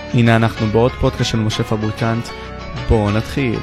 הנה אנחנו בעוד פודקאסט של משה פבריקנט, בואו נתחיל.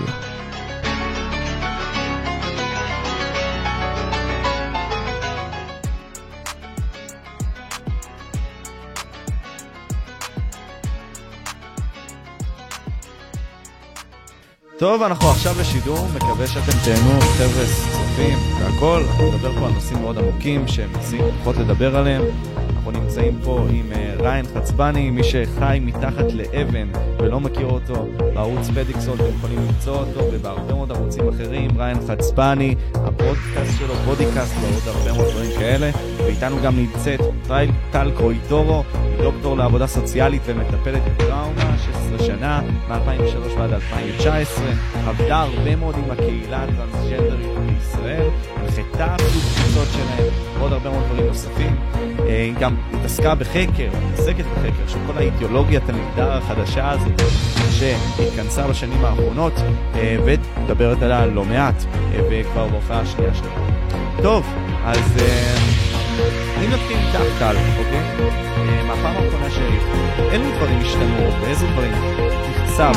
טוב, אנחנו עכשיו בשידור, מקווה שאתם תהנו, חבר'ה, צופים והכל. אנחנו נדבר פה על נושאים מאוד עמוקים שהם נושאים פחות לדבר עליהם. אנחנו נמצאים פה עם ריין חצבני, מי שחי מתחת לאבן ולא מכיר אותו, בערוץ פדיקסול אתם יכולים למצוא אותו, ובהרבה מאוד ערוצים אחרים. ריין חצבני, הפודקאסט שלו, פודיקאסט ועוד הרבה מאוד דברים כאלה. ואיתנו גם נמצאת טל קרויטורו, דוקטור לעבודה סוציאלית ומטפלת בטראומה, 16 שנה, מ-2003 ועד 2019, עבדה הרבה מאוד עם הקהילה הטרנסג'נדרית בישראל, הנחתה אפילו קבוצות שלהם, ועוד הרבה מאוד דברים נוספים. היא גם מתעסקת בחקר של כל האידיאולוגיית המגדר החדשה הזאת שהתכנסה בשנים האחרונות, ומדברת עליה לא מעט, וכבר בהופעה השנייה שלה. טוב, אז אני נתחיל איתך טל, אוקיי? מהפעם האחרונה אילו דברים השתנו, ואיזה דברים תחצב?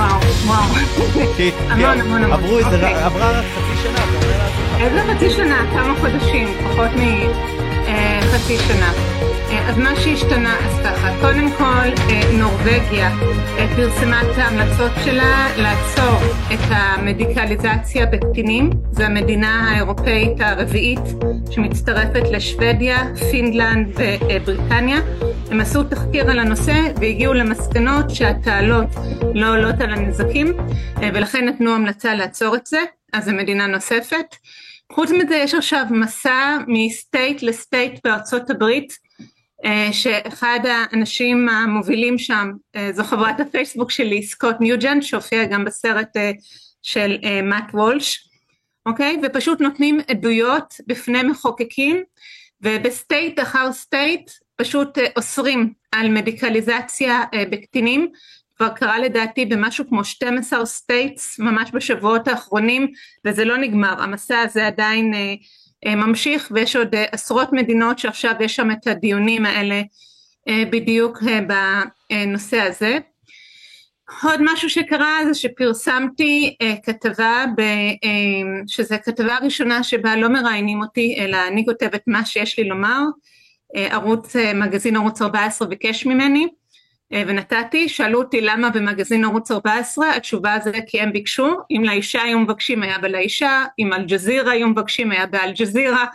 המון. עברה חצי שנה, אתה אומר לעצמך. איזה חצי שנה? כמה חודשים, פחות מחצי שנה. אז מה שהשתנה, אז ככה, קודם כל נורווגיה פרסמה את ההמלצות שלה לעצור את המדיקליזציה בקטינים. זו המדינה האירופאית הרביעית שמצטרפת לשוודיה, פינלנד ובריטניה. הם עשו תחקיר על הנושא והגיעו למסקנות שהתעלות לא עולות על הנזקים, ולכן נתנו המלצה לעצור את זה. אז זו מדינה נוספת. חוץ מזה יש עכשיו מסע מסטייט לסטייט בארצות הברית, שאחד האנשים המובילים שם זו חברת הפייסבוק שלי, סקוט ניוג'נט, שהופיע גם בסרט של מאט וולש, אוקיי? ופשוט נותנים עדויות בפני מחוקקים, ובסטייט אחר סטייט פשוט אוסרים על מדיקליזציה בקטינים. כבר קרה לדעתי במשהו כמו 12 סטייטס ממש בשבועות האחרונים, וזה לא נגמר, המסע הזה עדיין ממשיך, ויש עוד עשרות מדינות שעכשיו יש שם את הדיונים האלה בדיוק בנושא הזה. עוד משהו שקרה זה שפרסמתי כתבה, שזה כתבה ראשונה שבה לא מראיינים אותי, אלא אני כותבת מה שיש לי לומר. מגזין ערוץ 14 ביקש ממני, ונתתי, שאלו אותי למה במגזין ערוץ 14, התשובה זה כי הם ביקשו, אם לאישה היו מבקשים היה בלאישה, אם אל ג'זירה היו מבקשים היה באל ג'זירה,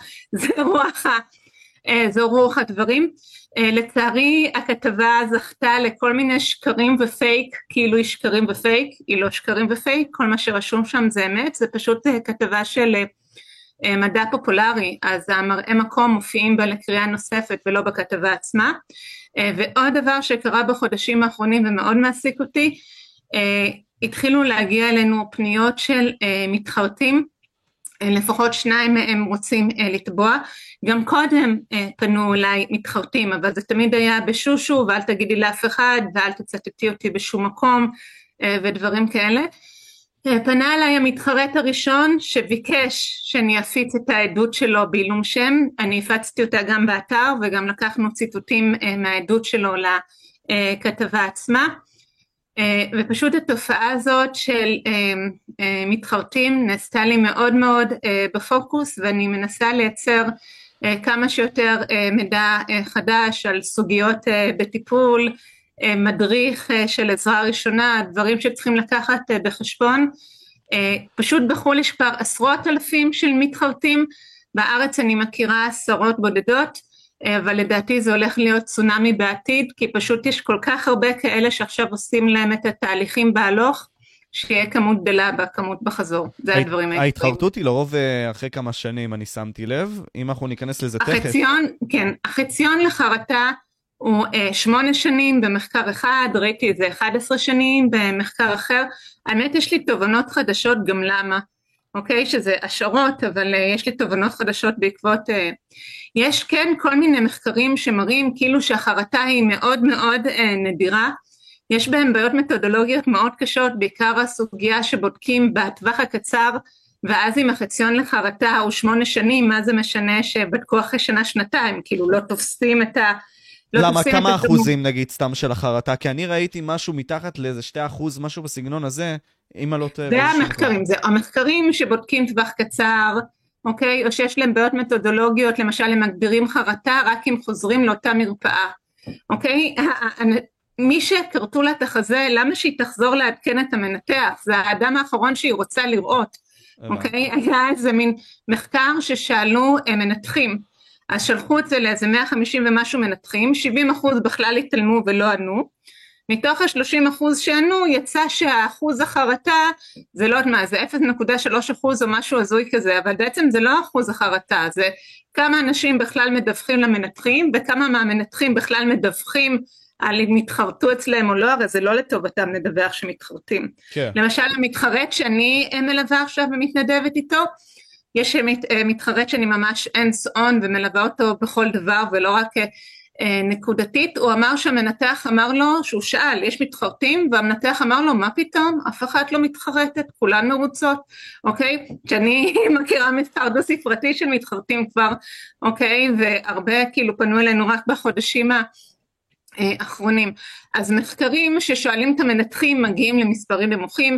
זו רוח הדברים. לצערי הכתבה זכתה לכל מיני שקרים ופייק, כאילו היא שקרים ופייק, היא לא שקרים ופייק, כל מה שרשום שם זה אמת, זה פשוט כתבה של מדע פופולרי, אז המראה מקום מופיעים בה לקריאה נוספת ולא בכתבה עצמה. ועוד דבר שקרה בחודשים האחרונים ומאוד מעסיק אותי, התחילו להגיע אלינו פניות של מתחרטים, לפחות 2 מהם רוצים לתבוע, גם קודם פנו אליי מתחרטים, אבל זה תמיד היה בשושו, ואל תגידי לאף אחד, ואל תצטטי אותי בשום מקום, ודברים כאלה. פנה אליי המתחרט הראשון שביקש שאני אפיץ את העדות שלו בעילום שם, אני הפצתי אותה גם באתר וגם לקחנו ציטוטים מהעדות שלו לכתבה עצמה, ופשוט התופעה הזאת של מתחרטים נעשתה לי מאוד מאוד בפוקוס, ואני מנסה לייצר כמה שיותר מידע חדש על סוגיות בטיפול, מדריך של עזרה ראשונה, דברים שצריכים לקחת בחשבון. פשוט בחול יש כבר עשרות אלפים של מתחרטים, בארץ אני מכירה עשרות בודדות, אבל לדעתי זה הולך להיות צונמי בעתיד, כי פשוט יש כל כך הרבה כאלה שעכשיו עושים להם את התהליכים בהלוך, שיהיה כמות גדלה בכמות בחזור. זה הדברים האלה. ההתחרטות היא לרוב אחרי כמה שנים, אני שמתי לב, אם אנחנו ניכנס לזה תכף. החציון לחרטה הוא 8 שנים במחקר אחד, ראיתי את זה 11 שנים במחקר אחר. האמת יש לי תובנות חדשות גם למה, אוקיי, שזה השערות, אבל יש לי תובנות חדשות בעקבות, יש כן כל מיני מחקרים שמראים כאילו שהחרטה היא מאוד מאוד נדירה, יש בהם בעיות מתודולוגיות מאוד קשות, בעיקר הסוגיה שבודקים בטווח הקצר, ואז אם החציון לחרטה הוא 8 שנים, מה זה משנה שבדקו אחרי שנה שנתיים, כאילו לא תופסים את למה, כמה אחוזים נגיד סתם של החרטה? כי אני ראיתי משהו מתחת לאיזה 2%, משהו בסגנון הזה, אם אני לא טועה. זה המחקרים, זה המחקרים שבודקים טווח קצר, אוקיי? או שיש להם בעיות מתודולוגיות, למשל הם מגבירים חרטה, רק אם חוזרים לאותה מרפאה, אוקיי? מי שקרתו לה את החזה, למה שהיא תחזור לעדכן את המנתח? זה האדם האחרון שהיא רוצה לראות, אוקיי? היה איזה מין מחקר ששאלו מנתחים, אז שלחו את זה לאיזה 150 ומשהו מנתחים, 70% בכלל התעלמו ולא ענו, מתוך ה-30% שענו יצא שהאחוז החרטה זה לא מה, זה 0.3% או משהו הזוי כזה, אבל בעצם זה לא אחוז החרטה, זה כמה אנשים בכלל מדווחים למנתחים, וכמה מהמנתחים בכלל מדווחים על אם מתחרטו אצלם או לא, הרי זה לא לטובתם לדווח שמתחרטים. כן. למשל המתחרט שאני מלווה עכשיו ומתנדבת איתו, יש מתחרט שאני ממש hands on ומלווה אותו בכל דבר ולא רק נקודתית, הוא אמר שהמנתח אמר לו, שהוא שאל, יש מתחרטים, והמנתח אמר לו, מה פתאום? אף אחת לא מתחרטת, כולן מרוצות, אוקיי? שאני מכירה מספר דו ספרתי של מתחרטים כבר, אוקיי? והרבה כאילו פנו אלינו רק בחודשים האחרונים. אז מחקרים ששואלים את המנתחים מגיעים למספרים נמוכים,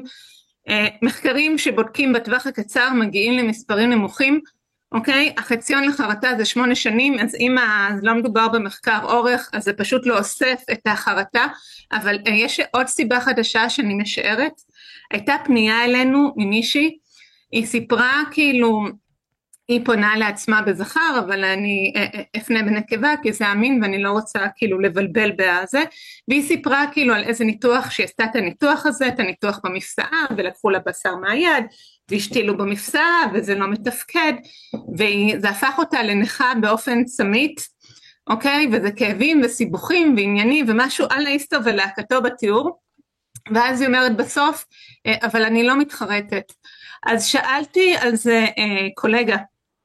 מחקרים שבודקים בטווח הקצר מגיעים למספרים נמוכים, אוקיי, החציון לחרטה זה 8 שנים, אז אם לא מדובר במחקר אורך, אז זה פשוט לא אוסף את החרטה, אבל יש עוד סיבה חדשה שאני משערת, הייתה פנייה אלינו ממישהי, היא סיפרה כאילו, היא פונה לעצמה בזכר, אבל אני אפנה בנקבה, כי זה אמין ואני לא רוצה כאילו לבלבל בזה, והיא סיפרה כאילו על איזה ניתוח, שהיא עשתה את הניתוח הזה, את הניתוח במפסעה, ולקחו לה בשר מהיד, והשתילו במפסעה, וזה לא מתפקד, וזה הפך אותה לנכה באופן צמית, אוקיי, וזה כאבים וסיבוכים ועניינים, ומשהו על האיסטר ולהקתו בתיאור, ואז היא אומרת בסוף, אבל אני לא מתחרטת. אז שאלתי על זה קולגה,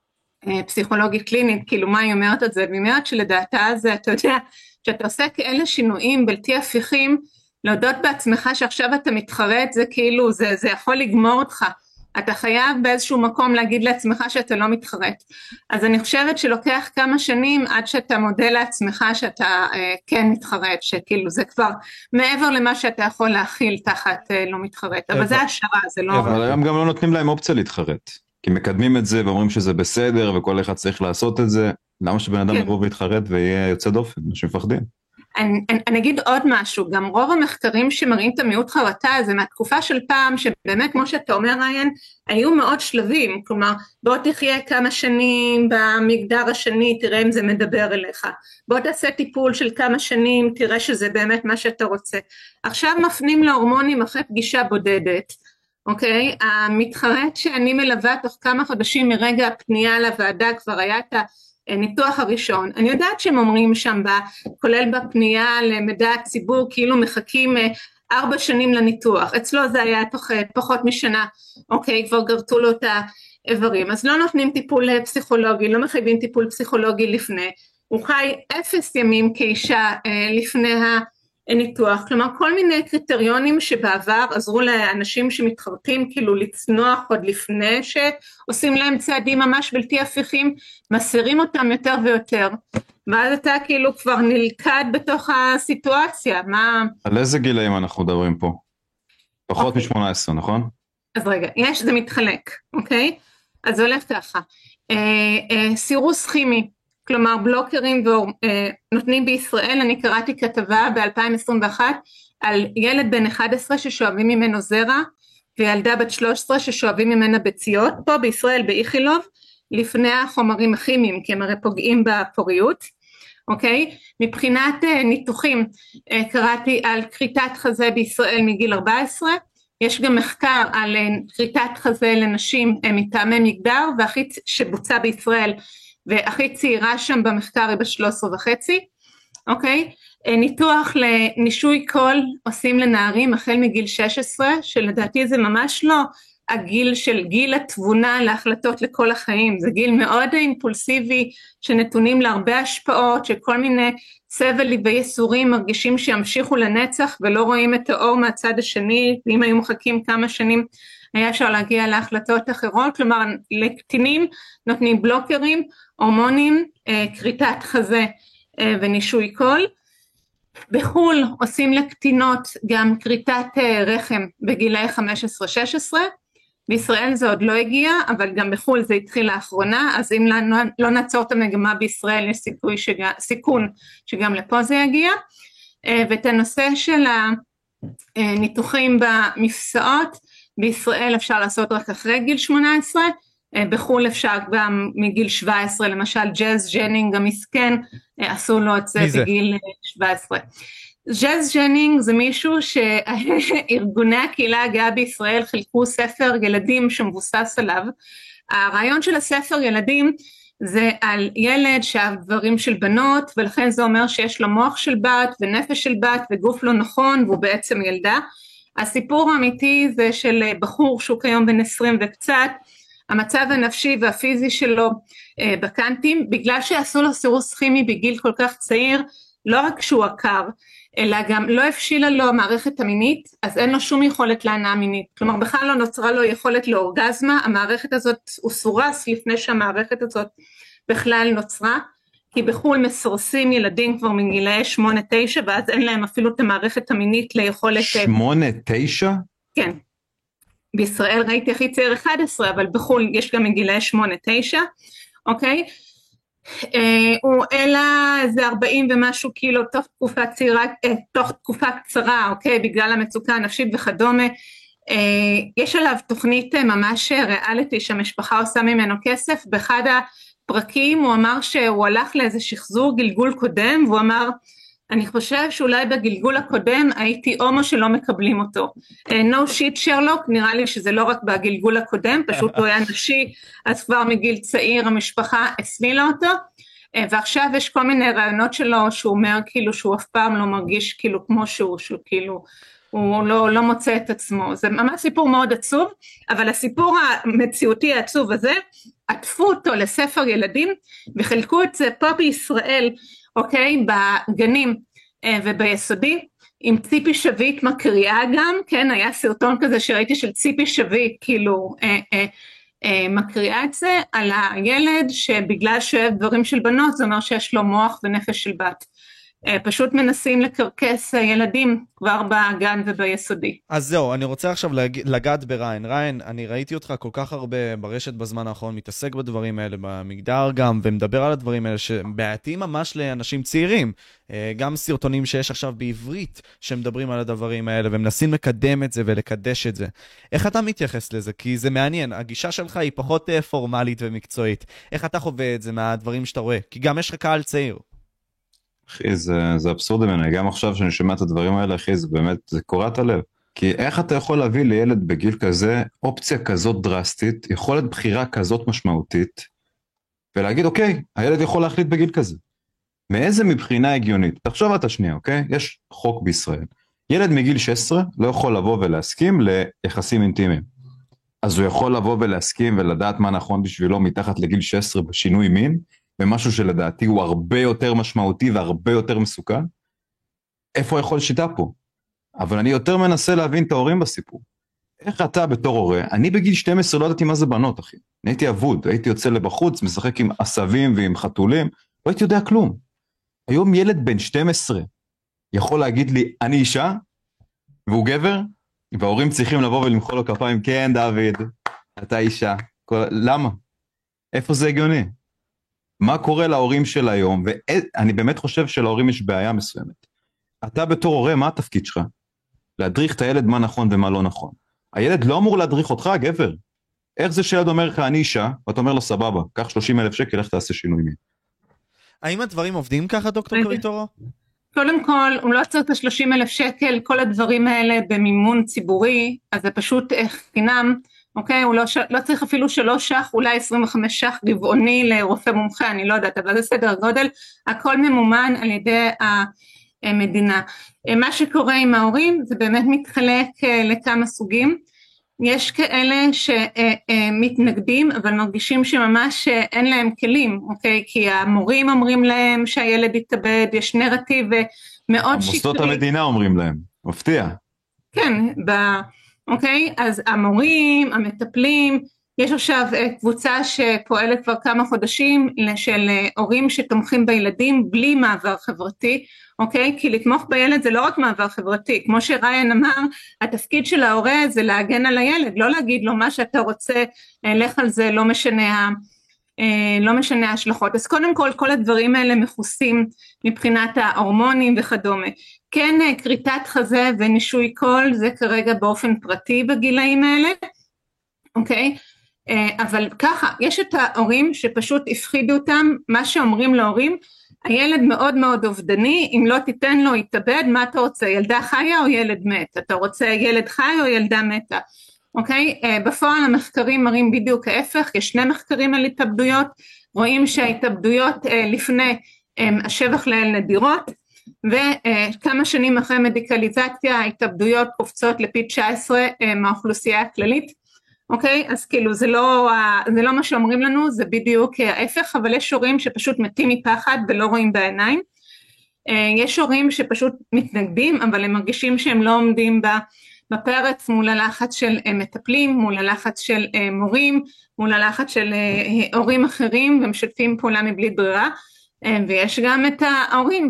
פסיכולוגית קלינית, כאילו מה היא אומרת את זה, והיא אומרת שלדעתה זה, אתה יודע, שאתה עושה כאלה שינויים בלתי הפיכים, להודות בעצמך שעכשיו אתה מתחרט, זה כאילו, זה יכול לגמור אותך, אתה חייב באיזשהו מקום להגיד לעצמך שאתה לא מתחרט, אז אני חושבת שלוקח כמה שנים עד שאתה מודה לעצמך שאתה כן מתחרט, שכאילו זה כבר מעבר למה שאתה יכול להכיל תחת לא מתחרט, אבל זה השערה, זה לא... אבל היום גם לא נותנים להם אופציה להתחרט, כי מקדמים את זה ואומרים שזה בסדר וכל אחד צריך לעשות את זה, למה שבן אדם יבוא ויתחרט ויהיה יוצא דופן, אנשים מפחדים. אני אגיד עוד משהו, גם רוב המחקרים שמראים את המיעוט חרטה, זה מהתקופה של פעם, שבאמת כמו שאתה אומר ריין, היו מאוד שלבים, כלומר בוא תחיה כמה שנים במגדר השני, תראה אם זה מדבר אליך, בוא תעשה טיפול של כמה שנים, תראה שזה באמת מה שאתה רוצה, עכשיו מפנים להורמונים אחרי פגישה בודדת, אוקיי, המתחרט שאני מלווה תוך כמה חודשים מרגע הפנייה לוועדה, כבר היה את הניתוח הראשון, אני יודעת שהם אומרים שם, כולל בפנייה למידע הציבור, כאילו מחכים 4 שנים לניתוח, אצלו זה היה תוך פחות משנה, אוקיי, כבר גרטו לו את האיברים, אז לא נותנים טיפול פסיכולוגי, לא מחייבים טיפול פסיכולוגי לפני, הוא חי 0 ימים כאישה לפני הניתוח, כלומר כל מיני קריטריונים שבעבר עזרו לאנשים שמתחרטים כאילו לצנוח עוד לפני שעושים להם צעדים ממש בלתי הפיכים, מסירים אותם יותר ויותר, ואז אתה כאילו כבר נלכד בתוך הסיטואציה, מה... על איזה גילאים אנחנו מדברים פה? פחות מ-18, נכון? אז רגע, זה מתחלק, אוקיי? אז זה הולך ככה, סירוס כימי, כלומר בלוקרים נותנים בישראל, אני קראתי כתבה ב-2021 על ילד בן 11 ששואבים ממנו זרע, וילדה בת 13 ששואבים ממנה ביציות, פה בישראל באיכילוב, לפני החומרים הכימיים, כי הם הרי פוגעים בפוריות, אוקיי? מבחינת ניתוחים, קראתי על כריתת חזה בישראל מגיל 14, יש גם מחקר על כריתת חזה לנשים מטעמי מגדר, והכי שבוצע בישראל, והכי צעירה שם במחקר היא ב13.5, אוקיי? ניתוח לנישוי קול עושים לנערים החל מגיל 16, שלדעתי זה ממש לא הגיל של גיל התבונה להחלטות לכל החיים, זה גיל מאוד אימפולסיבי, שנתונים להרבה השפעות, שכל מיני סבל ויסורים מרגישים שימשיכו לנצח, ולא רואים את האור מהצד השני, ואם היו מחכים כמה שנים, היה אפשר להגיע להחלטות אחרות, כלומר לקטינים נותנים בלוקרים, הורמונים, כריתת חזה ונישוי קול. בחול עושים לקטינות גם כריתת רחם בגילאי 15-16, בישראל זה עוד לא הגיע, אבל גם בחול זה התחיל לאחרונה, אז אם לא נעצור את המגמה בישראל, יש סיכון שגם לפה זה יגיע. ואת הנושא של הניתוחים במפסעות, בישראל אפשר לעשות רק אחרי גיל 18, בחול אפשר גם מגיל 17, למשל ג'אז ג'נינג המסכן, עשו לו את זה בגיל 17. ג'אז ג'נינג זה מישהו שארגוני הקהילה הגאה בישראל חילקו ספר ילדים שמבוסס עליו. הרעיון של הספר ילדים זה על ילד שאהב דברים של בנות, ולכן זה אומר שיש לו מוח של בת ונפש של בת וגוף לא נכון והוא בעצם ילדה. הסיפור האמיתי זה של בחור שהוא כיום בן 20 וקצת, המצב הנפשי והפיזי שלו בקנטים, בגלל שעשו לו סירוס כימי בגיל כל כך צעיר, לא רק שהוא עקר, אלא גם לא הפשילה לו המערכת המינית, אז אין לו שום יכולת להנאה מינית, כלומר בכלל לא נוצרה לו יכולת לאורגזמה, המערכת הזאת הוא סורס לפני שהמערכת הזאת בכלל נוצרה, כי בחול מסורסים ילדים כבר מגילאי 8-9, ואז אין להם אפילו את המערכת המינית ליכולת... 8-9? כן. בישראל ראיתי הכי צעיר 11, אבל בחול יש גם מגילאי 8-9, אוקיי? הוא אלה איזה 40 ומשהו קילו תוך תקופה קצרה, אוקיי? בגלל המצוקה הנפשית וכדומה. יש עליו תוכנית ממש ריאליטי שהמשפחה עושה ממנו כסף, באחד הפרקים הוא אמר שהוא הלך לאיזה שחזור גלגול קודם, והוא אמר, אני חושב שאולי בגלגול הקודם הייתי הומו שלא מקבלים אותו. No shit שרלוק, נראה לי שזה לא רק בגלגול הקודם, פשוט הוא היה נשי, אז כבר מגיל צעיר המשפחה הסלילה אותו, ועכשיו יש כל מיני רעיונות שלו, שהוא אומר כאילו שהוא אף פעם לא מרגיש כאילו כמו שהוא כאילו, הוא לא מוצא את עצמו. זה ממש סיפור מאוד עצוב, אבל הסיפור המציאותי העצוב הזה, עטפו אותו לספר ילדים, וחלקו את זה פה בישראל, אוקיי, בגנים וביסודי, עם ציפי שביט מקריאה גם, כן, היה סרטון כזה שראיתי של ציפי שביט, כאילו מקריאה את זה, על הילד שבגלל שאוהב דברים של בנות, זה אומר שיש לו מוח ונפש של בת. פשוט מנסים לקרקס ילדים כבר בגן וביסודי. אז זהו, אני רוצה עכשיו לגעת בריין. ריין, אני ראיתי אותך כל כך הרבה ברשת בזמן האחרון, מתעסק בדברים האלה, במגדר גם, ומדבר על הדברים האלה שבעייתיים ממש לאנשים צעירים. גם סרטונים שיש עכשיו בעברית שמדברים על הדברים האלה, ומנסים לקדם את זה ולקדש את זה. איך אתה מתייחס לזה? כי זה מעניין, הגישה שלך היא פחות פורמלית ומקצועית. איך אתה חווה את זה מהדברים שאתה רואה? כי גם יש לך קהל צעיר. אחי, זה אבסורד ממני, גם עכשיו שאני שומע את הדברים האלה, אחי, זה באמת, זה קורעת הלב. כי איך אתה יכול להביא לילד בגיל כזה, אופציה כזאת דרסטית, יכולת בחירה כזאת משמעותית, ולהגיד, אוקיי, הילד יכול להחליט בגיל כזה. מאיזה מבחינה הגיונית? תחשוב את השנייה, אוקיי? יש חוק בישראל. ילד מגיל 16 לא יכול לבוא ולהסכים ליחסים אינטימיים. אז הוא יכול לבוא ולהסכים ולדעת מה נכון בשבילו מתחת לגיל 16 בשינוי מין, במשהו שלדעתי הוא הרבה יותר משמעותי והרבה יותר מסוכן. איפה יכול שיטה פה? אבל אני יותר מנסה להבין את ההורים בסיפור. איך אתה בתור הורה, אני בגיל 12 לא ידעתי מה זה בנות, אחי. אני הייתי אבוד, הייתי יוצא לבחוץ, משחק עם עשבים ועם חתולים, לא הייתי יודע כלום. היום ילד בן 12 יכול להגיד לי, אני אישה, והוא גבר, וההורים צריכים לבוא ולמחוא לו כפיים, כן דוד, אתה אישה. למה? איפה זה הגיוני? מה קורה להורים של היום? ואני באמת חושב שלהורים יש בעיה מסוימת. אתה בתור הורה, מה התפקיד שלך? להדריך את הילד מה נכון ומה לא נכון. הילד לא אמור להדריך אותך, גבר. איך זה שילד אומר לך, אני אישה, ואתה אומר לו, סבבה, קח 30,000 שקל, איך תעשה שינוי מין? האם הדברים עובדים ככה, דוקטור קוריטורו? קודם כל, הוא לא צריך את 30,000 שקל, כל הדברים האלה במימון ציבורי, אז זה פשוט חינם, אוקיי? הוא לא צריך אפילו 3 ש"ח, אולי 25 ש"ח רבעוני לרופא מומחה, אני לא יודעת, אבל זה סדר גודל, הכל ממומן על ידי המדינה. מה שקורה עם ההורים, זה באמת מתחלק לכמה סוגים, יש כאלה שמתנגדים, אבל מרגישים שממש אין להם כלים, אוקיי? כי המורים אומרים להם שהילד יתאבד, יש נרטיב מאוד שקרי. מוסדות המדינה אומרים להם, מפתיע. כן, אוקיי? אז המורים, המטפלים, יש עכשיו קבוצה שפועלת כבר כמה חודשים של הורים שתומכים בילדים בלי מעבר חברתי, אוקיי? כי לתמוך בילד זה לא רק מעבר חברתי, כמו שריין אמר, התפקיד של ההורה זה להגן על הילד, לא להגיד לו מה שאתה רוצה, לך על זה, לא משנה ההשלכות. אז קודם כל הדברים האלה מכוסים מבחינת ההורמונים וכדומה. כן, קריטת חזה ונישוי קול זה כרגע באופן פרטי בגילאים האלה, אוקיי? אבל ככה, יש את ההורים שפשוט הפחידו אותם, מה שאומרים להורים, הילד מאוד מאוד אובדני, אם לא תיתן לו יתאבד, מה אתה רוצה, ילדה חיה או ילד מת? אתה רוצה ילד חי או ילדה מתה? אוקיי? בפועל המחקרים מראים בדיוק ההפך, יש 2 מחקרים על התאבדויות, רואים שההתאבדויות לפני השבח לאל נדירות, וכמה שנים אחרי מדיקליזציה ההתאבדויות קופצות לפי 19 מהאוכלוסייה הכללית, אוקיי? אז כאילו זה לא מה שאומרים לנו, זה בדיוק ההפך, אבל יש הורים שפשוט מתים מפחד ולא רואים בעיניים, יש הורים שפשוט מתנגדים, אבל הם מרגישים שהם לא עומדים בפרץ מול הלחץ של מטפלים, מול הלחץ של מורים, מול הלחץ של הורים אחרים, ומשתפים פעולה מבלי ברירה, ויש גם את ההורים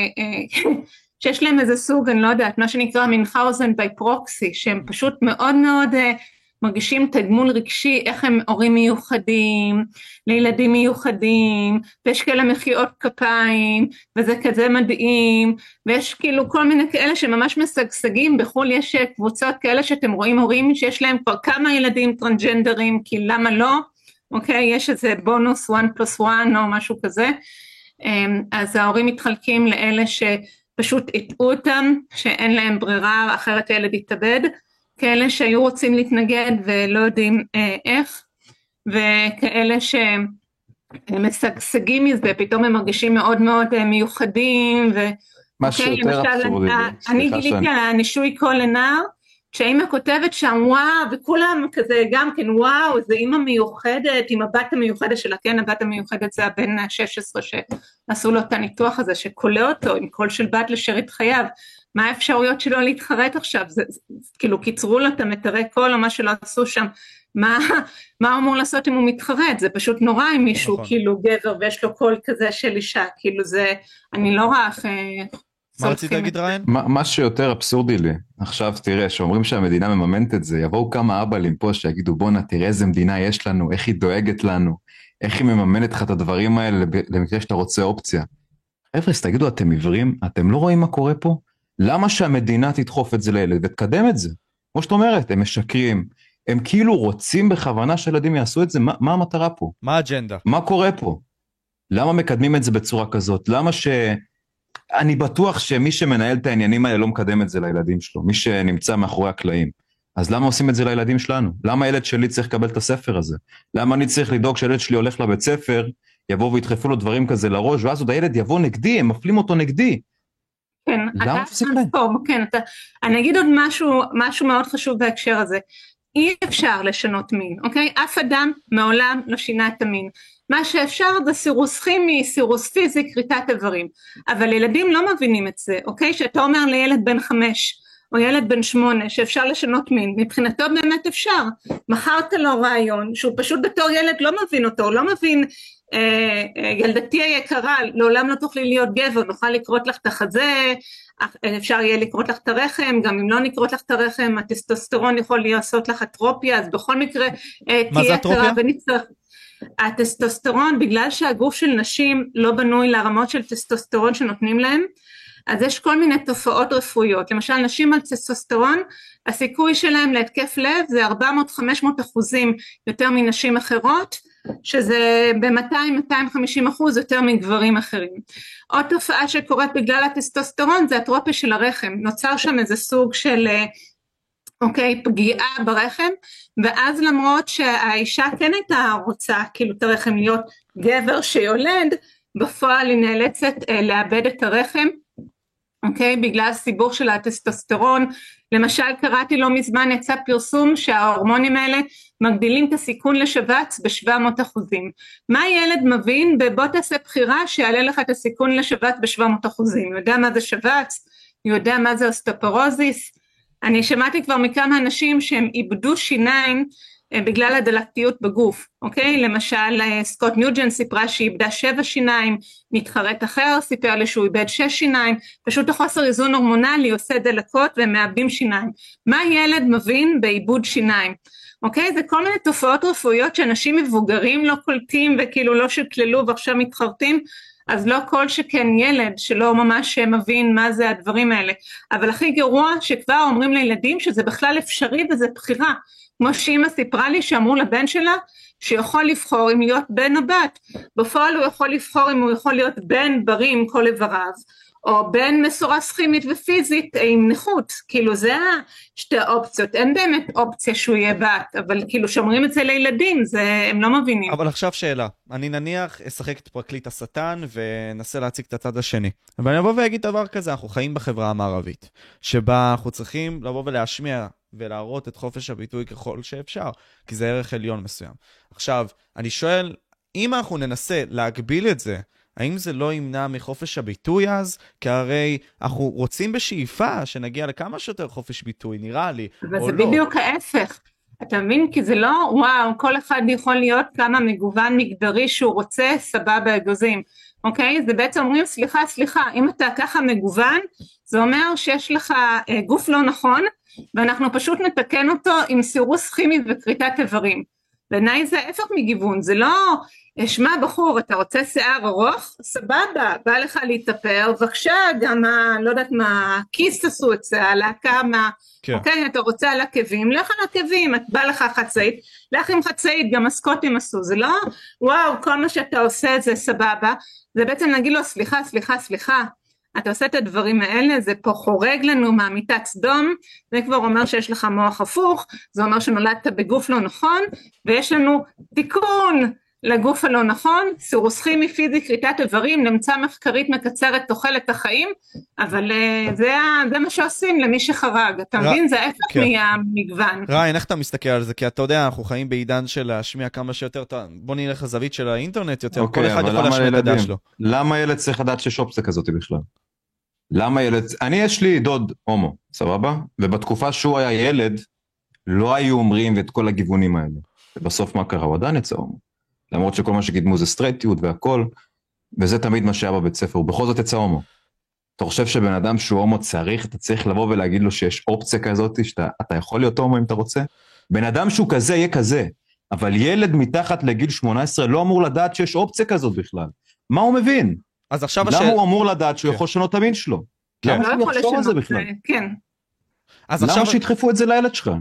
שיש להם איזה סוג, אני לא יודעת, מה שנקרא מינכאוזן בי פרוקסי, שהם פשוט מאוד מאוד מרגישים תגמול רגשי, איך הם הורים מיוחדים, לילדים מיוחדים, ויש כאלה מחיאות כפיים, וזה כזה מדהים, ויש כאילו כל מיני כאלה שממש משגשגים, בחול יש קבוצות כאלה שאתם רואים הורים שיש להם כבר כמה ילדים טרנסג'נדרים, כי למה לא, אוקיי, יש איזה בונוס 1+1 או משהו כזה, אז ההורים מתחלקים לאלה שפשוט הטעו אותם, שאין להם ברירה, אחרת הילד יתאבד, כאלה שהיו רוצים להתנגד ולא יודעים איך, וכאלה שמשגשגים מזה, פתאום הם מרגישים מאוד מאוד מיוחדים, משהו יותר אבסורדי. אני גיליתי על הנישוי קול לנער, שהאמא כותבת שם וואו, וכולם כזה גם כן וואו, זה אמא מיוחדת, עם הבת המיוחדת שלה, כן, הבת המיוחדת זה הבן ה-16 שעשו לו את הניתוח הזה, שקולה אותו עם קול של בת לשארית חייו, מה האפשרויות שלו להתחרט עכשיו, זה כאילו קיצרו לו את המתרי קול או מה שלא עשו שם, מה אמור לעשות אם הוא מתחרט, זה פשוט נורא אם מישהו כאילו גבר ויש לו קול כזה של אישה, כאילו זה, אני לא רואה איך מה רצית להגיד ריין? מה שיותר אבסורדי לי, עכשיו תראה, שאומרים שהמדינה מממנת את זה, יבואו כמה אבלים פה שיגידו בוא תראה איזה מדינה יש לנו, איך היא דואגת לנו, איך היא מממנת לך את הדברים האלה למקרה שאתה רוצה אופציה. חבר'ה, תגידו, אתם עיוורים? אתם לא רואים מה קורה פה? למה שהמדינה תדחוף את זה לילד ותקדם את זה? כמו שאת אומרת, הם משקרים, הם כאילו רוצים בכוונה שילדים יעשו את זה, מה המטרה פה? מה האג'נדה? מה קורה פה? למה מקדמים את זה בצורה כזאת? למה אני בטוח שמי שמנהל את העניינים האלה לא מקדם את זה לילדים שלו, מי שנמצא מאחורי הקלעים. אז למה עושים את זה לילדים שלנו? למה הילד שלי צריך לקבל את הספר הזה? למה אני צריך לדאוג שהילד שלי הולך לבית ספר, יבוא וידחפו לו דברים כזה לראש, ואז עוד הילד יבוא נגדי, הם מפלים אותו נגדי. כן, אני אגיד עוד משהו מאוד חשוב בהקשר הזה, אי אפשר לשנות מין, אוקיי? אף אדם מעולם לא שינה את המין, מה שאפשר זה סירוס כימי, סירוס פיזי, כריתת איברים, אבל ילדים לא מבינים את זה, אוקיי? שאתה אומר לילד בן 5 או ילד בן 8 שאפשר לשנות מין, מבחינתו באמת אפשר, מכרת לו רעיון שהוא פשוט בתור ילד לא מבין אותו, לא מבין, ילדתי היקרה, לעולם לא תוכלי להיות גבר, נוכל לקרות לך את החזה, אפשר יהיה לקרות לך את הרחם, גם אם לא נקרות לך את הרחם, הטסטוסטרון יכול לעשות לך אטרופיה, אז בכל מקרה תהיה יקרה ונצטרך. הטסטוסטרון, בגלל שהגוף של נשים לא בנוי לרמות של טסטוסטרון שנותנים להם, אז יש כל מיני תופעות רפואיות, למשל נשים על טסטוסטרון, הסיכוי שלהם להתקף לב זה 400-500% יותר מנשים אחרות, שזה ב-200-250% יותר מגברים אחרים. עוד תופעה שקורית בגלל הטסטוסטרון זה אטרופיה של הרחם, נוצר שם איזה סוג של פגיעה ברחם, ואז למרות שהאישה כן הייתה רוצה כאילו את הרחם להיות גבר שיולד, בפועל היא נאלצת לאבד את הרחם, בגלל סיבוך של הטסטוסטרון. למשל קראתי לא מזמן יצא פרסום שההורמונים האלה מגדילים את הסיכון לשבץ ב-700%. מה ילד מבין? בוא תעשה בחירה שיעלה לך את הסיכון לשבץ ב-700%. הוא יודע מה זה שבץ, הוא יודע מה זה אוסטאופורוזיס. אני שמעתי כבר מכמה אנשים שהם איבדו שיניים בגלל הדלקתיות בגוף, אוקיי? למשל, סקוט ניוג'ן סיפרה שהיא איבדה 7 שיניים, מתחרט אחר סיפר לי שהוא איבד 6 שיניים, פשוט החוסר איזון הורמונלי עושה דלקות והם מאבדים שיניים. מה ילד מבין באיבוד שיניים? אוקיי? זה כל מיני תופעות רפואיות שאנשים מבוגרים לא קולטים וכאילו לא שקללו ועכשיו מתחרטים, אז לא כל שכן ילד שלא ממש מבין מה זה הדברים האלה. אבל הכי גרוע שכבר אומרים לילדים שזה בכלל אפשרי וזה בחירה. כמו שאמא סיפרה לי שאמרו לבן שלה שיכול לבחור אם להיות בן או בת. בפועל הוא יכול לבחור אם הוא יכול להיות בן בריא עם כל איבריו, או בן מסורס כימית ופיזית עם נכות. כאילו זה שתי האופציות. אין באמת אופציה שהוא יהיה בת, אבל כאילו שאומרים את זה לילדים, הם לא מבינים. אבל עכשיו שאלה. אני נניח אשחק את פרקליט השטן ונסה להציג את הצד השני. אבל אני אבוא ואגיד דבר כזה, אנחנו חיים בחברה המערבית, שבה אנחנו צריכים לבוא ולהשמיע ולהראות את חופש הביטוי ככל שאפשר, כי זה ערך עליון מסוים. עכשיו, אני שואל, אם אנחנו ננסה להגביל את זה, האם זה לא ימנע מחופש הביטוי אז? כי הרי אנחנו רוצים בשאיפה שנגיע לכמה שיותר חופש ביטוי, נראה לי, אבל זה לא. בדיוק ההפך. אתה מבין? כי זה לא, וואו, כל אחד יכול להיות כמה מגוון מגדרי שהוא רוצה, סבבה אגוזים. אוקיי? זה בעצם אומרים, סליחה, אם אתה ככה מגוון, זה אומר שיש לך גוף לא נכון, ואנחנו פשוט נתקן אותו עם סירוס כימי וכריתת איברים. בעיניי זה הפך מגיוון, זה לא, שמע בחור, אתה רוצה שיער ארוך? סבבה, בא לך להתאפר, בבקשה, גם לא יודעת מה, כיס עשו את זה, הלהקה מה, כן. אוקיי, אתה רוצה על עקבים, לך על עקבים, את בא לך חצאית, לך עם חצאית, גם הסקוטים עשו, זה לא, וואו, כל מה שאתה עושה זה סבבה, זה בעצם להגיד לו, סליחה, אתה עושה את הדברים האלה, זה פה חורג לנו מהמיטת סדום, זה כבר אומר שיש לך מוח הפוך, זה אומר שנולדת בגוף לא נכון, ויש לנו תיקון לגוף הלא נכון, סירוס כימי פיזי, כריתת איברים, נמצא מחקרית מקצרת תוחלת החיים, אבל זה מה שעושים למי שחרג, אתה מבין? זה ההפך מהמגוון. ריין, איך אתה מסתכל על זה? כי אתה יודע, אנחנו חיים בעידן של להשמיע כמה שיותר, בוא נלך לזווית של האינטרנט יותר, כל אחד יכול להשמיע את הדעה שלו. למה ילד צריך לדעת שיש אופציה כזאת בכלל? למה ילד, יש לי דוד הומו, סבבה? ובתקופה שהוא היה ילד, לא היו אומרים את כל הגיוונים האלה. ובסוף מה קרה? הוא עדיין יצא הומו. למרות שכל מה שקידמו זה סטרייטיות והכל, וזה תמיד מה שהיה בבית ספר, ובכל זאת יצא הומו. אתה חושב שבן אדם שהוא הומו אתה צריך לבוא ולהגיד לו שיש אופציה כזאת, שאתה יכול להיות הומו אם אתה רוצה? בן אדם שהוא כזה יהיה כזה, אבל ילד מתחת לגיל 18 לא אמור לדעת שיש אופציה כזאת בכלל. מה הוא מבין? אז עכשיו למה הוא אמור לדעת שהוא יכול לשנות את המין שלו? למה שהוא יחשוב על זה בכלל? כן. למה שידחפו את זה לילד שלך?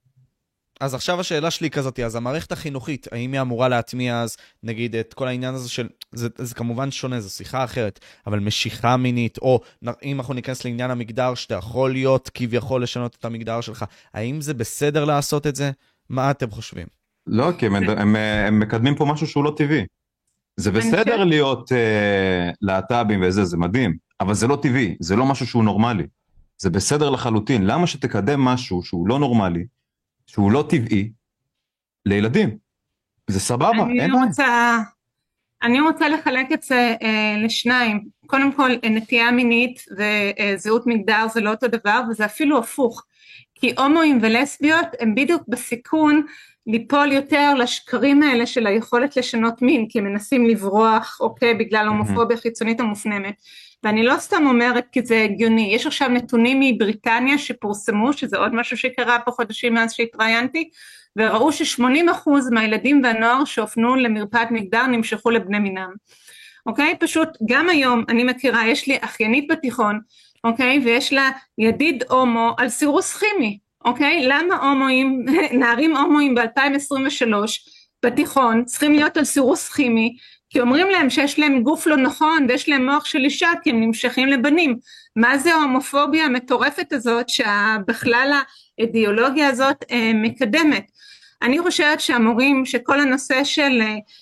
אז עכשיו השאלה שלי כזאת, אז המערכת החינוכית, האם היא אמורה להטמיע אז, נגיד, את כל העניין הזה של, זה כמובן שונה, זו שיחה אחרת, אבל משיכה מינית, או אם אנחנו ניכנס לעניין המגדר, שאתה יכול להיות כביכול לשנות את המגדר שלך, האם זה בסדר לעשות את זה? מה אתם חושבים? לא, כי הם מקדמים פה משהו שהוא לא טבעי. זה בסדר להיות להט"בים וזה, זה מדהים, אבל זה לא טבעי, זה לא משהו שהוא נורמלי. זה בסדר לחלוטין. למה שתקדם משהו שהוא לא נורמלי, שהוא לא טבעי, לילדים? זה סבבה, אין מה. אני רוצה לחלק את זה לשניים. קודם כל, נטייה מינית וזהות מגדר זה לא אותו דבר, וזה אפילו הפוך. כי הומואים ולסביות הם בדיוק בסיכון ליפול יותר לשקרים האלה של היכולת לשנות מין, כי הם מנסים לברוח, אוקיי, בגלל הומופוביה חיצונית המופנמת. ואני לא סתם אומרת כי זה הגיוני, יש עכשיו נתונים מבריטניה שפורסמו, שזה עוד משהו שקרה פה חודשים מאז שהתראיינתי, וראו ש80% מהילדים והנוער שהופנו למרפאת מגדר נמשכו לבני מינם. אוקיי? פשוט גם היום אני מכירה, יש לי אחיינית בתיכון, אוקיי? ויש לה ידיד הומו על סירוס כימי. אוקיי? למה הומואים, נערים הומואים ב-2023 בתיכון צריכים להיות על סירוס כימי, כי אומרים להם שיש להם גוף לא נכון ויש להם מוח של אישה כי הם נמשכים לבנים. מה זה ההומופוביה המטורפת הזאת שבכלל האידיאולוגיה הזאת מקדמת? אני חושבת שהמורים, שכל הנושא של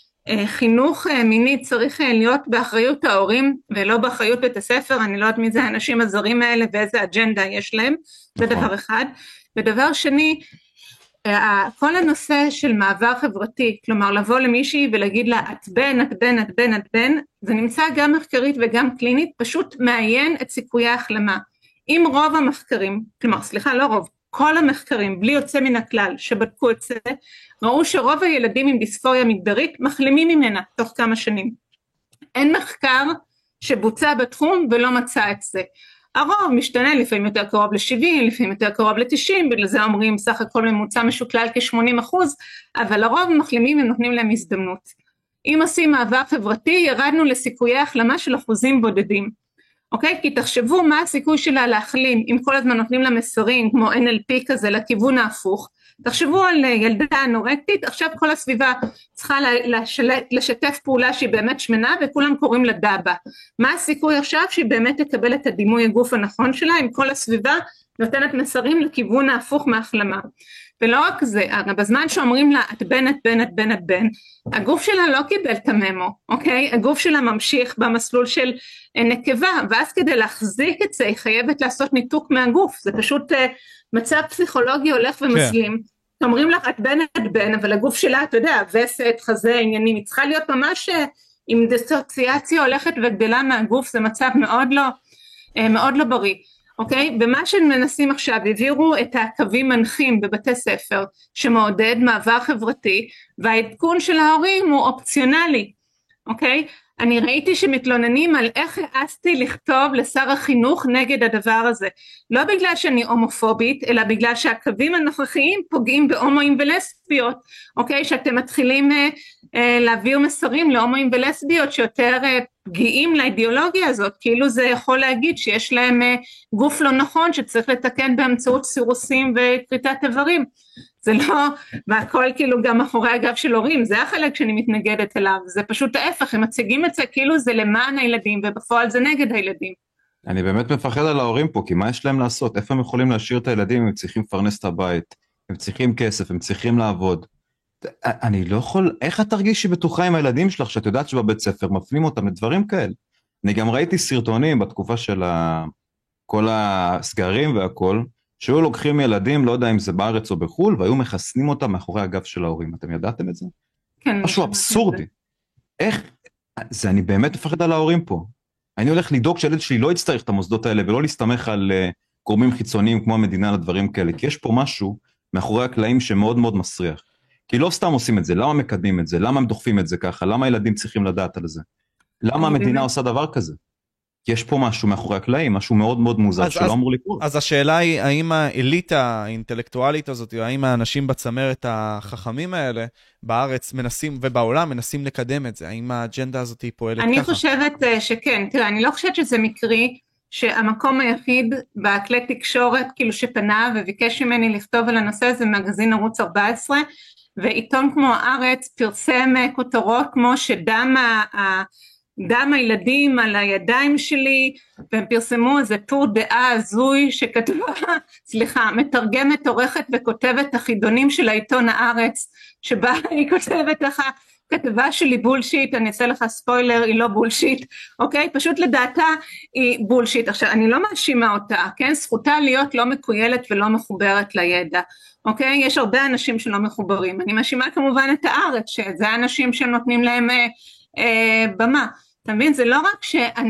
חינוך מיני צריך להיות באחריות ההורים ולא באחריות בית הספר, אני לא יודעת מי זה האנשים הזרים האלה ואיזה אג'נדה יש להם, זה דבר אחד. ודבר שני, כל הנושא של מעבר חברתי, כלומר לבוא למישהי ולהגיד לה את בן, זה נמצא גם מחקרית וגם קלינית, פשוט מעיין את סיכויי ההחלמה. אם רוב המחקרים, כלומר סליחה לא רוב, כל המחקרים, בלי יוצא מן הכלל, שבדקו את זה, ראו שרוב הילדים עם דיספוריה מגדרית מחלימים ממנה תוך כמה שנים. אין מחקר שבוצע בתחום ולא מצא את זה. הרוב משתנה, לפעמים יותר קרוב ל-70, לפעמים יותר קרוב ל-90, בגלל זה אומרים סך הכל ממוצע משוקלל כ-80%, אבל הרוב מחלימים ונותנים להם הזדמנות. אם עושים מעבר חברתי, ירדנו לסיכויי החלמה של אחוזים בודדים. אוקיי? כי תחשבו מה הסיכוי שלה להחלים, אם כל הזמן נותנים לה מסרים, כמו NLP כזה, לכיוון ההפוך. תחשבו על ילדה אנורקטית, עכשיו כל הסביבה צריכה לשתף פעולה שהיא באמת שמנה, וכולם קוראים לה דאבה. מה הסיכוי עכשיו שהיא באמת תקבל את הדימוי הגוף הנכון שלה, אם כל הסביבה נותנת מסרים לכיוון ההפוך מהחלמה. ולא רק זה, בזמן שאומרים לה, את בן, הגוף שלה לא קיבל את הממו, אוקיי? הגוף שלה ממשיך במסלול של נקבה, ואז כדי להחזיק את זה, היא חייבת לעשות ניתוק מהגוף, זה פשוט מצב פסיכולוגי הולך ומסלים. אומרים לך, את בן, אבל הגוף שלה, אתה יודע, וסת, חזה, עניינים, היא צריכה להיות ממש עם דיסוציאציה הולכת וגדלה מהגוף, זה מצב מאוד לא בריא. אוקיי? במה שמנסים עכשיו, העבירו את הקווים מנחים בבתי ספר, שמעודד מעבר חברתי, והעדכון של ההורים הוא אופציונלי, אוקיי? אני ראיתי שמתלוננים על איך העזתי לכתוב לשר החינוך נגד הדבר הזה, לא בגלל שאני הומופובית, אלא בגלל שהקווים הנוכחיים פוגעים בהומואים ולסביות, אוקיי? שאתם מתחילים להעביר מסרים להומואים ולסביות שיותר פגיעים לאידיאולוגיה הזאת, כאילו זה יכול להגיד שיש להם גוף לא נכון שצריך לתקן באמצעות סירוסים וכריתת איברים, זה לא, והכל כאילו גם מאחורי הגב של הורים, זה החלק שאני מתנגדת אליו, זה פשוט ההפך, הם מציגים את זה כאילו זה למען הילדים, ובפועל זה נגד הילדים. אני באמת מפחד על ההורים פה, כי מה יש להם לעשות? איפה הם יכולים להשאיר את הילדים אם הם צריכים לפרנס את הבית? הם צריכים כסף, הם צריכים לעבוד. אני לא יכול, איך את תרגישי בטוחה עם הילדים שלך, שאת יודעת שבבית ספר מפנים אותם לדברים כאלה? אני גם ראיתי סרטונים בתקופה של כל הסגרים והכל, שהיו לוקחים ילדים, לא יודע אם זה בארץ או בחול, והיו מחסנים אותם מאחורי הגב של ההורים. אתם ידעתם את זה? כן. משהו אבסורדי. איך? זה אני באמת מפחד על ההורים פה. אני הולך לדאוג שהילד שלי לא יצטרך את המוסדות האלה, ולא להסתמך על גורמים חיצוניים כמו המדינה לדברים כאלה, כי יש פה משהו מאחורי הקלעים שמאוד מאוד מסריח. כי לא סתם עושים את זה, למה מקדמים את זה, למה הם דוחפים את זה ככה, למה הילדים צריכים לדעת על זה, למה המדינה עושה דבר כזה? כי יש פה משהו מאחורי הקלעים, משהו מאוד מאוד מוזר שלא אמור לקרות. אז השאלה היא, האם האליטה האינטלקטואלית הזאת, או האם האנשים בצמרת החכמים האלה, בארץ מנסים, ובעולם מנסים לקדם את זה, האם האג'נדה הזאת היא פועלת ככה? אני חושבת שכן, תראה, אני לא חושבת שזה מקרי, שהמקום היחיד בכלי תקשורת, כאילו שפנה וביקש ממני לכתוב על הנושא הזה, מגזין ערוץ 14, ועיתון כמו הארץ פרסם כותרות כמו שדם הילדים על הידיים שלי, והם פרסמו איזה טור דעה הזוי שכתבה, מתרגמת, עורכת וכותבת החידונים של העיתון הארץ, שבה היא כותבת לך, כתבה שלי בולשיט, אני אעשה לך ספוילר, היא לא בולשיט, אוקיי? פשוט לדעתה היא בולשיט. עכשיו, אני לא מאשימה אותה, כן? זכותה להיות לא מקוילת ולא מחוברת לידע, אוקיי? יש הרבה אנשים שלא מחוברים. אני מאשימה כמובן את הארץ, שזה האנשים שנותנים להם במה. אתה מבין? זה לא רק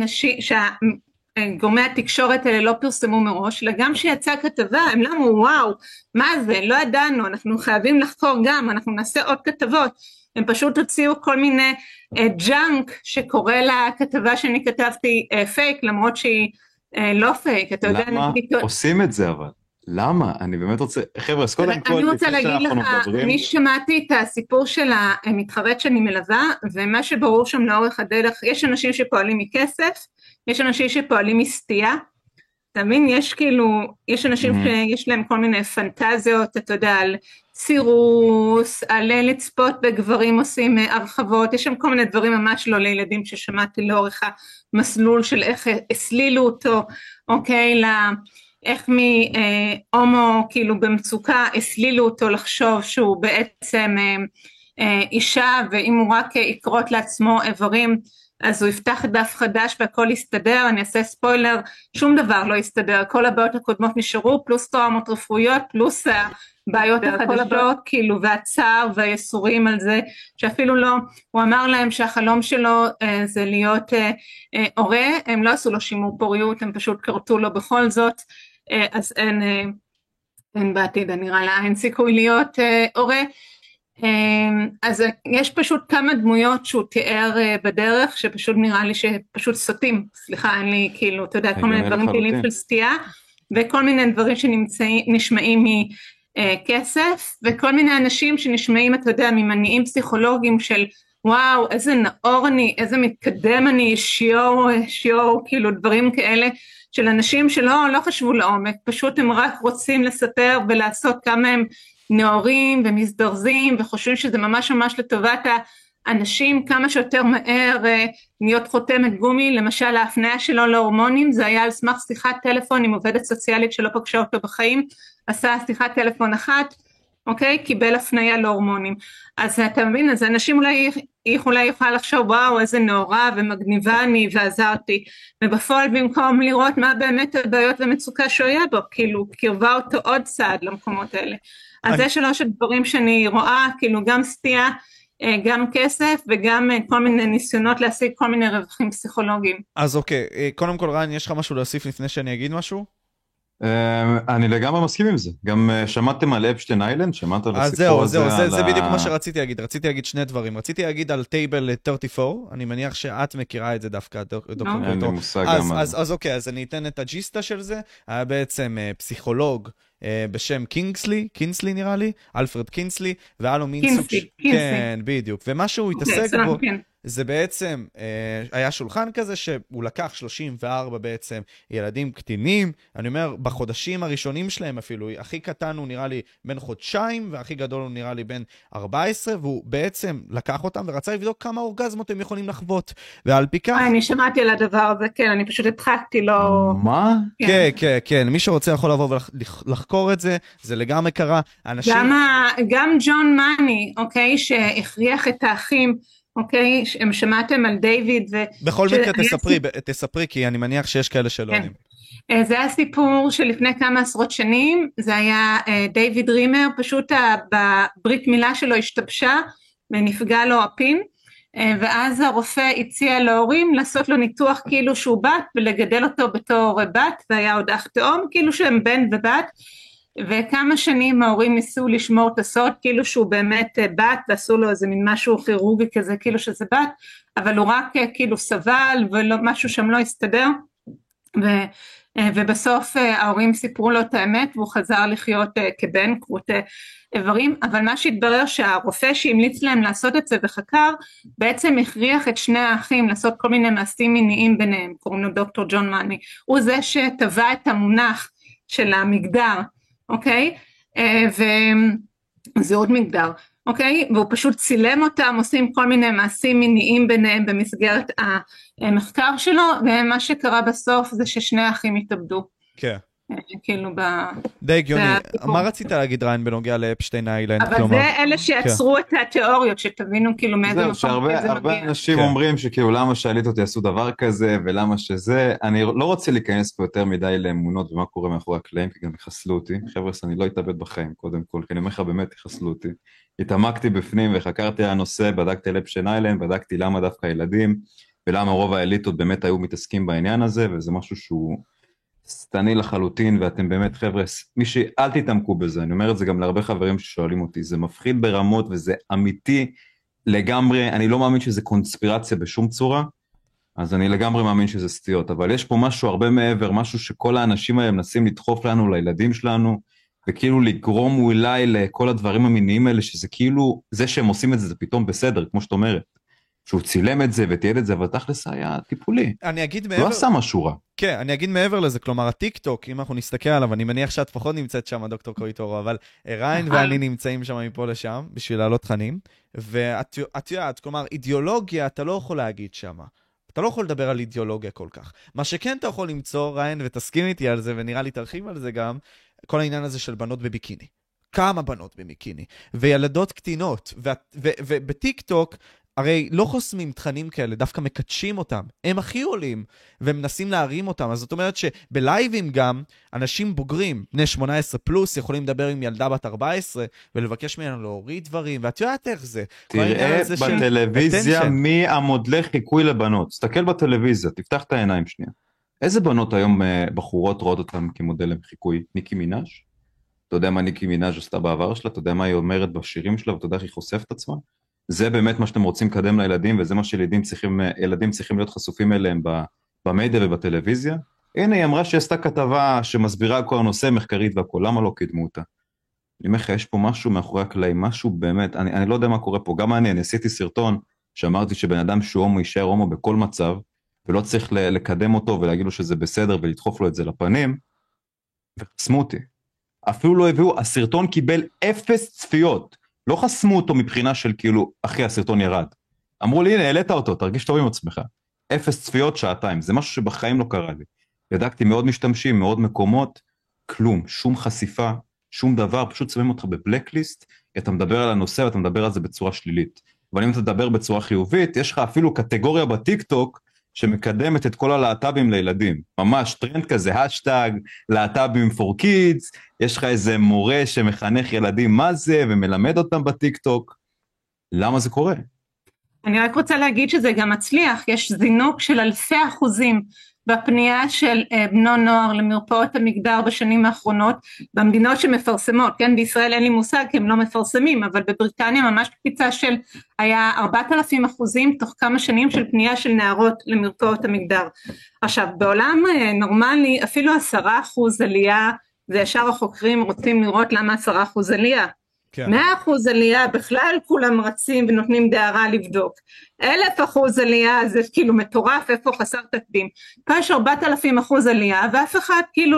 שגורמי התקשורת האלה לא פרסמו מראש, אלא גם שיצא כתבה, הם לא אמרו, וואו, מה זה? לא ידענו, אנחנו חייבים לחקור גם, אנחנו נעשה עוד כתבות. הם פשוט הוציאו כל מיני ג'אנק שקורא לכתבה שאני כתבתי פייק, למרות שהיא לא פייק, אתה יודע. למה עושים את זה אבל? למה? אני באמת רוצה, חבר'ה, אז קודם כל, אני רוצה להגיד לך, אני שמעתי את הסיפור של המתחרט שאני מלווה, ומה שברור שם לאורך הדרך, יש אנשים שפועלים מכסף, יש אנשים שפועלים מסטייה, אתה מבין? יש אנשים שיש להם כל מיני פנטזיות, אתה יודע, על סירוס, על לצפות בגברים עושים הרחבות, יש שם כל מיני דברים ממש לא לילדים ששמעתי לאורך המסלול של איך הסלילו אותו, אוקיי, איך מהומו כאילו במצוקה הסלילו אותו לחשוב שהוא בעצם אישה, ואם הוא רק יקרות לעצמו איברים, אז הוא יפתח דף חדש והכל יסתדר. אני אעשה ספוילר, שום דבר לא יסתדר, כל הבעיות הקודמות נשארו, פלוס טראומות רפואיות, פלוס הבעיות החדשות, כאילו, והצער והייסורים על זה, שאפילו לא, הוא אמר להם שהחלום שלו זה להיות הורה, הם לא עשו לו שימור פוריות, הם פשוט קרתו לו בכל זאת, אז אין בעתיד, נראה לה, אין סיכוי להיות הורה. אז יש פשוט כמה דמויות שהוא תיאר בדרך, שפשוט נראה לי שפשוט סוטים, סליחה, אין לי כאילו, אתה יודע, כל מיני דברים פעילים של סטייה, וכל מיני דברים שנשמעים מכסף, וכל מיני אנשים שנשמעים, אתה יודע, ממניעים פסיכולוגיים של, וואו, איזה נאור אני, איזה מתקדם אני, שיור, כאילו דברים כאלה, של אנשים שלא חשבו לעומק, פשוט הם רק רוצים לספר ולעשות כמה הם נאורים ומזדרזים, וחושבים שזה ממש ממש לטובת האנשים, כמה שיותר מהר להיות חותמת גומי. למשל ההפניה שלו להורמונים, זה היה על סמך שיחת טלפון עם עובדת סוציאלית שלא פגשה אותו בחיים, עשה שיחת טלפון אחת, אוקיי? קיבל הפניה להורמונים. אז אתה מבין, אז אנשים אולי יוכל לחשוב, וואו, איזה נאורה ומגניבה אני ועזרתי, ובפועל במקום לראות מה באמת הבעיות ומצוקה שהוא היה בו, כאילו קרבה אותו עוד צעד למקומות האלה. אז זה שלוש הדברים שאני רואה, כאילו גם סטייה, גם כסף וגם כל מיני ניסיונות להשיג כל מיני רווחים פסיכולוגיים. אז אוקיי, קודם כל ריין, יש לך משהו להוסיף לפני שאני אגיד משהו? אני לגמרי מסכים עם זה. גם שמעתם על אפשטיין איילנד? שמעת על הסיפור הזה? זה בדיוק מה שרציתי להגיד. רציתי להגיד שני דברים. רציתי להגיד על טייבל 34, אני מניח שאת מכירה את זה דווקא, דוקטור. אין לי מושג גם. אז אוקיי, אז אני אתן את הג'יסטה של זה. היה בעצם פסיכולוג בשם קינסלי נראה לי, אלפרד קינסלי, והיה לו מין סוג... כן, בדיוק. ומה שהוא התעסק בו... זה בעצם, היה שולחן כזה שהוא לקח 34 בעצם ילדים קטינים, אני אומר, בחודשים הראשונים שלהם אפילו, הכי קטן הוא נראה לי בין חודשיים, והכי גדול הוא נראה לי בין 14, והוא בעצם לקח אותם ורצה לבדוק כמה אורגזמות הם יכולים לחוות, ועל פי כך... אני שמעתי על הדבר הזה, כן, אני פשוט התחקתי, לא... מה? כן, מי שרוצה יכול לבוא ולחקור את זה, זה לגמרי קרה, אנשים... גם ג'ון מאני, אוקיי, שהכריח את האחים, אוקיי, שמעתם על דיוויד בכל מקרה תספרי, כי אני מניח שיש כאלה שלא יודעים. זה היה סיפור שלפני כמה עשרות שנים, זה היה דיוויד רימר, פשוט בברית מילה שלו השתבשה, ונפגע לו הפין, ואז הרופא הציע להורים לעשות לו ניתוח כאילו שהוא בת, ולגדל אותו בתור בת, והיה עוד אח תאום, כאילו שהם בן ובת, וכמה שנים ההורים ניסו לשמור את הסוד, כאילו שהוא באמת בת, ועשו לו איזה מין משהו כירורגי כזה, כאילו שזה בת, אבל הוא רק כאילו סבל, ומשהו שם לא הסתדר, ובסוף ההורים סיפרו לו את האמת, והוא חזר לחיות כבן, קרות איברים, אבל מה שהתברר שהרופא שהמליץ להם לעשות את זה וחקר, בעצם הכריח את שני האחים לעשות כל מיני מעשים מיניים ביניהם, קוראים לו דוקטור ג'ון מאני, הוא זה שטבע את המונח של המגדר, אוקיי? וזה עוד מגדר, אוקיי? והוא פשוט צילם אותם, עושים כל מיני מעשים מיניים ביניהם במסגרת המחקר שלו, ומה שקרה בסוף זה ששני האחים התאבדו. כן. כאילו די הגיוני. מה רצית להגיד ריין בנוגע לאפשטיין איילנד? אבל זה אלה שיצרו את התיאוריות, שתבינו כאילו מאיזה מקום זה מגיע. הרבה אנשים אומרים שכאילו למה שהאליטות יעשו דבר כזה, ולמה שזה, אני לא רוצה להיכנס פה יותר מדי לאמונות ומה קורה מאחורי הקלעים, כי גם יחסלו אותי. חבר'ה, אני לא אתאבד בחיים קודם כל, כי אני אומר לך באמת יחסלו אותי. התעמקתי בפנים וחקרתי על הנושא, בדקתי על אפשטיין איילנד, בדקתי למה דווקא ילדים, ולמה רוב האליטות באמת היו מתעסקים בעניין הזה, וזה משהו שהוא סתני לחלוטין, ואתם באמת חבר'ה, אל תתעמקו בזה, אני אומר את זה גם להרבה חברים ששואלים אותי, זה מפחיד ברמות וזה אמיתי לגמרי, אני לא מאמין שזה קונספירציה בשום צורה, אז אני לגמרי מאמין שזה סטיות, אבל יש פה משהו הרבה מעבר, משהו שכל האנשים האלה מנסים לדחוף לנו, לילדים שלנו, וכאילו לגרום אולי לכל הדברים המיניים האלה, שזה כאילו, זה שהם עושים את זה, זה פתאום בסדר, כמו שאת אומרת, שהוא צילם את זה ותיעד את זה, אבל תכלס היה טיפולי. אני אגיד מעבר... לא עשה משהו רע. כן, אני אגיד מעבר לזה, כלומר, הטיק טוק, אם אנחנו נסתכל עליו, אני מניח שאת פחות נמצאת שם, דוקטור קויטורו, אבל ריין ואני נמצאים שם מפה לשם, בשביל לעלות תכנים, ואת יודעת, כלומר, אידיאולוגיה, אתה לא יכול להגיד שם. אתה לא יכול לדבר על אידיאולוגיה כל כך. מה שכן אתה יכול למצוא, ריין, ותסכים איתי על זה, ונראה לי תרחיב על זה גם, כל העניין הזה של בנות בביקיני. כמה בנות בביקיני, וילדות קטינות, ובטיק טוק, הרי לא חוסמים תכנים כאלה, דווקא מקדשים אותם. הם הכי עולים, והם מנסים להרים אותם. אז זאת אומרת שבלייבים גם, אנשים בוגרים, בני 18 פלוס, יכולים לדבר עם ילדה בת 14, ולבקש ממנו להוריד דברים, ואת יודעת איך זה. תראה בטלוויזיה מי המודלי חיקוי לבנות. תסתכל בטלוויזיה, תפתח את העיניים שנייה. איזה בנות היום בחורות רואות אותם כמודל לחיקוי? ניקי מינאש? אתה יודע מה ניקי מנאז' עשתה בעבר שלה, אתה יודע מה היא אומרת בשירים שלה, ואתה יודע איך היא חושפת עצמה? זה באמת מה שאתם רוצים לקדם לילדים, וזה מה שילדים צריכים להיות חשופים אליהם במדיה ובטלוויזיה. הנה, היא אמרה שעשתה כתבה שמסבירה כל הנושא מחקרית והכל, למה לא קידמו אותה? אני אומר לך, יש פה משהו מאחורי הקלעים, משהו באמת, אני לא יודע מה קורה פה, גם אני עשיתי סרטון שאמרתי שבן אדם שהוא הומו יישאר הומו בכל מצב, ולא צריך לקדם אותו ולהגיד לו שזה בסדר ולדחוף לו את זה לפנים, וחסמו אותי. אפילו לא הביאו, הסרטון קיבל 0 צפיות, לא חסמו אותו מבחינה של כאילו, אחי הסרטון ירד. אמרו לי, הנה, העלית אותו, תרגיש טוב עם עצמך. 0 צפיות, שעתיים, זה משהו שבחיים לא קרה לי. ידקתי מאוד משתמשים, מאוד מקומות, כלום, שום חשיפה, שום דבר, פשוט שמים אותך בבלקליסט, אתה מדבר על הנושא ואתה מדבר על זה בצורה שלילית. אבל אם אתה מדבר בצורה חיובית, יש לך אפילו קטגוריה בטיק-טוק, שמקדמת את כל הלהט"בים לילדים. ממש טרנד כזה, השטג, להט"בים for kids, יש לך איזה מורה שמחנך ילדים מה זה, ומלמד אותם בטיק-טוק. למה זה קורה? אני רק רוצה להגיד שזה גם מצליח, יש זינוק של 1000% בפנייה של בני נוער למרפאות המגדר בשנים האחרונות, במדינות שמפרסמות, כן, בישראל אין לי מושג כי הם לא מפרסמים, אבל בבריטניה ממש קפיצה של היה 4000% תוך כמה שנים של פנייה של נערות למרפאות המגדר. עכשיו בעולם נורמלי אפילו 10% עלייה, זה ישר החוקרים רוצים לראות למה 10% עלייה, 100% עלייה בכלל כולם רצים ונותנים דערה לבדוק, 1000% עלייה זה כאילו מטורף, איפה חסר תקדים, פה יש 4000% עלייה ואף אחד כאילו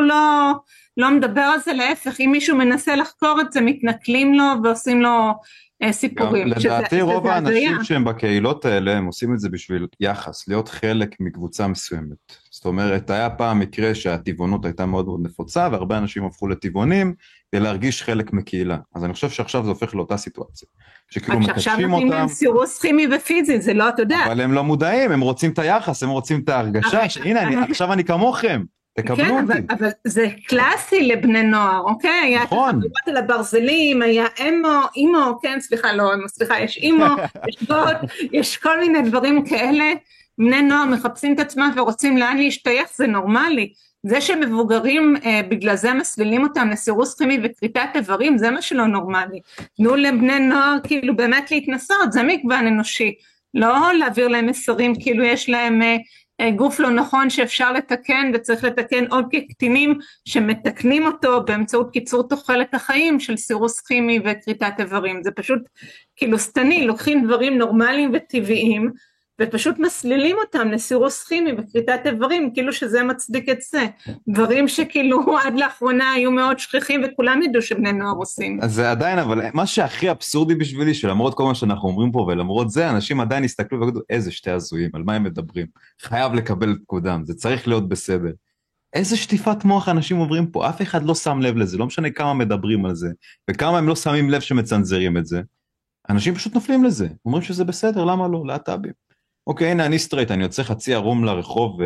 לא מדבר על זה, להפך, אם מישהו מנסה לחקור את זה מתנכלים לו ועושים לו סיפורים. לדעתי רוב האנשים שהם בקהילות האלה הם עושים את זה בשביל יחס, להיות חלק מקבוצה מסוימת. זאת אומרת, היה פעם מקרה שהטבעונות הייתה מאוד מאוד נפוצה והרבה אנשים הפכו לטבעונים כדי להרגיש חלק מקהילה. אז אני חושב שעכשיו זה הופך לאותה סיטואציה. שכאילו מקדשים אותם. עכשיו סירוס כימי ופיזי, זה לא, אתה יודע. אבל הם לא מודעים, הם רוצים את היחס, הם רוצים את ההרגשה, שהנה, עכשיו אני כמוכם. תקבלו אותי. אבל זה קלאסי לבני נוער, אוקיי? היה את החברות על הברזלים, היה אימו, כן, סליחה, יש אימו, יש בוט, יש כל מיני דברים כאלה, בני נוער מחפשים את עצמם ורוצים לאן להשתייך, זה נורמלי. זה שמבוגרים בגלל זה מסלילים אותם לסירוס כימי וכריתת איברים, זה מה שלא נורמלי. תנו לבני נוער כאילו באמת להתנסות, זה מגוון אנושי, לא להעביר להם מסרים כאילו יש להם גוף לא נכון שאפשר לתקן וצריך לתקן עוד כקטינים שמתקנים אותו באמצעות קיצור תוחלת החיים של סירוס כימי וכריתת איברים, זה פשוט כאילו סתני, לוקחים דברים נורמליים וטבעיים ופשוט מסלילים אותם לסירוס כימי וכריתת איברים, כאילו שזה מצדיק את זה, דברים שכאילו עד לאחרונה היו מאוד שכיחים וכולם ידעו שבני נוער עושים. אז זה עדיין, אבל מה שהכי אבסורדי בשבילי, שלמרות כל מה שאנחנו אומרים פה ולמרות זה, אנשים עדיין הסתכלו ויגידו, איזה שתי הזויים, על מה הם מדברים, חייב לקבל את קודם, זה צריך להיות בסדר. איזה שטיפת מוח אנשים עוברים פה, אף אחד לא שם לב לזה, לא משנה כמה מדברים על זה, וכמה הם לא שמים לב שמצנזרים את זה, אנשים פשוט נופלים לזה, אומרים שזה בסדר, למה לא, להט"בים. אוקיי, הנה אני סטרייט, אני יוצא חצי ערום לרחוב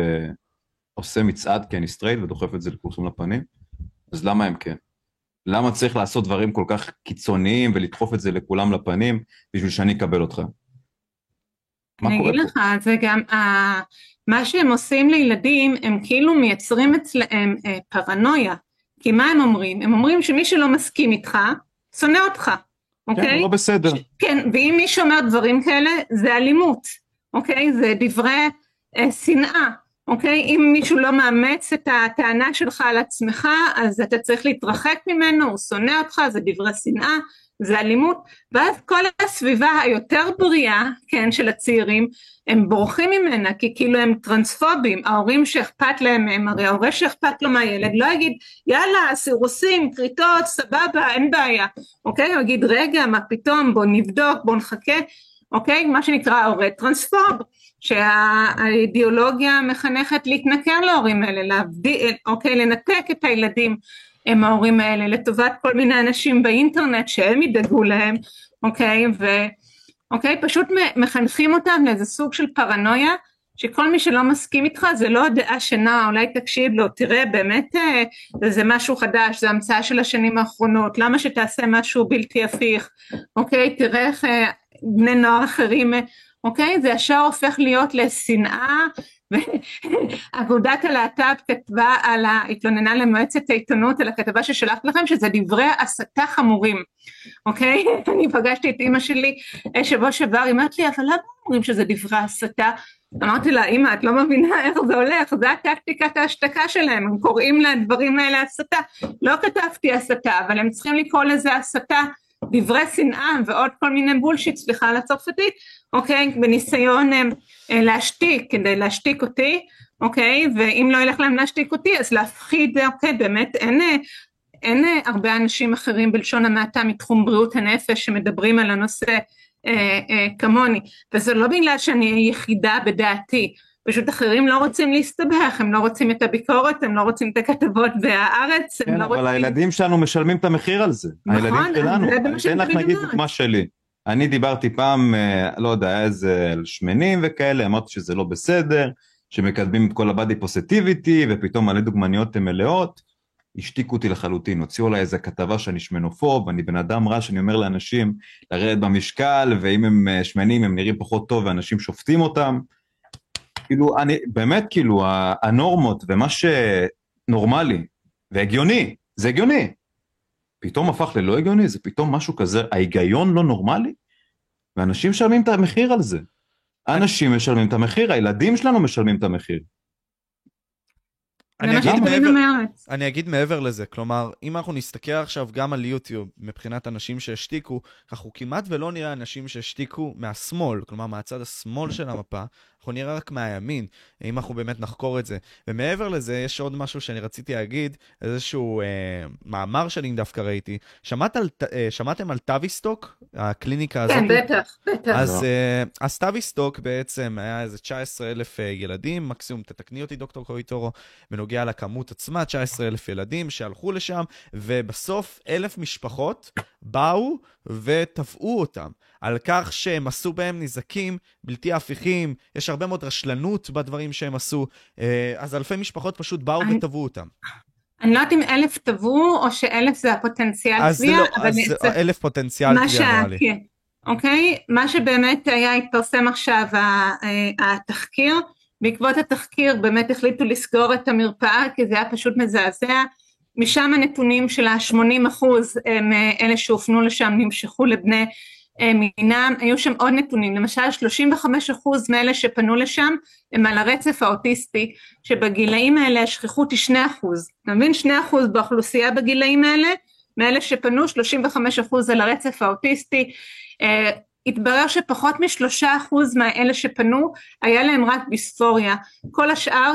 ועושה מצעד כי אני סטרייט ודוחף את זה לכולכם לפנים, אז למה הם כן? למה צריך לעשות דברים כל כך קיצוניים ולדחוף את זה לכולם לפנים בשביל שאני אקבל אותך? אני אגיד לך, זה גם, מה שהם עושים לילדים, הם כאילו מייצרים אצלהם פרנויה, כי מה הם אומרים? הם אומרים שמי שלא מסכים איתך, שונא אותך, אוקיי? כן, לא בסדר. כן, ואם מי שאומר דברים כאלה, זה אלימות. אוקיי, זה דברי שנאה, אוקיי, אם מישהו לא מאמץ את הטענה שלך על עצמך, אז אתה צריך להתרחק ממנו, הוא שונא אותך, זה דברי שנאה, זה אלימות, ואז כל הסביבה היותר בריאה, כן, של הצעירים, הם בורחים ממנה, כי כאילו הם טרנספובים, ההורים שאכפת להם מהם, הרי ההורה שאכפת לו מהילד, לא יגיד, יאללה, סירוסים, קריטות, סבבה, אין בעיה, אוקיי, הוא יגיד, רגע, מה פתאום, בוא נבדוק, בוא נחכה, אוקיי, מה שנקרא ההורה טרנספוב, שהאידיאולוגיה מחנכת להתנכר להורים האלה, להבדיל, אוקיי, לנתק את הילדים עם ההורים האלה, לטובת כל מיני אנשים באינטרנט שהם ידאגו להם, אוקיי, אוקיי, פשוט מחנכים אותם לאיזה סוג של פרנויה, שכל מי שלא מסכים איתך זה לא דעה שנה, אולי תקשיב לו, תראה באמת זה משהו חדש, זה המצאה של השנים האחרונות, למה שתעשה משהו בלתי הפיך, אוקיי, תראה איך בני נוער אחרים, אוקיי, זה ישר הופך להיות לשנאה, ואגודת הלהט"ב כתבה התלוננה למועצת העיתונות על הכתבה ששלחת לכם, שזה דברי הסתה חמורים, אוקיי? אני פגשתי את אמא שלי שבוע שעבר, היא אמרת לי, אבל למה אומרים שזה דברי הסתה? אמרתי לה, אמא, את לא מבינה איך זה הולך, זה הטקטיקת ההשתקה שלהם, הם קוראים לדברים האלה הסתה, לא כתבתי הסתה, אבל הם צריכים לקרוא לזה הסתה, דברי שנאה ועוד כל מיני בולשיט, סליחה על הצרפתית, אוקיי, בניסיון להשתיק, כדי להשתיק אותי, אוקיי, ואם לא ילך להם להשתיק אותי, אז להפחיד, אוקיי, באמת אין הרבה אנשים אחרים בלשון המעטה מתחום בריאות הנפש שמדברים על הנושא כמוני, וזה לא בגלל שאני יחידה בדעתי, פשוט אחרים לא רוצים להסתבך, הם לא רוצים את הביקורת, הם לא רוצים את הכתבות בהארץ, כן, אבל הילדים שלנו משלמים את המחיר על זה, הילדים שלנו, אני לך נגיד דוגמה שלי, אני דיברתי פעם, לא יודע, איזה שמנים וכאלה, אמרתי שזה לא בסדר, שמקדמים את כל הבאדי פוסיטיביטי, ופתאום מלא דוגמניות הן מלאות, השתיקו אותי לחלוטין, הוציאו לה איזה כתבה שאני שמנופוב, אני בן אדם רע שאני אומר לאנשים לרדת במשקל, ואם הם שמנים הם נראים פחות טוב, ואנשים שופטים אותם, כאילו, באמת כאילו, הנורמות ומה שנורמלי והגיוני, זה הגיוני. פתאום הפך ללא הגיוני, זה פתאום משהו כזה, ההיגיון לא נורמלי, ואנשים משלמים את המחיר על זה. אנשים משלמים את המחיר, הילדים שלנו משלמים את המחיר. אני אגיד מעבר לזה, כלומר, אם אנחנו נסתכל עכשיו גם על יוטיוב, מבחינת אנשים שהשתיקו, אנחנו כמעט ולא נראה אנשים שהשתיקו מהשמאל, כלומר מהצד השמאל של המפה, אנחנו נראה רק מהימין, אם אנחנו באמת נחקור את זה. ומעבר לזה, יש עוד משהו שאני רציתי להגיד, איזשהו מאמר שאני דווקא ראיתי. שמעתם על טאביסטוק, הקליניקה הזאת? כן, בטח. אז טאביסטוק בעצם היה איזה 19,000 ילדים, מקסימום תתקני אותי דוקטור קויטורו, בנוגע לכמות עצמה, 19,000 ילדים שהלכו לשם, ובסוף 1,000 משפחות באו ותבעו אותם. על כך שהם עשו בהם נזקים בלתי הפיכים, יש הרבה מאוד רשלנות בדברים שהם עשו, אז אלפי משפחות פשוט באו ותבעו אותם. אני לא יודעת אם 1,000 תבעו, או ש1,000 זה הפוטנציאל תביעה, אז 1,000 פוטנציאל תביעה נראה לי. אוקיי, מה שבאמת היה התפרסם עכשיו התחקיר, בעקבות התחקיר באמת החליטו לסגור את המרפאה, כי זה היה פשוט מזעזע, משם הנתונים של ה-80% מאלה שהופנו לשם נמשכו לבני מינם, היו שם עוד נתונים, למשל 35% מאלה שפנו לשם הם על הרצף האוטיסטי, שבגילאים האלה השכיחות היא 2%, אתה מבין? 2% באוכלוסייה בגילאים האלה, מאלה שפנו 35% על הרצף האוטיסטי, התברר שפחות מ3% מאלה שפנו, היה להם רק דיספוריה, כל השאר,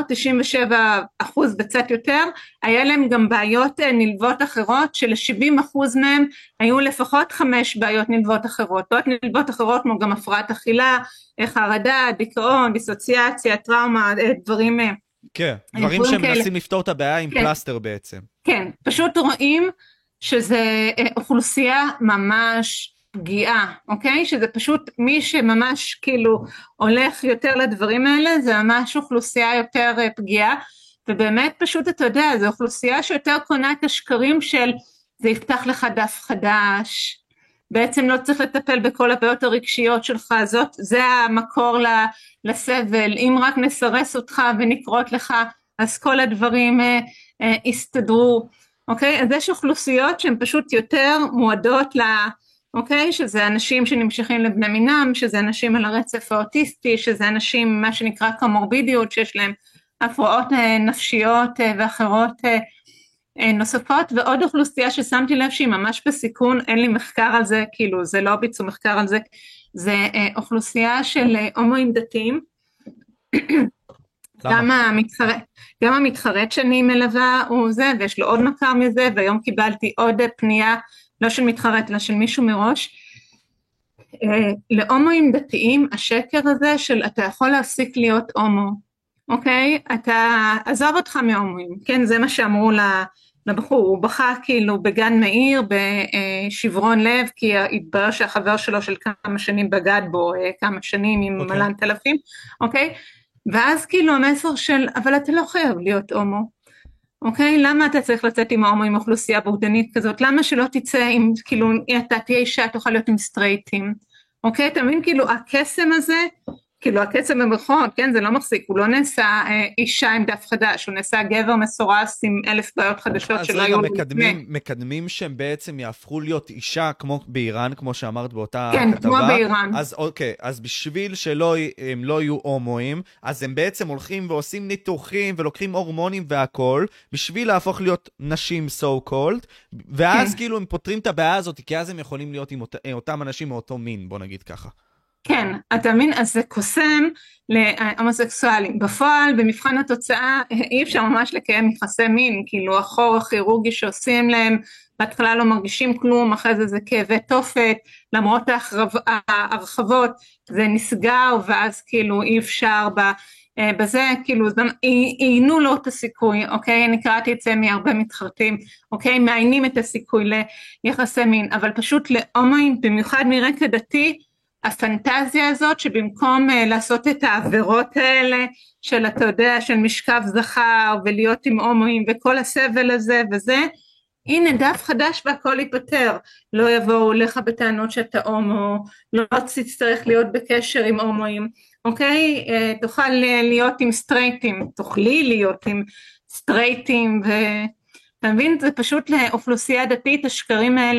97% וקצת יותר, היה להם גם בעיות נלוות אחרות, של-70% מהם היו לפחות 5 בעיות נלוות אחרות, בעיות נלוות אחרות כמו גם הפרעת אכילה, חרדה, דיכאון, דיסוציאציה, טראומה, דברים... כן, דברים שמנסים לפתור את הבעיה עם פלסטר בעצם. כן, פשוט רואים שזה אוכלוסייה ממש... פגיעה, אוקיי? שזה פשוט מי שממש כאילו הולך יותר לדברים האלה, זה ממש אוכלוסייה יותר פגיעה, ובאמת פשוט אתה יודע, זו אוכלוסייה שיותר קונה את השקרים של זה יפתח לך דף חדש, בעצם לא צריך לטפל בכל הבעיות הרגשיות שלך, זה המקור לסבל, אם רק נסרס אותך ונקרות לך, אז כל הדברים יסתדרו, אוקיי? אז יש אוכלוסיות שהן פשוט יותר מועדות אוקיי, שזה אנשים שנמשכים לבני מינם, שזה אנשים על הרצף האוטיסטי, שזה אנשים מה שנקרא קומורבידיות, שיש להם הפרעות נפשיות ואחרות נוספות, ועוד אוכלוסייה ששמתי לב שהיא ממש בסיכון, אין לי מחקר על זה, כאילו זה לא ביצעו מחקר על זה, זה אוכלוסייה של הומואים דתיים, גם המתחרט שאני מלווה הוא זה, ויש לו עוד מחקר מזה, והיום קיבלתי עוד פנייה, לא של מתחרט, אלא של מישהו מראש, להומואים דתיים, השקר הזה של אתה יכול להפסיק להיות הומו, אוקיי? אתה עזוב אותך מהומואים, כן? זה מה שאמרו לבחור, הוא בכה כאילו בגן מאיר, בשברון לב, כי התברר שהחבר שלו של כמה שנים בגד בו, כמה שנים עם מלן תלפים, אוקיי? ואז כאילו המסר של, אבל אתה לא חייב להיות הומו, אוקיי? למה אתה צריך לצאת עם ההומו עם אוכלוסייה בוגדנית כזאת? למה שלא תצא עם, כאילו, אתה תהיה אישה, תוכל להיות עם סטרייטים? אוקיי? אתה מבין? כאילו, הקסם הזה, כאילו הקצב במרכאות, כן, זה לא מחזיק, הוא לא נעשה אישה עם דף חדש, הוא נעשה גבר מסורס עם 1000 בעיות חדשות אז שלא רגע, היו מקדמים שהם בעצם יהפכו להיות אישה כמו באיראן, כמו שאמרת באותה כן, כתבה. כמו באיראן. אז אוקיי, אז בשביל שהם לא יהיו הומואים, אז הם בעצם הולכים ועושים ניתוחים ולוקחים הורמונים והכל, בשביל להפוך להיות נשים so called, ואז כן. כאילו הם פותרים את הבעיה הזאת, כי אז הם יכולים להיות עם אותם אנשים מאותו מין, בוא נגיד ככה. כן, אתה מבין, אז זה קוסם להומוסקסואלים. בפועל, במבחן התוצאה, אי אפשר ממש לקיים יחסי מין, כאילו החור הכירורגי שעושים להם, בהתחלה לא מרגישים כלום, אחרי זה כאבי תופת, למרות ההרחבות, זה נסגר, ואז כאילו אי אפשר בזה, כאילו, עיינו לו את הסיכוי, אוקיי? אני קראתי את זה מהרבה מתחרטים, אוקיי? מעיינים את הסיכוי ליחסי מין, אבל פשוט להומואים, במיוחד מרקע דתי, הפנטזיה הזאת שבמקום לעשות את העבירות האלה של אתה יודע של משכב זכר ולהיות עם הומואים וכל הסבל הזה וזה, הנה דף חדש והכל ייפטר, לא יבואו לך בטענות שאתה הומו, לא תצטרך להיות בקשר עם הומואים, אוקיי? תוכל להיות עם סטרייטים, תוכלי להיות עם סטרייטים, ואתה מבין, זה פשוט לאוכלוסייה דתית, השקרים האלה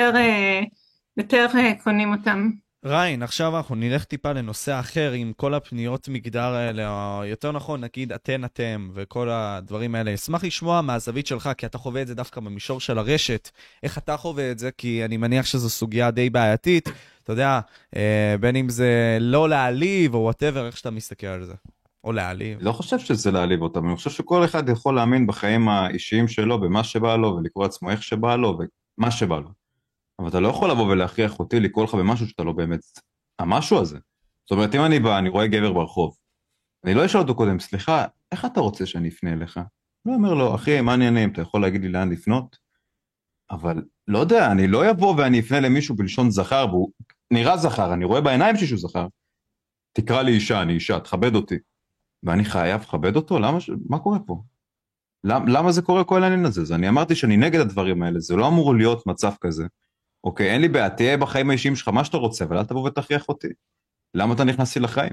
יותר קונים אותם. ריין, עכשיו אנחנו נלך טיפה לנושא אחר עם כל הפניות מגדר האלה, או יותר נכון נגיד אתם וכל הדברים האלה. אשמח לשמוע מהזווית שלך, כי אתה חווה את זה דווקא במישור של הרשת. איך אתה חווה את זה? כי אני מניח שזו סוגיה די בעייתית. אתה יודע, בין אם זה לא להעליב או whatever, איך שאתה מסתכל על זה. או להעליב. לא חושב שזה להעליב אותם, אני חושב שכל אחד יכול להאמין בחיים האישיים שלו, במה שבא לו, ולקרוא עצמו איך שבא לו, ומה שבא לו. אבל אתה לא יכול לבוא ולהכריח אותי לקרוא לך במשהו שאתה לא באמת, המשהו הזה. זאת אומרת, אם אני בא, אני רואה גבר ברחוב, אני לא אשאל אותו קודם, סליחה, איך אתה רוצה שאני אפנה אליך? אני אומר לו, אחי, מה עניינים, אתה יכול להגיד לי לאן לפנות? אבל לא יודע, אני לא אבוא ואני אפנה למישהו בלשון זכר, והוא נראה זכר, אני רואה בעיניים שהוא זכר, תקרא לי אישה, אני אישה, תכבד אותי. ואני חייב לכבד אותו? מה קורה פה? למה זה קורה כל העניין הזה? אז אני אמרתי שאני נגד הדברים האלה, זה לא אמור להיות מצב כזה. אוקיי, אין לי בעיה, תהיה בחיים האישיים שלך מה שאתה רוצה, אבל אל תבוא ותכריח אותי. למה אתה נכנס לי לחיים?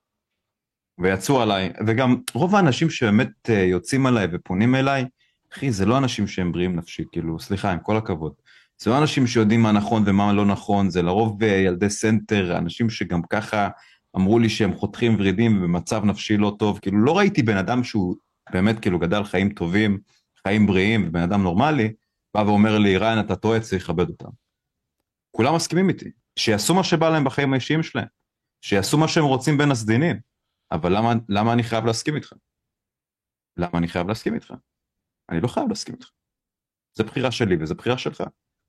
ויצאו עליי, וגם רוב האנשים שבאמת יוצאים עליי ופונים אליי, אחי, זה לא אנשים שהם בריאים נפשי, כאילו, סליחה, עם כל הכבוד. זה לא אנשים שיודעים מה נכון ומה לא נכון, זה לרוב ילדי סנטר, אנשים שגם ככה אמרו לי שהם חותכים ורידים במצב נפשי לא טוב, כאילו, לא ראיתי בן אדם שהוא באמת כאילו גדל חיים טובים, חיים בריאים, ובן אדם נורמלי, בא ואומר לי, ריין, אתה טועה, צריך לכבד אותם. כולם מסכימים איתי, שיעשו מה שבא להם בחיים האישיים שלהם, שיעשו מה שהם רוצים בין הסדינים, אבל למה אני חייב להסכים איתך? למה אני חייב להסכים איתך? אני לא חייב להסכים איתך. זה בחירה שלי וזה בחירה שלך.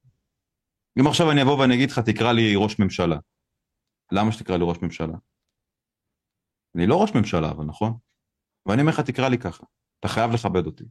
אם עכשיו אני אבוא ואני אגיד לך, תקרא לי ראש ממשלה. למה שתקרא לי ראש ממשלה? אני לא ראש ממשלה, אבל נכון? ואני אומר לך, תקרא לי ככה. אתה חייב לכבד אותי.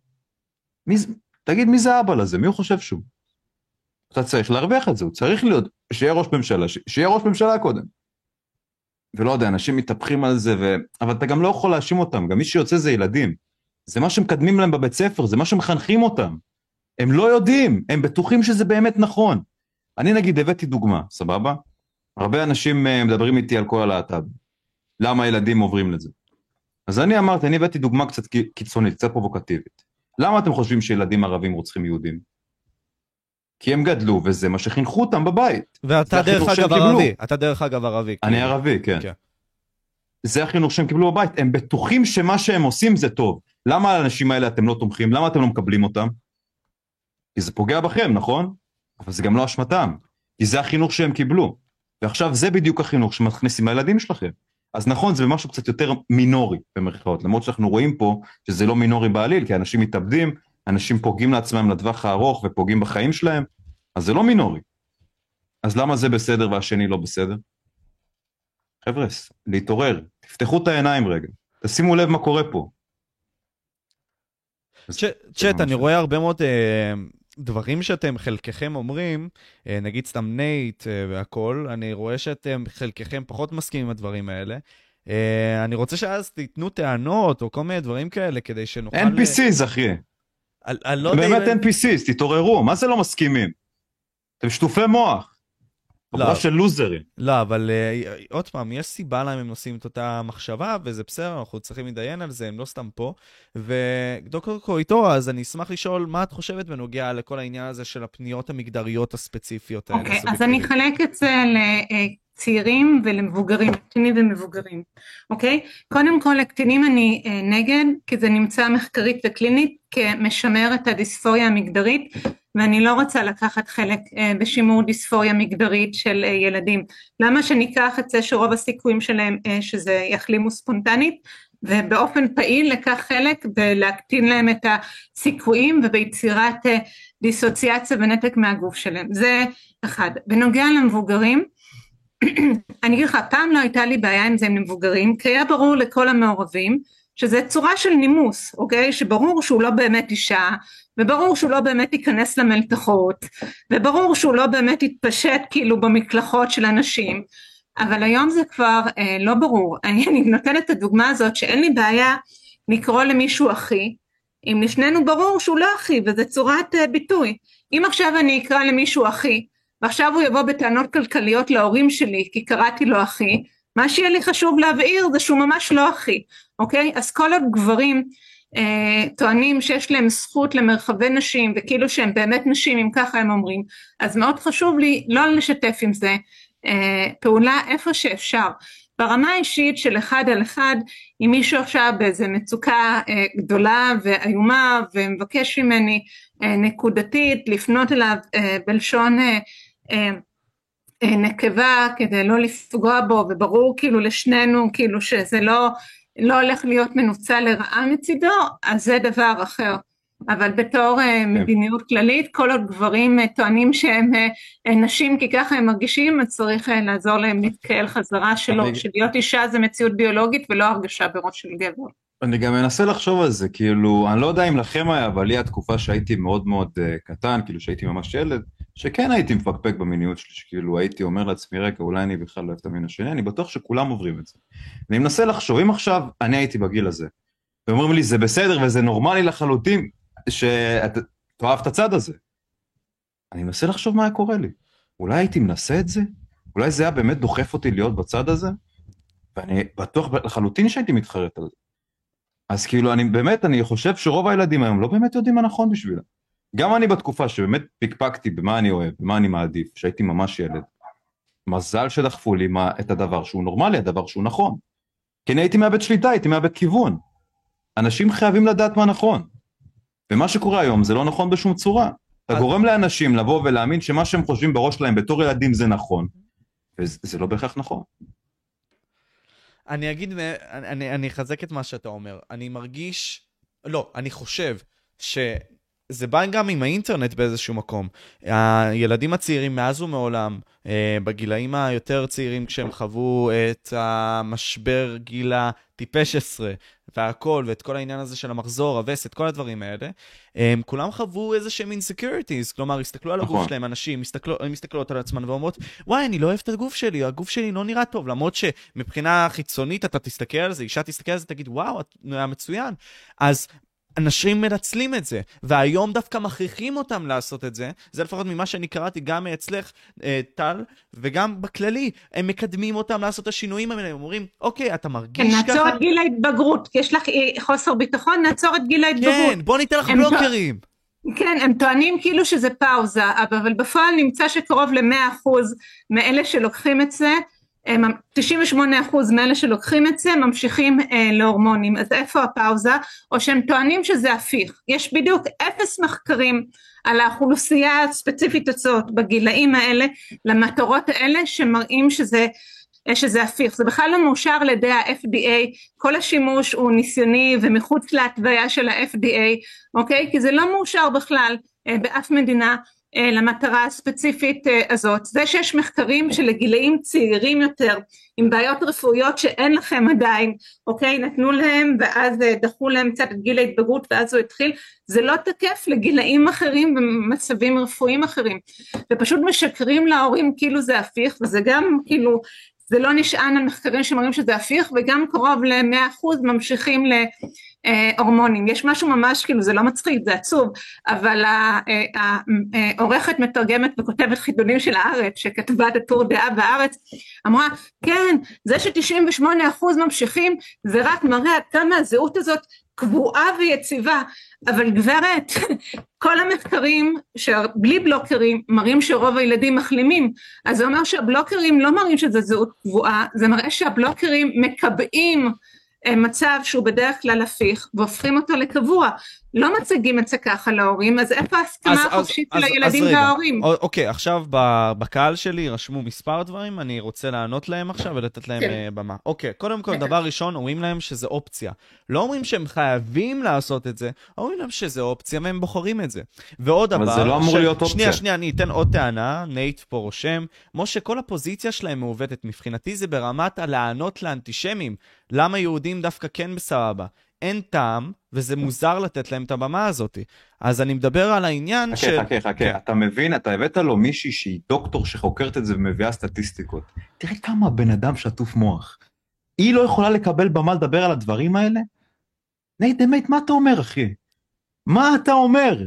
תגיד, מי זה האבא לזה? מי הוא חושב שהוא? אתה צריך להרוויח את זה, הוא צריך להיות, שיהיה ראש ממשלה, שיהיה ראש ממשלה קודם. ולא יודע, אנשים מתהפכים על זה, אבל אתה גם לא יכול להאשים אותם, גם מי שיוצא זה ילדים. זה מה שמקדמים להם בבית ספר, זה מה שמחנכים אותם. הם לא יודעים, הם בטוחים שזה באמת נכון. אני נגיד הבאתי דוגמה, סבבה? הרבה אנשים מדברים איתי על כל הלהט"ב. למה הילדים עוברים לזה? אז אני אמרתי, אני הבאתי דוגמה קצת קיצונית, קצת פרובוקטיבית. למה אתם חושבים שילדים ערבים רוצחים יהודים? כי הם גדלו, וזה מה שחינכו אותם בבית. ואתה דרך אגב ערבי. אתה דרך אגב ערבי. אני ערבי, כן. זה החינוך שהם קיבלו בבית. הם בטוחים שמה שהם עושים זה טוב. למה האנשים האלה אתם לא תומכים? למה אתם לא מקבלים אותם? כי זה פוגע בכם, נכון? אבל זה גם לא אשמתם. כי זה החינוך שהם קיבלו. ועכשיו זה בדיוק החינוך שמכניסים לילדים שלכם. אז נכון, זה משהו קצת יותר מינורי, במרכאות. למרות שאנחנו רואים פה שזה לא מינורי בעליל, כי אנשים מתאבדים, אנשים פוגעים לעצמם לטווח הארוך ופוגעים בחיים שלהם, אז זה לא מינורי. אז למה זה בסדר והשני לא בסדר? חבר'ס, להתעורר, תפתחו את העיניים רגע, תשימו לב מה קורה פה. צ'אט, אני רואה הרבה מאוד דברים שאתם חלקכם אומרים, נגיד סתם נייט והכל, אני רואה שאתם חלקכם פחות מסכימים עם הדברים האלה, אני רוצה שאז תיתנו טענות או כל מיני דברים כאלה כדי שנוכל... NPCs, אחי. באמת NPCs, תתעוררו, מה זה לא מסכימים? אתם שטופי מוח. חבורה של לוזרים. לא, אבל עוד פעם, יש סיבה להם הם עושים את אותה מחשבה, וזה בסדר, אנחנו צריכים להתדיין על זה, הם לא סתם פה. ודוקטור קוריטורה, אז אני אשמח לשאול מה את חושבת בנוגע לכל העניין הזה של הפניות המגדריות הספציפיות האלה. אוקיי, אז אני אחלק את זה לצעירים ולמבוגרים, קטינים ומבוגרים, אוקיי? קודם כל, לקטינים אני נגד, כי זה נמצא מחקרית וקלינית כמשמר את הדיספוריה המגדרית, ואני לא רוצה לקחת חלק בשימור דיספוריה מגדרית של ילדים. למה שניקח את זה שרוב הסיכויים שלהם שזה יחלימו ספונטנית, ובאופן פעיל לקח חלק ולהקטין להם את הסיכויים וביצירת דיסוציאציה ונתק מהגוף שלהם. זה אחד. בנוגע למבוגרים, אני אגיד לך, פעם לא הייתה לי בעיה עם זה עם מבוגרים, כי היה ברור לכל המעורבים, שזה צורה של נימוס, אוקיי? שברור שהוא לא באמת אישה, וברור שהוא לא באמת ייכנס למלתחות, וברור שהוא לא באמת יתפשט כאילו במקלחות של אנשים, אבל היום זה כבר לא ברור. אני נותנת את הדוגמה הזאת שאין לי בעיה לקרוא למישהו אחי, אם לשנינו ברור שהוא לא אחי, וזה צורת ביטוי. אם עכשיו אני אקרא למישהו אחי, ועכשיו הוא יבוא בטענות כלכליות להורים שלי, כי קראתי לו אחי, מה שיהיה לי חשוב להבהיר זה שהוא ממש לא אחי, אוקיי? אז כל הגברים טוענים שיש להם זכות למרחבי נשים, וכאילו שהם באמת נשים, אם ככה הם אומרים, אז מאוד חשוב לי לא לשתף עם זה פעולה איפה שאפשר. ברמה האישית של אחד על אחד, אם מישהו עכשיו באיזה מצוקה גדולה ואיומה, ומבקש ממני נקודתית לפנות אליו בלשון נקבה, כדי לא לפגוע בו, וברור כאילו לשנינו כאילו שזה לא הולך להיות מנוצל לרעה מצידו, אז זה דבר אחר. אבל בתור מדיניות כללית, כל הגברים טוענים שהם נשים, כי ככה הם מרגישים, אז צריך לעזור להם להתקהל חזרה שלו, שלהיות אישה זה מציאות ביולוגית, ולא הרגשה בראש של גבר. אני גם מנסה לחשוב על זה, כאילו, אני לא יודע אם לכם היה, אבל לי התקופה שהייתי מאוד מאוד קטן, כאילו שהייתי ממש ילד, שכן הייתי מפקפק במיניות שלי, שכאילו הייתי אומר לעצמי, רגע, אולי אני בכלל לא אוהב את המין השני, אני בטוח שכולם עוברים את זה. אני מנסה לחשוב, אם עכשיו אני הייתי בגיל הזה, ואומרים לי, זה בסדר וזה נורמלי לחלוטין, שאתה אוהב את הצד הזה. אני מנסה לחשוב מה היה קורה לי. אולי הייתי מנסה את זה? אולי זה היה באמת דוחף אותי להיות בצד הזה? ואני בטוח לחלוטין שהייתי מתחרט על זה. אז כאילו, אני חושב שרוב הילדים היום לא באמת יודעים מה נכון בשבילה. גם אני בתקופה שבאמת פיקפקתי במה אני אוהב, במה אני מעדיף, שהייתי ממש ילד. מזל שדחפו לי את הדבר שהוא נורמלי, הדבר שהוא נכון. כי אני הייתי מאבד שליטה, הייתי מאבד כיוון. אנשים חייבים לדעת מה נכון. ומה שקורה היום זה לא נכון בשום צורה. אתה גורם לאנשים לבוא ולהאמין שמה שהם חושבים בראש שלהם בתור ילדים זה נכון. וזה לא בהכרח נכון. אני אחזק את מה שאתה אומר. אני חושב שזה בא גם עם האינטרנט באיזשהו מקום. הילדים הצעירים מאז ומעולם, בגילאים היותר צעירים כשהם חוו את המשבר גיל הטיפש 10 והכל, ואת כל העניין הזה של המחזור, הווסת, כל הדברים האלה, כולם חוו איזה שהם insecurities, כלומר, הסתכלו על הגוף שלהם, אנשים מסתכלות על עצמן ואומרות, וואי, אני לא אוהב את הגוף שלי, הגוף שלי לא נראה טוב, למרות שמבחינה חיצונית אתה תסתכל על זה, אישה תסתכל על זה, תגיד, וואו, את נראה מצוין. אז אנשים מנצלים את זה, והיום דווקא מכריחים אותם לעשות את זה, זה לפחות ממה שאני קראתי גם אצלך, טל, וגם בכללי, הם מקדמים אותם לעשות את השינויים האלה, הם אומרים, אוקיי, אתה מרגיש ככה? נעצור את גיל ההתבגרות, כי יש לך חוסר ביטחון, נעצור את גיל ההתבגרות. כן, בוא ניתן לך בלוקרים. כן, הם טוענים כאילו שזה פאוזה, אבל בפועל נמצא שקרוב ל100% מאלה שלוקחים את זה, 98% מאלה שלוקחים את זה ממשיכים להורמונים. אז איפה הפאוזה? או שהם טוענים שזה הפיך. יש בדיוק 0 מחקרים על האוכלוסייה הספציפית הזאת בגילאים האלה, למטרות האלה שמראים שזה הפיך. זה בכלל לא מאושר על ידי ה-FDA, כל השימוש הוא ניסיוני ומחוץ להתוויה של ה-FDA, אוקיי? כי זה לא מאושר בכלל באף מדינה למטרה הספציפית הזאת. זה שיש מחקרים שלגילאים צעירים יותר, עם בעיות רפואיות שאין לכם עדיין, אוקיי, נתנו להם ואז דחו להם קצת את גיל ההתבגרות ואז הוא התחיל, זה לא תקף לגילאים אחרים במצבים רפואיים אחרים, ופשוט משקרים להורים כאילו זה הפיך, וזה גם כאילו, זה לא נשען על מחקרים שמראים שזה הפיך, וגם קרוב ל100% ממשיכים הורמונים. יש משהו ממש, כאילו זה לא מצחיק, זה עצוב, אבל העורכת מתרגמת וכותבת חידונים של הארץ, שכתבה את הטור דעה בארץ, אמרה, כן, זה ש98% ממשיכים, זה רק מראה עד כמה הזהות הזאת קבועה ויציבה, אבל גברת, כל המחקרים שבלי בלוקרים מראים שרוב הילדים מחלימים, אז זה אומר שהבלוקרים לא מראים שזה זהות קבועה, זה מראה שהבלוקרים מקבעים מצב שהוא בדרך כלל הפיך, והופכים אותו לקבוע, לא מציגים את זה ככה להורים, אז איפה ההסכמה החופשית של הילדים וההורים? אוקיי, עכשיו בקהל שלי רשמו מספר דברים, אני רוצה לענות להם עכשיו ולתת להם במה. אוקיי, קודם כל, דבר ראשון, אומרים להם שזה אופציה. לא אומרים שהם חייבים לעשות את זה, אומרים להם שזה אופציה, והם בוחרים את זה. ועוד דבר... אבל זה לא אמור להיות אופציה. שנייה, אני אתן עוד טענה, נייט פה רושם, משה, כל הפוזיציה שלהם מעוותת, מבחינתי זה ברמת הלענות לאנטישמים, למה יהודים דווקא כן בסבבה? אין טעם, וזה מוזר לתת להם את הבמה הזאת. אז אני מדבר על העניין של... חכה, אתה מבין, אתה הבאת לו מישהי שהיא דוקטור שחוקרת את זה ומביאה סטטיסטיקות. תראה כמה הבן אדם שטוף מוח. היא לא יכולה לקבל במה לדבר על הדברים האלה? נייט, מה אתה אומר, אחי? מה אתה אומר?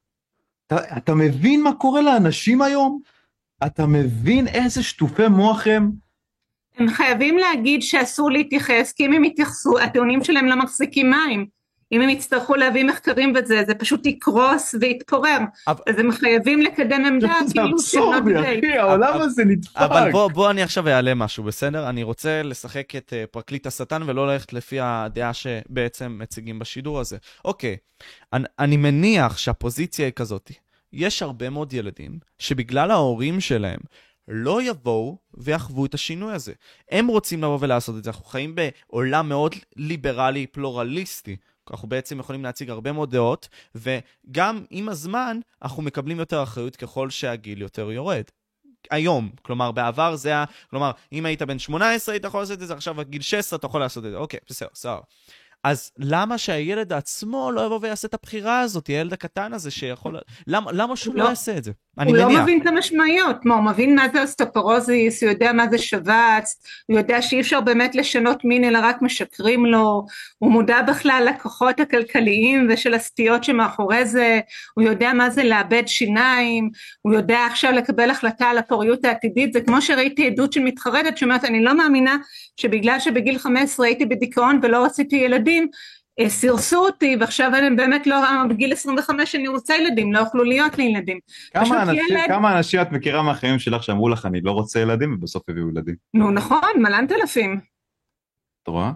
אתה מבין מה קורה לאנשים היום? אתה מבין איזה שטופי מוח הם? הם חייבים להגיד שאסור להתייחס, כי אם הם יתייחסו, הטיעונים שלהם לא מחזיקים מים. אם הם יצטרכו להביא מחקרים וזה, זה פשוט יקרוס ויתפורר. אז הם חייבים לקדם עמדה, כאילו אבסורדי, אחי, העולם הזה נדפק. אבל בוא אני עכשיו אעלה משהו, בסדר? אני רוצה לשחק את פרקליט השטן, ולא ללכת לפי הדעה שבעצם מציגים בשידור הזה. אוקיי, אני מניח שהפוזיציה היא כזאת. יש הרבה מאוד ילדים, שבגלל ההורים שלהם, לא יבואו ויחוו את השינוי הזה. הם רוצים לבוא ולעשות את זה. אנחנו חיים בעולם מאוד ליברלי, פלורליסטי. אנחנו בעצם יכולים להציג הרבה מאוד דעות, וגם עם הזמן אנחנו מקבלים יותר אחריות ככל שהגיל יותר יורד. היום, כלומר בעבר זה היה, כלומר אם היית בן 18 היית יכול לעשות את זה, עכשיו בגיל 16 אתה יכול לעשות את זה. אוקיי, בסדר. אז למה שהילד עצמו לא יבוא ויעשה את הבחירה הזאת, הילד הקטן הזה שיכול... למה שהוא לא יעשה את זה? הוא לא מבין את המשמעיות, הוא מבין מה זה אוסטופורוזיס, הוא יודע מה זה שבץ, הוא יודע שאי אפשר באמת לשנות מין, אלא רק משקרים לו, הוא מודע בכלל לכוחות הכלכליים ושל הסטיות שמאחורי זה, הוא יודע מה זה לאבד שיניים, הוא יודע עכשיו לקבל החלטה על הפוריות העתידית, זה כמו שראיתי עדות של מתחרדת, שאומרת, אני לא מאמינה שבגלל שבגיל 15 הייתי בדיכאון ולא רציתי ילדים, סירסו אותי, ועכשיו אני באמת לא, בגיל 25 אני רוצה ילדים, לא יכולו להיות לי ילדים. כמה אנשים את מכירה מהחיים שלך שאמרו לך, אני לא רוצה ילדים, ובסוף הביאו ילדים? נו, נכון, מלנת אלפים. אתה רואה?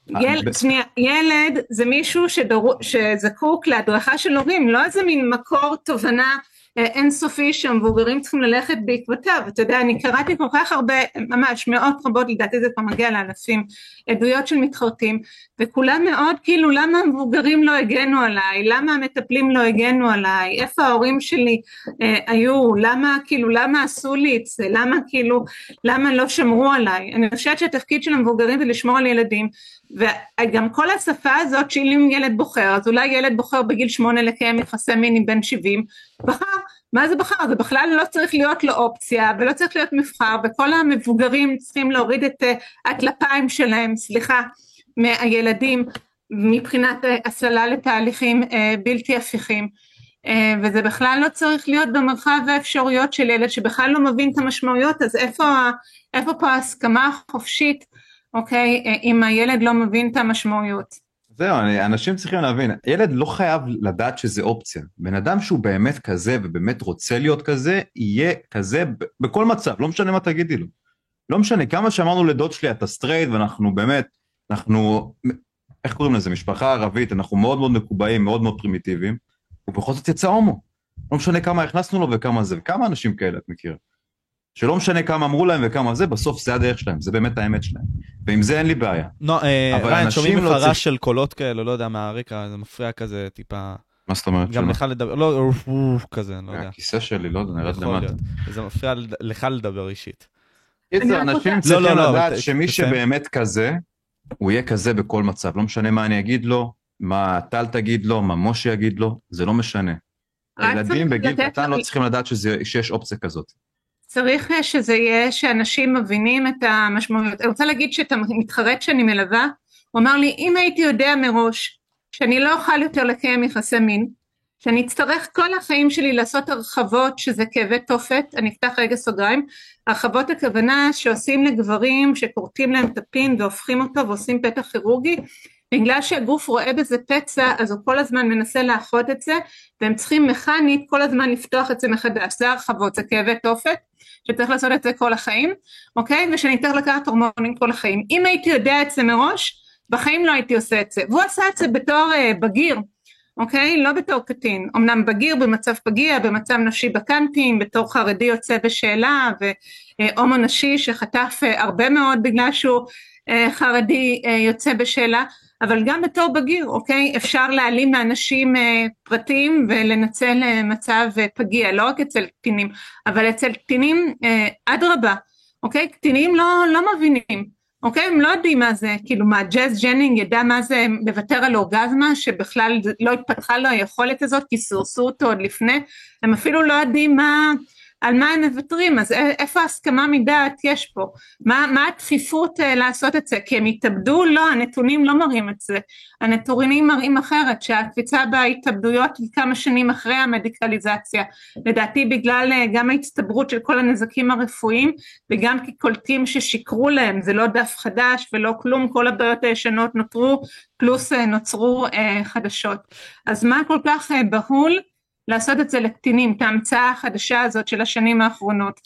ילד זה מישהו שזקוק להדרכה של הורים, לא איזה מין מקור תובנה אינסופי שהמבוגרים צריכים ללכת בעקבותיו. אתה יודע, אני קראתי כל כך הרבה, ממש מאות רבות, לדעתי זה כבר מגיע לאלפים, עדויות של מתחרטים, וכולם מאוד כאילו, למה המבוגרים לא הגנו עליי, למה המטפלים לא הגנו עליי, איפה ההורים שלי היו, למה עשו לי את זה, למה לא שמרו עליי. אני חושבת שהתפקיד של המבוגרים זה לשמור על ילדים, וגם כל השפה הזאת שאם ילד בוחר, אז אולי ילד בוחר בגיל 8 לקיים יחסי מין עם בן 70, בחר, מה זה בחר? זה בכלל לא צריך להיות לו אופציה, ולא צריך להיות מבחר, וכל המבוגרים צריכים להוריד את הטלפיים שלהם, מהילדים, מבחינת הסללה לתהליכים בלתי הפיכים, וזה בכלל לא צריך להיות במרחב האפשרויות של ילד, שבכלל לא מבין את המשמעויות, אז איפה פה ההסכמה החופשית, אוקיי, אם הילד לא מבין את המשמעויות. זהו, אנשים צריכים להבין, ילד לא חייב לדעת שזה אופציה. בן אדם שהוא באמת כזה ובאמת רוצה להיות כזה, יהיה כזה בכל מצב, לא משנה מה תגידי לו. לא משנה, כמה שאמרנו לדוד שלי, אתה סטרייט, ואנחנו באמת, איך קוראים לזה, משפחה ערבית, אנחנו מאוד מאוד מקובעים, מאוד מאוד פרימיטיביים, ובכל זאת יצא הומו. לא משנה כמה הכנסנו לו וכמה זה, וכמה אנשים כאלה את מכירה. שלא משנה כמה אמרו להם וכמה זה, בסוף זה הדרך שלהם, זה באמת האמת שלהם. ועם זה אין לי בעיה. ריין, שומעים לך רעש של קולות כאלה, לא יודע, מהרקע, זה מפריע כזה טיפה... מה זאת אומרת? גם לך לדבר, לא, כזה, לא יודע. הכיסא שלי, לא יודע, נרד למטה. זה מפריע לך לדבר אישית. אנשים צריכים לדעת שמי שבאמת כזה, הוא יהיה כזה בכל מצב. לא משנה מה אני אגיד לו, מה טל תגיד לו, מה משה יגיד לו, זה לא משנה. הילדים בגיל קטן לא צריכים לדעת שיש אופציה כזאת. צריך שזה יהיה שאנשים מבינים את המשמעויות. אני רוצה להגיד שאת המתחרט שאני מלווה, הוא אמר לי, אם הייתי יודע מראש שאני לא אוכל יותר לקיים יחסי מין, שאני אצטרך כל החיים שלי לעשות הרחבות שזה כאבי תופת, אני אפתח רגע סוגריים, הרחבות הכוונה שעושים לגברים שכורתים להם את הפין והופכים אותו ועושים פתח כירורגי, בגלל שהגוף רואה בזה פצע אז הוא כל הזמן מנסה לאחות את זה, והם צריכים מכנית כל הזמן לפתוח את זה מחדש, זה הרחבות, זה כאבי תופת, שצריך לעשות את זה כל החיים, אוקיי? ושאני צריך לקחת הורמונים כל החיים, אם הייתי יודע את זה מראש, בחיים לא הייתי עושה את זה, והוא עשה את זה בתור בגיר, אוקיי? לא בתור קטין, אמנם בגיר במצב פגיע, במצב נפשי בקנטים, בתור חרדי יוצא בשאלה, והומו נשי שחטף הרבה מאוד בגלל שהוא חרדי יוצא בשאלה, אבל גם בתור בגיר, אוקיי? אפשר להעלים מאנשים פרטיים ולנצל מצב פגיע, לא רק אצל קטינים, אבל אצל קטינים אדרבה, אוקיי? קטינים לא מבינים. אוקיי, הם לא יודעים מה זה, כאילו מה ג'אז ג'נינג ידע מה זה לוותר על אורגזמה שבכלל לא התפתחה לו היכולת הזאת כי סורסו אותו עוד לפני, הם אפילו לא יודעים על מה הם מבטרים, אז איפה ההסכמה מדעת יש פה, מה הדחיפות לעשות את זה, כי הם התאבדו? לא, הנתונים לא מראים את זה, הנתונים מראים אחרת, שהקפיצה בהתאבדויות היא כמה שנים אחרי המדיקליזציה, לדעתי בגלל גם ההצטברות של כל הנזקים הרפואיים, וגם כי קולטים ששיקרו להם, זה לא דף חדש ולא כלום, כל הבעיות הישנות נותרו, פלוס נוצרו חדשות, אז מה כל כך בהול, לעשות את זה לקטינים, את ההמצאה החדשה הזאת של השנים האחרונות.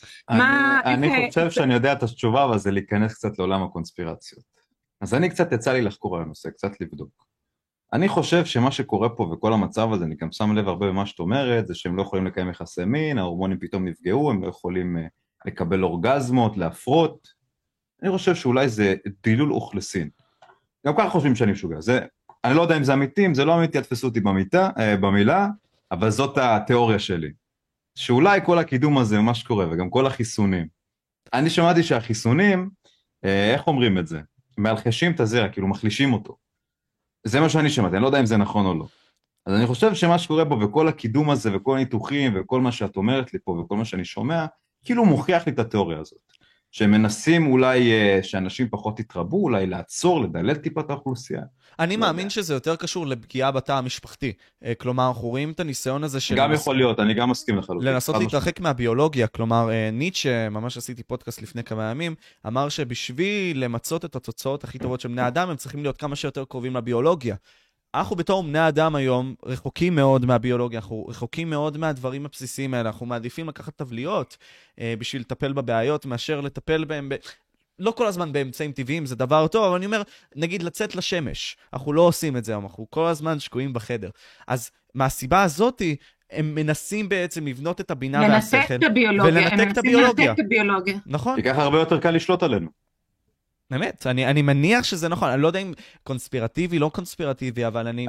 אני חושב שאני יודע את התשובה, אבל זה להיכנס קצת לעולם הקונספירציות. אז אני קצת יצא לי לחקור על הנושא, קצת לבדוק. אני חושב שמה שקורה פה וכל המצב הזה, אני גם שם לב הרבה במה שאת אומרת, זה שהם לא יכולים לקיים יחסי מין, ההורמונים פתאום נפגעו, הם לא יכולים לקבל אורגזמות, להפרות. אני חושב שאולי זה דילול אוכלוסין. גם ככה חושבים שאני משוגע. אני לא יודע אם זה אמיתי, אם זה לא אמיתי, יתפסו אותי במילה, אבל זאת התיאוריה שלי, שאולי כל הקידום הזה, מה שקורה, וגם כל החיסונים, אני שמעתי שהחיסונים, איך אומרים את זה? מלחשים את הזרע, כאילו מחלישים אותו. זה מה שאני שמעתי, אני לא יודע אם זה נכון או לא. אז אני חושב שמה שקורה פה, וכל הקידום הזה, וכל הניתוחים, וכל מה שאת אומרת לי פה, וכל מה שאני שומע, כאילו מוכיח לי את התיאוריה הזאת. שמנסים אולי שאנשים פחות יתרבו, אולי לעצור, לדלל טיפה את האוכלוסייה. אני מאמין שזה יותר קשור לפגיעה בתא המשפחתי. כלומר, אנחנו רואים את הניסיון הזה של... גם יכול להיות, אני גם מסכים לחלוטין. לנסות להתרחק מהביולוגיה, כלומר, ניטשה, ממש עשיתי פודקאסט לפני כמה ימים, אמר שבשביל למצות את התוצאות הכי טובות של בני אדם, הם צריכים להיות כמה שיותר קרובים לביולוגיה. אנחנו בתור בני אדם היום רחוקים מאוד מהביולוגיה, אנחנו רחוקים מאוד מהדברים הבסיסיים האלה, אנחנו מעדיפים לקחת תבליות בשביל לטפל בבעיות, מאשר לטפל בהם, לא כל הזמן באמצעים טבעיים, זה דבר טוב, אבל אני אומר, נגיד לצאת לשמש, אנחנו לא עושים את זה, אנחנו כל הזמן שקועים בחדר, אז מהסיבה הזאת, הם מנסים בעצם לבנות את הבינה והשכל, ולנתק את הביולוגיה. נכון. כי ככה הרבה יותר קל לשלוט עלינו. באמת, אני מניח שזה נכון, אני לא יודע אם קונספירטיבי, לא קונספירטיבי, אבל אני...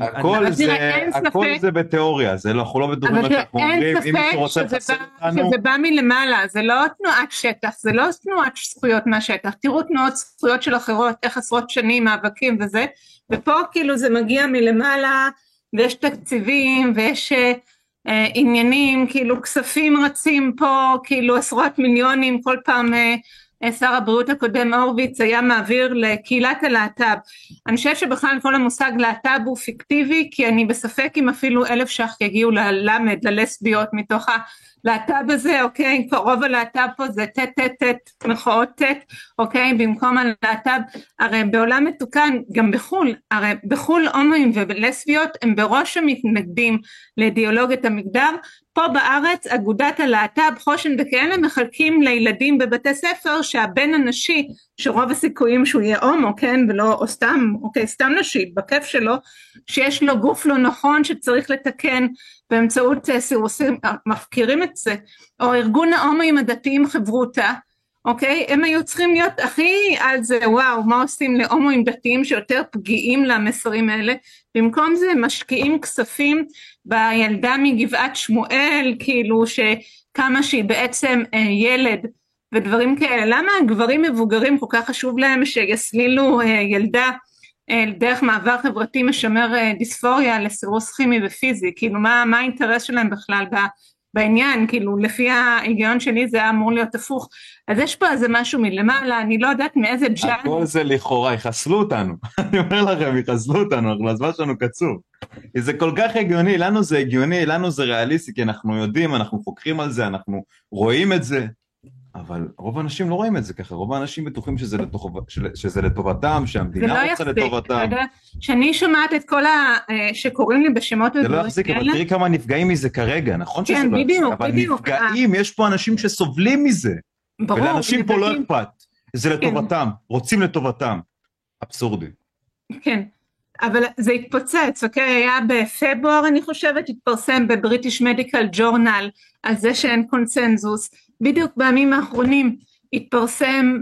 הכל זה בתיאוריה, אנחנו לא מדברים מה שאנחנו אומרים, אם מישהו רוצה לחסר אותנו... שזה בא מלמעלה, זה לא תנועת שטח, זה לא תנועת זכויות מהשטח, תראו תנועות זכויות של אחרות, איך עשרות שנים מאבקים וזה, ופה כאילו זה מגיע מלמעלה, ויש תקציבים, ויש עניינים, כאילו כספים רצים פה, כאילו עשרות מיליונים, כל פעם... שר הבריאות הקודם הורוביץ היה מעביר לקהילת הלהט"ב. אני חושב שבכלל כל המושג להט"ב הוא פיקטיבי, כי אני בספק אם אפילו 1,000 ש"ח יגיעו ללמד, ללסביות מתוך הלהט"ב הזה, אוקיי? רוב הלהט"ב פה זה תת, מחאות תת, אוקיי? במקום הלהט"ב, הרי בעולם מתוקן, גם בחול, הרי בחול הומואים ולסביות הם בראש המתנגדים לאידיאולוגיית המגדר, פה בארץ אגודת הלהט"ב חושן וכאלה מחלקים לילדים בבתי ספר שהבן הנשי שרוב הסיכויים שהוא יהיה הומו, כן, ולא או סתם, אוקיי, סתם נשי בכיף שלו, שיש לו גוף לא נכון שצריך לתקן באמצעות סירוסים, מפקירים את זה, או ארגון ההומואים הדתיים חברותה, אוקיי, הם היו צריכים להיות הכי על זה, וואו, מה עושים להומואים דתיים שיותר פגיעים למסרים האלה, במקום זה משקיעים כספים בילדה מגבעת שמואל, כאילו שכמה שהיא בעצם ילד ודברים כאלה, למה הגברים מבוגרים כל כך חשוב להם שיסלילו ילדה דרך מעבר חברתי משמר דיספוריה לסירוס כימי ופיזי, כאילו מה האינטרס שלהם בכלל בעניין, כאילו לפי ההיגיון שלי זה אמור להיות הפוך, אז יש פה איזה משהו מלמעלה, אני לא יודעת מאיזה ג'אנר. הכל זה לכאורה, יחסלו אותנו, אני אומר לכם, יחסלו אותנו, הזמן שלנו קצוב. זה כל כך הגיוני, לנו זה הגיוני, לנו זה ריאליסטי, כי אנחנו יודעים, אנחנו חוקרים על זה, אנחנו רואים את זה, אבל רוב האנשים לא רואים את זה ככה, רוב האנשים בטוחים שזה לטובתם, שהמדינה רוצה לטובתם. זה לא יחזיק, שאני שומעת את כל שקוראים לי בשמות זה לא יחזיק, אבל תראי כמה נפגעים מזה כרגע, נכון שזה לא יחזיק, אבל נפגעים, יש פה אנשים שסובלים מזה, ולאנשים פה לא אכפת, זה לטובתם, רוצים לטובתם, אבסורדי. כן, אבל זה התפוצץ, אוקיי? היה בפברואר, אני חושבת, התפרסם בבריטיש מדיקל ג'ורנל, על זה שאין קונצנזוס, בדיוק בימים האחרונים התפרסם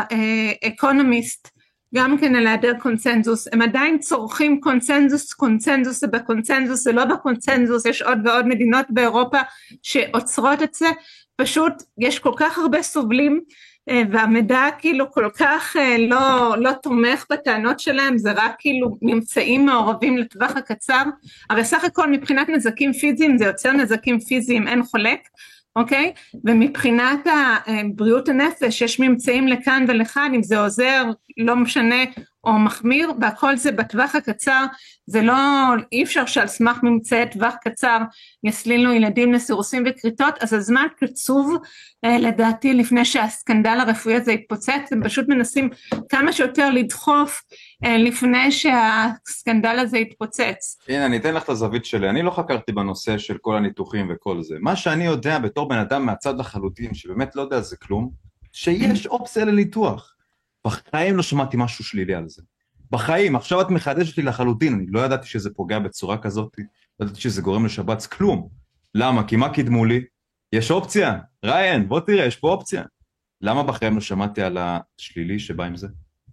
באקונומיסט, גם כן על היעדר קונצנזוס, הם עדיין צורכים קונצנזוס, קונצנזוס זה בקונצנזוס, זה לא בקונצנזוס, יש עוד ועוד מדינות באירופה שעוצרות את זה, פשוט יש כל כך הרבה סובלים, והמידע כאילו כל כך לא תומך בטענות שלהם, זה רק כאילו נמצאים מעורבים לטווח הקצר, הרי סך הכל מבחינת נזקים פיזיים, זה יוצר נזקים פיזיים, אין חולק, אוקיי? ומבחינת בריאות הנפש, יש ממצאים לכאן ולכאן, אם זה עוזר, לא משנה, או מחמיר, והכל זה בטווח הקצר, זה לא, אי אפשר שעל סמך ממצאי טווח קצר, יסלילו ילדים לסירוסים וקריטות, אז הזמן קצוב, לדעתי, לפני שהסקנדל הרפואי הזה יתפוצץ, הם פשוט מנסים כמה שיותר לדחוף, לפני שהסקנדל הזה יתפוצץ. הנה, אני אתן לך את הזווית שלי, אני לא חקרתי בנושא של כל הניתוחים וכל זה, מה שאני יודע בתור בן אדם מהצד לחלוטין, שבאמת לא יודע זה כלום, שיש אופציה לניתוח, בחיים לא שמעתי משהו שלילי על זה, בחיים, עכשיו את מחדשת לי לחלוטין, אני לא ידעתי שזה פוגע בצורה כזאת, לא ידעתי שזה גורם לשבץ כלום, למה? כי מה קידמו לי? יש אופציה, ריין, בוא תראה, יש פה אופציה, למה בחיים לא שמעתי על השלילי שבא עם זה?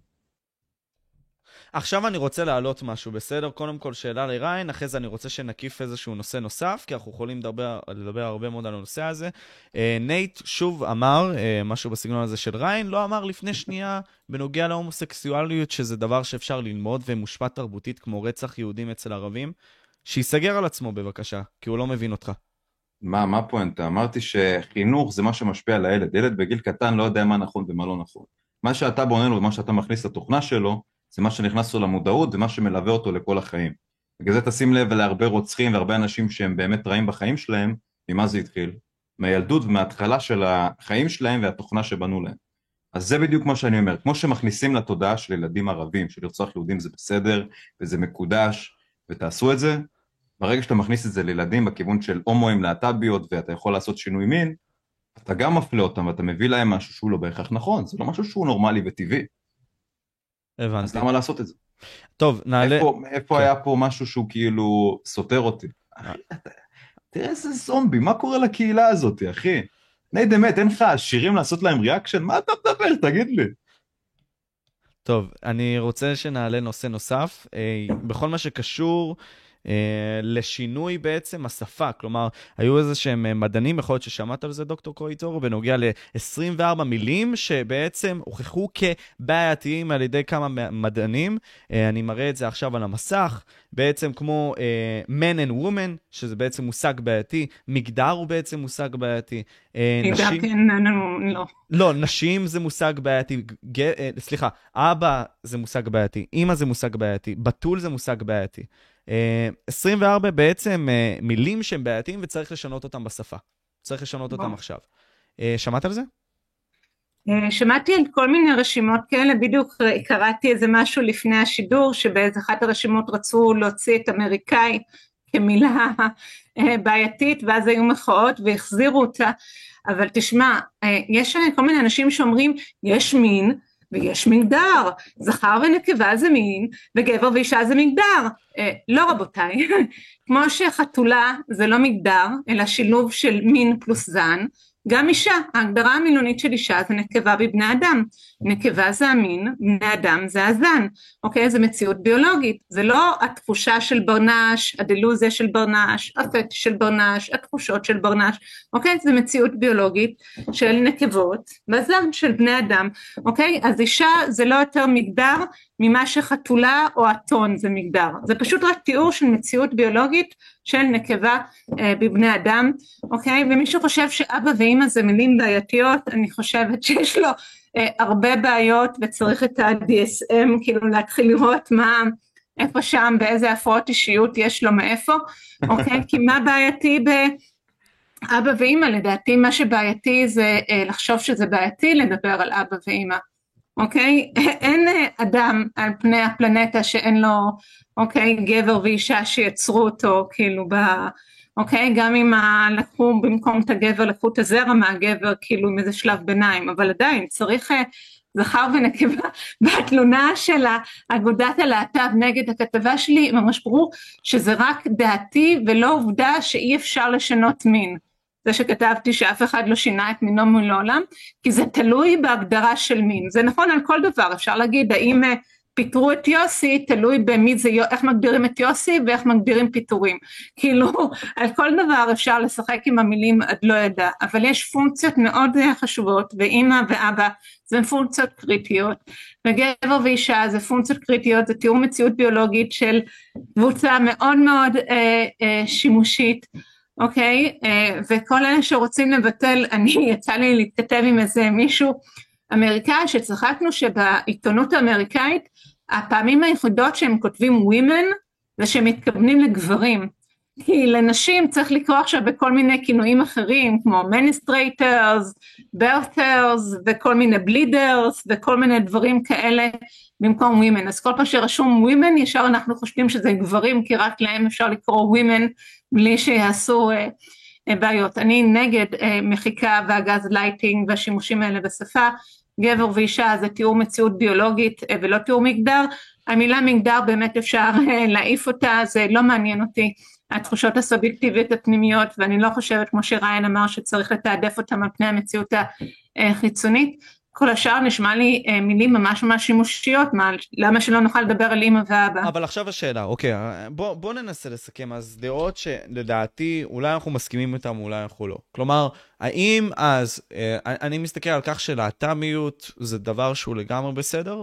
עכשיו אני רוצה להעלות משהו, בסדר? קודם כל שאלה לריין, אחרי זה אני רוצה שנקיף איזשהו נושא נוסף, כי אנחנו יכולים לדבר הרבה מאוד על הנושא הזה. נייט שוב אמר, משהו בסגנון הזה של ריין, לא אמר לפני שנייה בנוגע להומוסקסואליות, שזה דבר שאפשר ללמוד ומושפע תרבותית כמו רצח יהודים אצל ערבים, שיסגר על עצמו בבקשה, כי הוא לא מבין אותך. מה פואנטה? אמרתי שחינוך זה מה שמשפיע על הילד, ילד בגיל קטן לא יודע מה נכון ומה לא נכון. מה שאתה בונה לו ומה שאתה מכניס לתוכנה שלו, זה מה שנכנס לו למודעות, זה מה שמלווה אותו לכל החיים. בגלל זה תשים לב להרבה רוצחים והרבה אנשים שהם באמת רעים בחיים שלהם, ממה זה התחיל? מהילדות ומההתחלה של החיים שלהם והתוכנה שבנו להם. אז זה בדיוק מה שאני אומר, כמו שמכניסים לתודעה של ילדים ערבים, של לרצוח יהודים זה בסדר, וזה מקודש, ותעשו את זה, ברגע שאתה מכניס את זה לילדים בכיוון של הומואים להט"ביות, ואתה יכול לעשות שינוי מין, אתה גם מפלה אותם, ואתה מביא להם משהו שהוא לא בהכרח נכון, זה לא משהו שהוא נורמלי וטבעי. הבנתי. אז למה לעשות את זה? טוב, נעלה... איפה היה פה משהו שהוא כאילו סותר אותי? תראה איזה זומבי, מה קורה לקהילה הזאת, אחי? נייד אמת, אין לך שירים לעשות להם ריאקשן? מה אתה מדבר? תגיד לי. טוב, אני רוצה שנעלה נושא נוסף. בכל מה שקשור לשינוי בעצם השפה, כלומר, היו איזה שהם מדענים, יכול להיות ששמעת על זה דוקטור קרויטור, בנוגע ל-24 מילים שבעצם הוכחו כבעייתיים על ידי כמה מדענים, אני מראה את זה עכשיו על המסך, בעצם כמו man and woman, שזה בעצם מושג בעייתי, מגדר הוא בעצם מושג בעייתי, לא, נשים זה מושג בעייתי, סליחה, אבא זה מושג בעייתי, אמא זה מושג בעייתי, בתול זה מושג בעייתי, 24 בעצם מילים שהם בעייתיים וצריך לשנות אותם בשפה. צריך לשנות אותם עכשיו. שמעת על זה? שמעתי על כל מיני רשימות כאלה, בדיוק קראתי איזה משהו לפני השידור, שבאיזה אחת הרשימות רצו להוציא את אמריקאי כמילה בעייתית, ואז היו מחאות והחזירו אותה, אבל תשמע, יש כל מיני אנשים שאומרים, יש מין, ויש מגדר, זכר ונקבה זה מין, וגבר ואישה זה מגדר, לא רבותיי, כמו שחתולה זה לא מגדר, אלא שילוב של מין פלוס זן, גם אישה, ההגדרה המילונית של אישה זה נקבה בבני אדם, נקבה זה המין, בני אדם זה הזן, אוקיי, זה מציאות ביולוגית, זה לא התחושה של ברנש, הדילוזיה של ברנש, הפט של ברנש, התחושות של ברנש, אוקיי, זה מציאות ביולוגית של נקבות, והזן של בני אדם, אוקיי, אז אישה זה לא יותר מגדר, ממה שחתולה או אתון זה מגדר, זה פשוט רק תיאור של מציאות ביולוגית, של נקבה בבני אדם, אוקיי? ומי שחושב שאבא ואמא זה מילים בעייתיות, אני חושבת שיש לו הרבה בעיות וצריך את ה-DSM, כאילו להתחיל לראות איפה שם, באיזה הפרעות אישיות יש לו מאיפה, אוקיי? כי מה בעייתי אבא ואמא? לדעתי מה שבעייתי זה לחשוב שזה בעייתי לדבר על אבא ואמא, אוקיי? אין אדם על פני הפלנטה שאין לו, אוקיי, גבר ואישה שיצרו אותו, כאילו אוקיי? גם אם לקחו במקום את הגבר, לקחו את הזרע מהגבר, כאילו עם איזה שלב ביניים, אבל עדיין צריך זכר ונקבה. בתלונה של אגודת הלהט"ב נגד הכתבה שלי, ממש ברור שזה רק דעתי ולא עובדה שאי אפשר לשנות מין. זה שכתבתי שאף אחד לא שינה את מינו מעולם, כי זה תלוי בהגדרה של מין. זה נכון על כל דבר, אפשר להגיד, האם פיתרו את יוסי, תלוי במי זה, איך מגדירים את יוסי ואיך מגדירים פיתורים. כאילו, על כל דבר אפשר לשחק עם המילים עד לא ידע, אבל יש פונקציות מאוד חשובות, ואמא ואבא זה פונקציות קריטיות, וגבר ואישה זה פונקציות קריטיות, זה תיאור מציאות ביולוגית של קבוצה מאוד מאוד שימושית, אוקיי? וכל אלה שרוצים לבטל, יצא לי להתכתב עם איזה מישהו אמריקאי שצחקנו שבעיתונות האמריקאית, הפעמים היחידות שהם כותבים women, זה שהם מתכוונים לגברים, כי לנשים צריך לקרוא עכשיו בכל מיני כינויים אחרים, כמו ministrators, birthers, וכל מיני bleeders, וכל מיני דברים כאלה, במקום women. אז כל פעם שרשום women, ישר אנחנו חושבים שזה גברים, כי רק להם אפשר לקרוא women, בלי שיעשו בעיות. אני נגד מחיקה והגז לייטינג, והשימושים האלה בשפה, גבר ואישה זה תיאור מציאות ביולוגית, ולא תיאור מגדר. המילה מגדר באמת אפשר להעיף אותה, זה לא מעניין אותי. התחושות הסובייקטיביות הפנימיות, ואני לא חושבת, כמו שריין אמר, שצריך לתעדף אותם על פני המציאות החיצונית. כל השאר נשמע לי מילים ממש ממש שימושיות, למה שלא נוכל לדבר על אמא ואבא? אבל עכשיו השאלה, אוקיי, בוא ננסה לסכם, אז דעות שלדעתי, אולי אנחנו מסכימים איתם, אולי אנחנו לא. כלומר, האם אז, אני מסתכל על כך שלהט"ביות זה דבר שהוא לגמרי בסדר,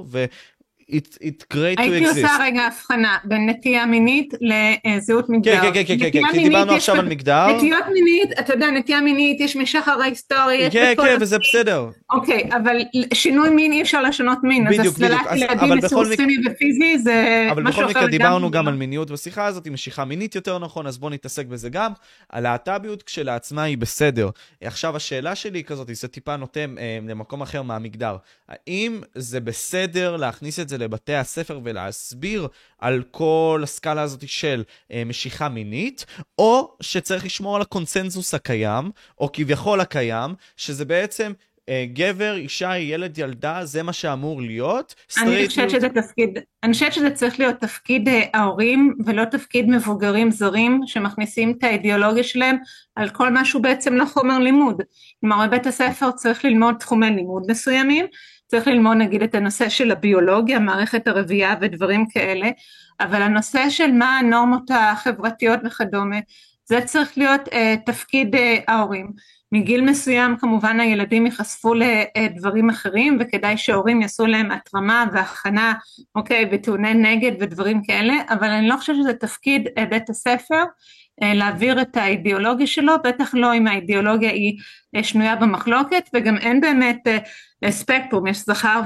It's great to exist. הייתי עושה רגע הבחנה בין נטייה מינית לזהות מגדר. כן, כי דיברנו עכשיו על מגדר. נטיות מינית, אתה יודע, נטייה מינית יש משחר ההיסטוריה. כן, וזה בסדר. אוקיי, אבל שינוי מין אי אפשר לשנות מין. אז הסללת ילדים לסירוספיני ופיזי זה אבל משהו בכל אחר. מקרה דיברנו גם על מיניות בשיחה הזאת, עם משיכה מינית יותר נכון, אז בוא נתעסק בזה גם. הלהט"ביות כשלעצמה היא בסדר. עכשיו השאלה שלי היא כזאת, זה טיפה נוטה למקום אחר מהמגדר. האם זה בסדר להכניס את זה לבתי הספר ולהסביר על כל הסקאלה הזאת של משיכה מינית, או שצריך לשמור על הקונסנזוס הקיים, או כביכול הקיים, שזה בעצם גבר, אישה, ילד, ילדה, זה מה שאמור להיות. אני חושבת שזה צריך להיות תפקיד ההורים, ולא תפקיד מבוגרים זרים, שמכניסים את האידיאולוגיה שלהם, על כל משהו בעצם לא חומר לימוד. כלומר, בבית הספר צריך ללמוד תחומי לימוד מסוימים, צריך ללמוד נגיד את הנושא של הביולוגיה, מערכת הרבייה ודברים כאלה, אבל הנושא של מה הנורמות החברתיות וכדומה, זה צריך להיות תפקיד ההורים. מגיל מסוים כמובן הילדים ייחשפו לדברים אחרים, וכדאי שההורים יעשו להם התרמה והכנה, אוקיי, וטעוני נגד ודברים כאלה, אבל אני לא חושבת שזה תפקיד בית הספר, להעביר את האידיאולוגיה שלו, בטח לא אם האידיאולוגיה היא שנויה במחלוקת, וגם אין באמת ספקטרום, יש זכר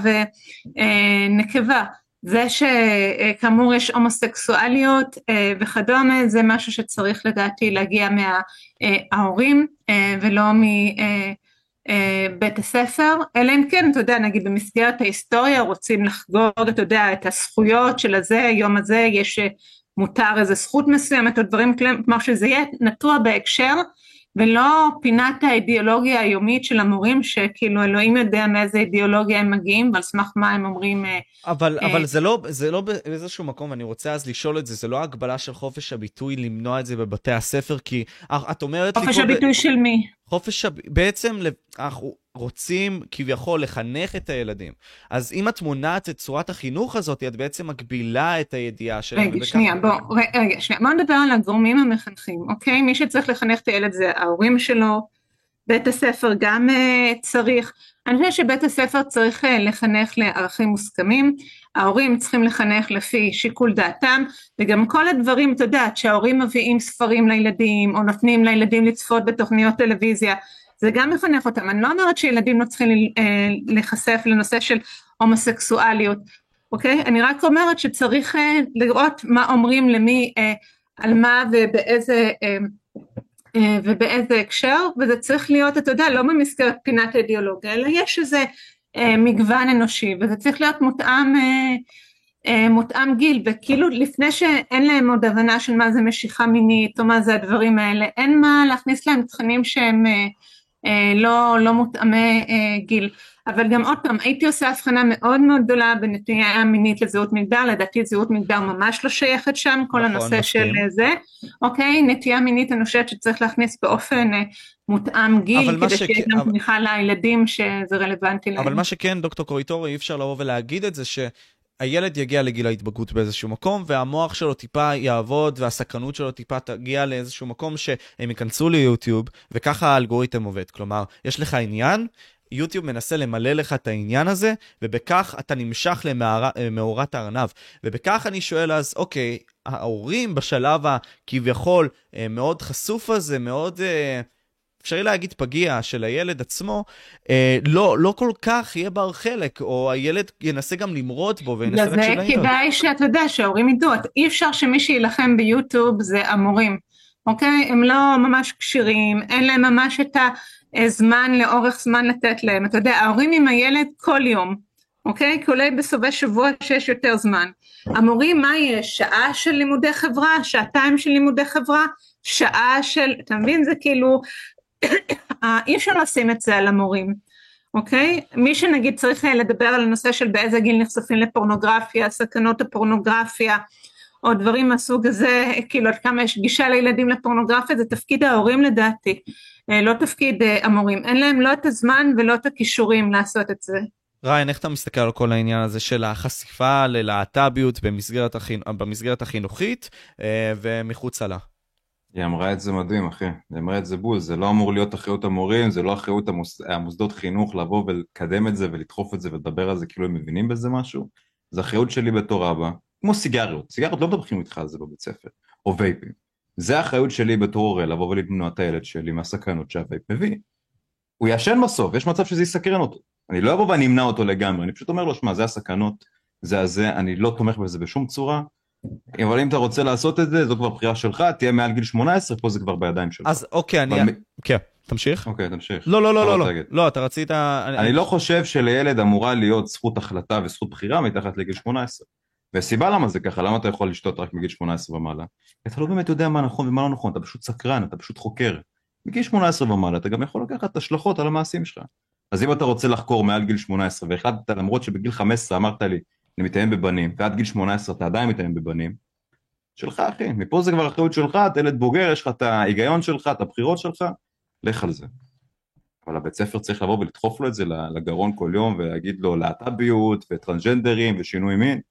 ונקבה. זה שכאמור יש הומוסקסואליות וכדומה, זה משהו שצריך לדעתי להגיע מההורים ולא מבית הספר, אלא אם כן, אתה יודע, נגיד במסגרת ההיסטוריה רוצים לחגוג, אתה יודע, את הזכויות של הזה, היום הזה יש מותר איזו זכות מסוימת או דברים כאלה, כלומר שזה יהיה נטוע בהקשר, ולא פינת האידיאולוגיה היומית של המורים, שכאילו אלוהים יודע מאיזה אידיאולוגיה הם מגיעים, ועל סמך מה הם אומרים. אבל זה לא באיזשהו מקום, ואני רוצה אז לשאול את זה, זה לא הגבלה של חופש הביטוי למנוע את זה בבתי הספר, כי את אומרת... חופש הביטוי של מי? בעצם אנחנו רוצים כביכול לחנך את הילדים. אז אם את מונעת את צורת החינוך הזאת, את בעצם מגבילה את הידיעה שלהם. רגע, שנייה, בוא נדבר על הגורמים המחנכים, אוקיי? מי שצריך לחנך את הילד זה ההורים שלו, בית הספר גם צריך. אני חושבת שבית הספר צריך לחנך לערכים מוסכמים, ההורים צריכים לחנך לפי שיקול דעתם, וגם כל הדברים, אתה יודעת, שההורים מביאים ספרים לילדים, או נותנים לילדים לצפות בתוכניות טלוויזיה, זה גם מחנך אותם. אני לא אומרת שילדים לא צריכים להיחשף לנושא של הומוסקסואליות, אוקיי? אני רק אומרת שצריך לראות מה אומרים למי, על מה ובאיזה הקשר, וזה צריך להיות, אתה יודע, לא במסגרת פינת אידיאולוגיה, אלא יש איזה מגוון אנושי, וזה צריך להיות מותאם גיל, וכאילו לפני שאין להם עוד הבנה של מה זה משיכה מינית, או מה זה הדברים האלה, אין מה להכניס להם תכנים שהם לא מותאמי גיל. אבל גם עוד פעם, הייתי עושה הבחנה מאוד מאוד גדולה בנטייה מינית לזהות מגדר, לדעתי זהות מגדר ממש לא שייכת שם, כל הנושא של זה, אוקיי, נטייה מינית אני חושבת שצריך להכניס באופן מותאם גיל, כדי שיהיה גם תמיכה לילדים שזה רלוונטי להם. אבל מה שכן, דוקטור קוריטורי, אי אפשר לבוא ולהגיד את זה שהילד יגיע לגיל ההתבגרות באיזשהו מקום, והמוח שלו טיפה יעבוד, והסקרנות שלו טיפה תגיע לאיזשהו מקום שהם ייכנסו ליוטיוב, וככה האלגוריתם עובד. כלומר, יש לך עניין, יוטיוב מנסה למלא לך את העניין הזה, ובכך אתה נמשך למאורת הארנב. ובכך אני שואל אז, אוקיי, ההורים בשלב הכביכול מאוד חשוף הזה, מאוד אפשרי להגיד פגיע של הילד עצמו, לא כל כך יהיה בר חלק, או הילד ינסה גם למרוד בו, וינסה רק זה כדאי שאתה יודע שההורים ידעו, אי אפשר שמי שילחם ביוטיוב זה המורים, אוקיי? הם לא ממש קשירים, אין להם ממש את הזמן, לאורך זמן לתת להם, אתה יודע, ההורים עם הילד כל יום, אוקיי? כולי בסופי שבוע שיש יותר זמן. המורים, מה יש? שעה של לימודי חברה, שעתיים של לימודי חברה, שעה של, אתה מבין? זה כאילו, אי אפשר לשים את זה על המורים, אוקיי? מי שנגיד צריך לדבר על הנושא של באיזה גיל נחשפים לפורנוגרפיה, סכנות הפורנוגרפיה, או דברים מהסוג הזה, כאילו עד כמה יש גישה לילדים לפורנוגרפיה, זה תפקיד ההורים לדעתי, לא תפקיד המורים, אין להם לא את הזמן ולא את הכישורים לעשות את זה. ריין, איך אתה מסתכל על כל העניין הזה של החשיפה ללהט"ביות במסגרת החינוכית ומחוצה לה? היא אמרה את זה מדהים, אחי. היא אמרה את זה בול, זה לא אמור להיות אחריות המורים, זה לא אחריות המוסדות חינוך לבוא ולקדם את זה ולדחוף את זה ולדבר על זה כאילו הם מבינים בזה משהו. זה אחריות שלי בתור אבא, כמו סיגריות. סיגריות לא מדברים איתך על זה בבית ספר, או וייפים. זה האחריות שלי בתור הורה לבוא ולמנוע את הילד שלי מהסכנות שהווייפ מביא. הוא ישן בסוף, יש מצב שזה יסקרן אותו. אני לא אבוא ואני אמנע אותו לגמרי, אני פשוט אומר לו, שמה, זה הסכנות, זה, אני לא תומך בזה בשום צורה, אבל אם אתה רוצה לעשות את זה, זו כבר בחירה שלך, תהיה מעל גיל 18, פה זה כבר בידיים שלך. אז אוקיי, כן, תמשיך. אוקיי, תמשיך. לא, אתה רצית... אני לא חושב שלילד אמורה להיות זכות החלטה וזכות בחירה מתחת לגיל 18. והסיבה למה זה ככה, למה אתה יכול לשתות רק מגיל 18 ומעלה? אתה לא באמת יודע מה נכון ומה לא נכון, אתה פשוט סקרן, אתה פשוט חוקר. מגיל 18 ומעלה, אתה גם יכול לקחת השלכות על המעשים שלך. אז אם אתה רוצה לחקור מעל גיל 18, והחלטת, למרות שבגיל 15 אמרת לי, אני מתאם בבנים, ועד גיל 18 אתה עדיין מתאם בבנים, שלך אחי, מפה זה כבר אחריות שלך, אתה ילד בוגר, יש לך את ההיגיון שלך, את הבחירות שלך, לך על זה. אבל הבית ספר צריך לבוא ולדחוף לו את זה לגרון כל יום, ולהגיד לו להט"ביות, וטרנסג'נדרים, ושינוי מין.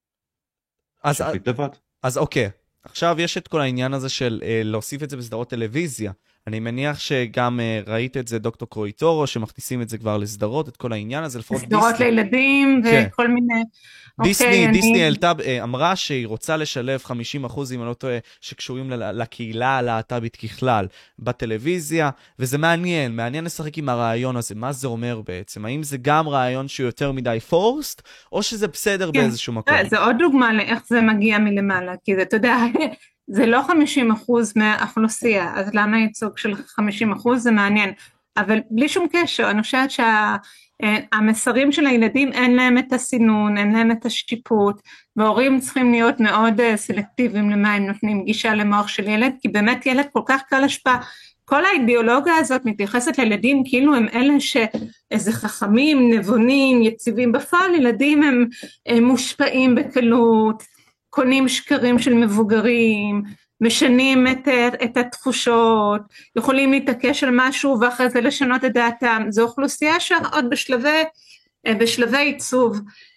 אז אוקיי, עכשיו יש את כל העניין הזה של להוסיף את זה בסדרות טלוויזיה. אני מניח שגם ראית את זה דוקטור קרויטורו, שמכניסים את זה כבר לסדרות, את כל העניין הזה, לפחות סדרות לילדים וכל מיני... דיסני אמרה שהיא רוצה לשלב 50%, אם אני לא טועה, שקשורים לקהילה הלהט"בית ככלל בטלוויזיה, וזה מעניין לשחק עם הרעיון הזה, מה זה אומר בעצם? האם זה גם רעיון שהוא יותר מדי פורסט, או שזה בסדר באיזשהו מקום? זה עוד דוגמה לאיך זה מגיע מלמעלה, כי זה, אתה יודע, זה לא 50% מהאוכלוסייה, אז למה ייצוג של 50%? זה מעניין, אבל בלי שום קשר, אני חושבת המסרים של הילדים אין להם את הסינון, אין להם את השיפוט, והורים צריכים להיות מאוד סלקטיביים למה הם נותנים גישה למוח של ילד, כי באמת ילד כל כך קל השפעה, כל האידיאולוגיה הזאת מתייחסת לילדים כאילו הם אלה שאיזה חכמים, נבונים, יציבים, בפועל ילדים הם מושפעים בקלות, קונים שקרים של מבוגרים, משנים את התחושות, יכולים להתעקש על משהו ואחרי זה לשנות את דעתם, זו אוכלוסייה שעוד בשלבי עיצוב,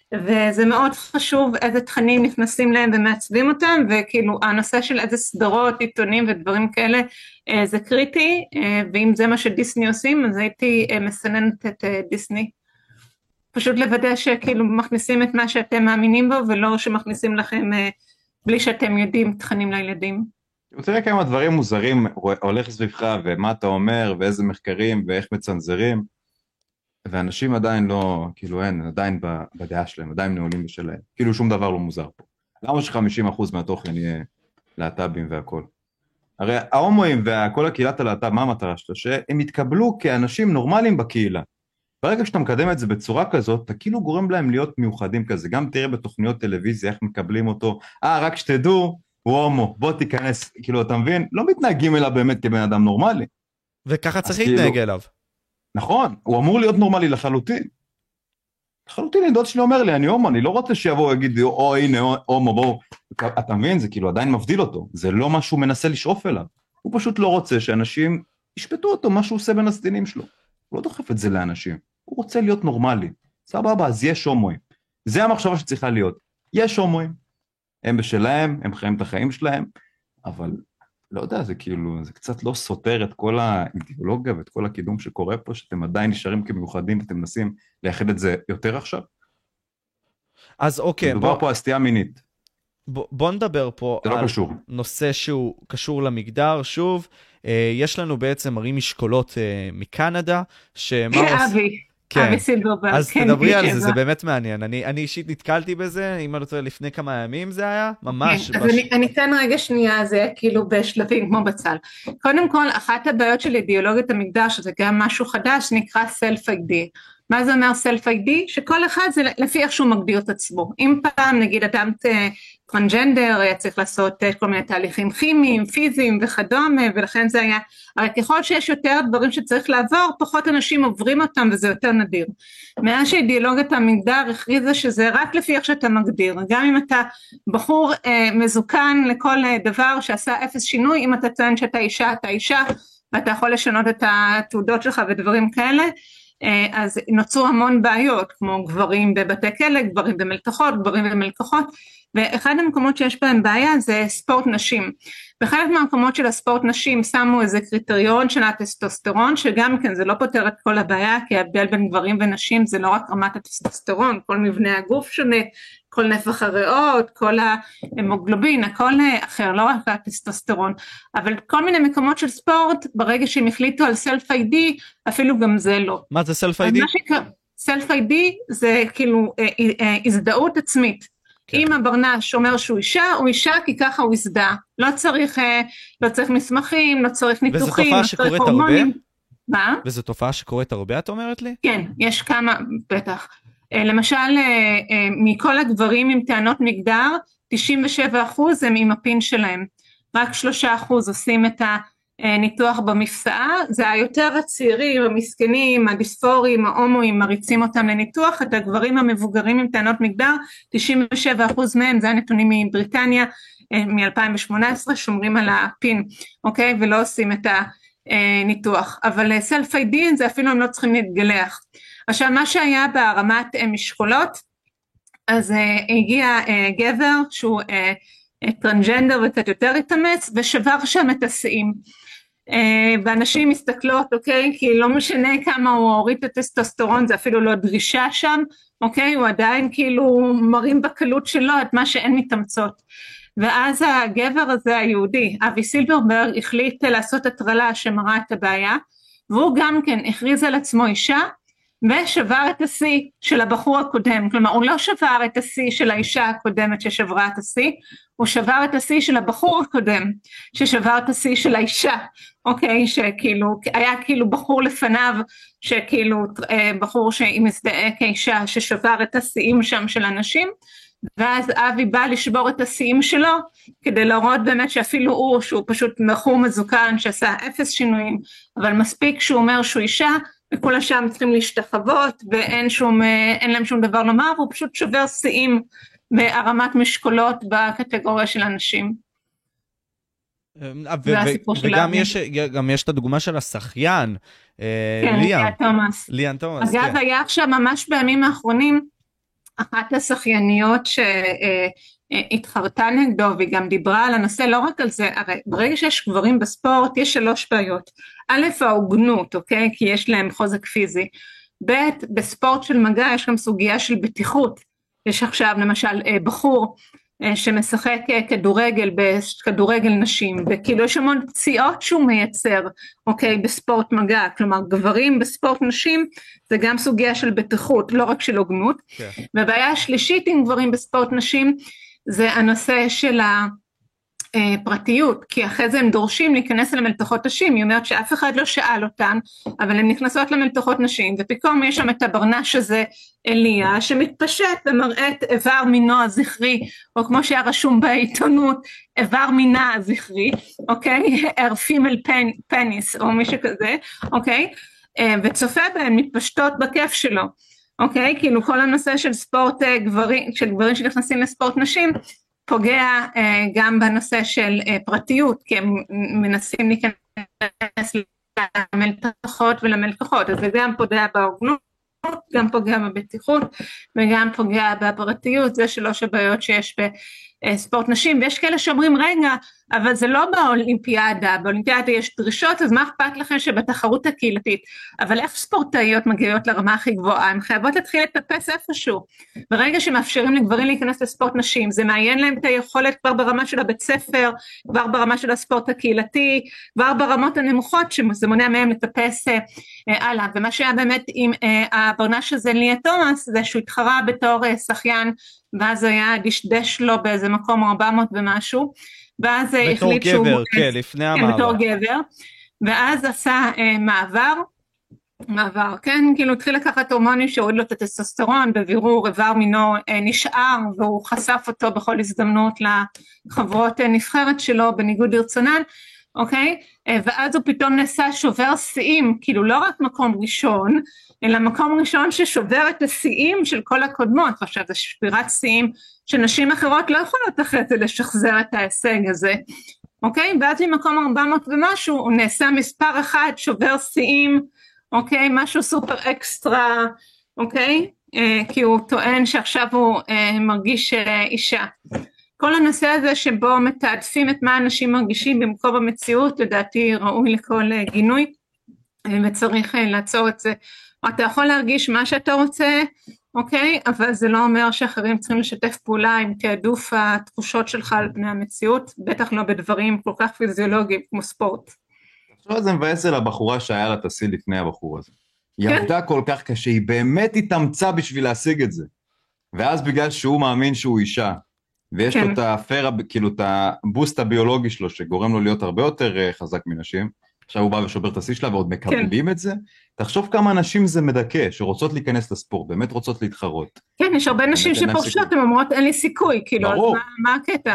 וזה מאוד חשוב איזה תכנים נכנסים להם ומעצבים אותם, וכאילו הנושא של איזה סדרות, עיתונים ודברים כאלה, זה קריטי, ואם זה מה שדיסני עושים, אז הייתי מסננת את דיסני. פשוט לוודא שכאילו מכניסים את מה שאתם מאמינים בו, ולא שמכניסים לכם בלי שאתם יודעים תכנים לילדים. תראה כמה דברים מוזרים הולך סביבך, ומה אתה אומר, ואיזה מחקרים, ואיך מצנזרים, ואנשים עדיין לא, כאילו אין, עדיין בדעה שלהם, עדיין נעולים בשלהם, כאילו שום דבר לא מוזר פה. למה ש50% מהתוכן יהיה להט"בים והכל? הרי ההומואים וכל הקהילת הלהט"ב, מה המטרה שלו? שהם יתקבלו כאנשים נורמליים בקהילה. ברגע שאתה מקדם את זה בצורה כזאת, אתה כאילו גורם להם להיות מיוחדים כזה. גם תראה בתוכניות טלוויזיה איך מקבלים אותו, רק שתדעו, הוא הומו, בוא תיכנס, כאילו אתה מבין? לא מתנהגים אליו באמת כבן אדם נורמלי. וככה צריך להתנהג אליו. נכון, הוא אמור להיות נורמלי לחלוטין. לחלוטין, דוד שלי אומר לי, אני הומו, אני לא רוצה שיבוא ויגיד, הנה, הומו, בואו. אתה מבין, זה כאילו עדיין מבדיל אותו. זה לא מה שהוא מנסה לשאוף אליו. הוא פשוט לא רוצה שאנשים ישפטו אותו, מה שהוא עושה בין הסדינים שלו. הוא לא דוחף את זה לאנשים. הוא רוצה להיות נורמלי. סבבה, אז יש הומואים. זה המחשבה שצריכה להיות. יש הומואים. הם בשלהם, הם חיים את החיים שלהם, אבל לא יודע, זה כאילו, זה קצת לא סותר את כל האידיאולוגיה ואת כל הקידום שקורה פה, שאתם עדיין נשארים כמיוחדים ואתם מנסים לייחד את זה יותר עכשיו. אז אוקיי. מדובר פה על סטייה מינית. בוא נדבר פה על נושא שהוא קשור למגדר, שוב, יש לנו בעצם ערים משקולות מקנדה, אבי. אבי סילברברג. אז תדברי על זה, זה באמת מעניין. אני אישית נתקלתי בזה, אם אני רוצה לפני כמה ימים זה היה, ממש. אז אני אתן רגע שנייה, זה כאילו בשלבים כמו בצל. קודם כל, אחת הבעיות של אידיאולוגיית המגדר, שזה גם משהו חדש, נקרא Self-ID. מה זה אומר Self-ID? שכל אחד זה לפי איך שהוא מגדיר את עצמו. אם פעם נגיד אדם טרנסג'נדר היה צריך לעשות כל מיני תהליכים כימיים, פיזיים וכדומה, ולכן זה היה, הרי ככל שיש יותר דברים שצריך לעבור, פחות אנשים עוברים אותם וזה יותר נדיר. מאז שאידיאולוגיית המגדר הכריזה שזה רק לפי איך שאתה מגדיר, גם אם אתה בחור מזוקן לכל דבר שעשה אפס שינוי, אם אתה טוען שאתה אישה, אתה אישה, ואתה יכול לשנות את התעודות שלך ודברים כאלה, אז נוצרו המון בעיות, כמו גברים בבתי כלא, גברים במלתחות, גברים במלתחות, ואחד המקומות שיש בהם בעיה זה ספורט נשים. בחלק מהמקומות של הספורט נשים שמו איזה קריטריון של הטסטוסטרון, שגם כן זה לא פותר את כל הבעיה, כי ההבדל בין גברים ונשים זה לא רק רמת הטסטוסטרון, כל מבנה הגוף שונה, כל נפח הריאות, כל ההמוגלובין, הכל אחר, לא רק הטסטוסטרון, אבל כל מיני מקומות של ספורט, ברגע שהם החליטו על Self-ID, אפילו גם זה לא. מה זה Self-ID? Self-ID זה כאילו הזדהות עצמית. כן. אם הברנש אומר שהוא אישה, הוא אישה כי ככה הוא הזדהה. לא צריך מסמכים, לא צריך ניתוחים, לא צריך הורמונים. מה? וזו תופעה שקורית הרבה, את אומרת לי? כן, יש כמה, בטח. למשל, מכל הגברים עם טענות מגדר, 97% הם עם הפין שלהם. רק 3% עושים את הניתוח במפסעה, זה היותר הצעירים, המסכנים, הדיספורים, ההומואים, מריצים אותם לניתוח, את הגברים המבוגרים עם טענות מגדר, 97% מהם, זה הנתונים מבריטניה, מ-2018, שומרים על הפין, אוקיי? ולא עושים את הניתוח. אבל Self-ID זה אפילו הם לא צריכים להתגלח. עכשיו, מה שהיה ברמת משקולות, אז הגיע גבר שהוא טרנסג'נדר וקצת יותר התאמץ, ושבר שם את השיאים. ואנשים מסתכלות, אוקיי, כי לא משנה כמה הוא הוריד את הטסטוסטרון, זה אפילו לא דרישה שם, אוקיי, הוא עדיין כאילו מרים בקלות שלו את מה שאין מתאמצות. ואז הגבר הזה היהודי, אבי סילברברג, החליט לעשות הטרלה שמראה את הבעיה, והוא גם כן הכריז על עצמו אישה, ושבר את השיא של הבחור הקודם, כלומר הוא לא שבר את השיא של האישה הקודמת ששברה את השיא, הוא שבר את השיא של הבחור הקודם, ששבר את השיא של האישה, אוקיי, שכאילו, היה כאילו בחור לפניו, שכאילו בחור שמזדהה כאישה, ששבר את השיאים שם של אנשים, ואז אבי בא לשבור את השיאים שלו, כדי להראות באמת שאפילו הוא, שהוא פשוט בחור מזוקן, שעשה 0 שינויים, אבל מספיק שהוא אומר שהוא אישה, וכל השאר צריכים להשתחוות, ואין להם שום דבר לומר, והוא פשוט שובר שיאים בהרמת משקולות בקטגוריה של אנשים. וגם יש את הדוגמה של השחיין, ליאן תומאס. ליאן תומאס, אגב, היה עכשיו ממש בימים האחרונים, אחת השחייניות שהתחרתה נגדו, והיא גם דיברה על הנושא, לא רק על זה, הרי ברגע שיש גברים בספורט, יש 3 בעיות. א', ההוגנות, אוקיי? כי יש להם חוזק פיזי. ב', בספורט של מגע יש גם סוגיה של בטיחות. יש עכשיו למשל בחור שמשחק כדורגל נשים, וכאילו יש המון פציעות שהוא מייצר, אוקיי, בספורט מגע, כלומר גברים בספורט נשים, זה גם סוגיה של בטיחות, לא רק של הוגנות. והבעיה השלישית עם גברים בספורט נשים, זה הנושא של הפרטיות, כי אחרי זה הם דורשים להיכנס למלתחות נשים, היא אומרת שאף אחד לא שאל אותן, אבל הן נכנסות למלתחות נשים, ופתאום יש שם את הברנש הזה, אליה, שמתפשט ומראה את איבר מינו הזכרי, או כמו שהיה רשום בעיתונות, איבר מינה הזכרי, אוקיי? female penis, או מישהו כזה, אוקיי? וצופה בהן מתפשטות בכיף שלו, אוקיי? כאילו כל הנושא של ספורט גברים, של גברים שנכנסים לספורט נשים, פוגע גם בנושא של פרטיות, כי הם מנסים להיכנס למלתחות ולמלתחות, אז זה גם פוגע בהוגנות, גם פוגע בבטיחות, וגם פוגע בפרטיות, זה 3 הבעיות שיש בספורט נשים, ויש כאלה שאומרים, רגע, אבל זה לא באולימפיאדה, באולימפיאדה יש דרישות, אז מה אכפת לכם שבתחרות הקהילתית, אבל איך ספורטאיות מגיעות לרמה הכי גבוהה, הן חייבות להתחיל לטפס איפשהו, ברגע שמאפשרים לגברים להיכנס לספורט נשים, זה מעיין להם את היכולת כבר ברמה של הבית ספר, כבר ברמה של הספורט הקהילתי, כבר ברמות הנמוכות, שזה מונע מהם לטפס הלאה, ומה שהיה באמת עם הברנש הזה ליה תומאס, זה שהוא התחרה בתור שחיין, ואז היה דשדש לו באיזה מקום 400 ומשהו, ואז החליט שהוא... בתור גבר, כן, לפני המעבר. בתור גבר, ואז עשה מעבר, כן, כאילו התחיל לקחת הורמונים שהוריד לו את הטסטוסטרון, בבירור איבר מינו נשאר, והוא חשף אותו בכל הזדמנות לחברות נבחרת שלו, בניגוד לרצונן, אוקיי? ואז הוא פתאום נעשה שובר שיאים, כאילו לא רק מקום ראשון, אלא מקום ראשון ששובר את השיאים של כל הקודמות, ועכשיו זה שבירת שיאים שנשים אחרות לא יכולות אחרי זה לשחזר את ההישג הזה, אוקיי? ואז ממקום 400 ומשהו, הוא נעשה מספר 1, שובר שיאים, אוקיי? משהו סופר אקסטרה, אוקיי? כי הוא טוען שעכשיו הוא מרגיש אישה. כל הנושא הזה שבו מתעדפים את מה אנשים מרגישים במקום המציאות, לדעתי ראוי לכל גינוי, וצריך לעצור את זה. אתה יכול להרגיש מה שאתה רוצה, אוקיי? אבל זה לא אומר שאחרים צריכים לשתף פעולה עם תעדוף התחושות שלך על פני המציאות, בטח לא בדברים כל כך פיזיולוגיים כמו ספורט. עכשיו זה מבאס על הבחורה שהיה לה תסיל לפני הבחור הזה. היא עבדה כל כך קשה, היא באמת התאמצה בשביל להשיג את זה. ואז בגלל שהוא מאמין שהוא אישה, ויש לו את האפרה, כאילו את הבוסט הביולוגי שלו, שגורם לו להיות הרבה יותר חזק מנשים, עכשיו הוא בא ושובר את השיא שלה, ועוד מקבלים את זה, תחשוב כמה נשים זה מדכא, שרוצות להיכנס לספורט, באמת רוצות להתחרות. כן, יש הרבה נשים שפורשות, הן אומרות, אין לי סיכוי, כאילו, אז מה הקטע?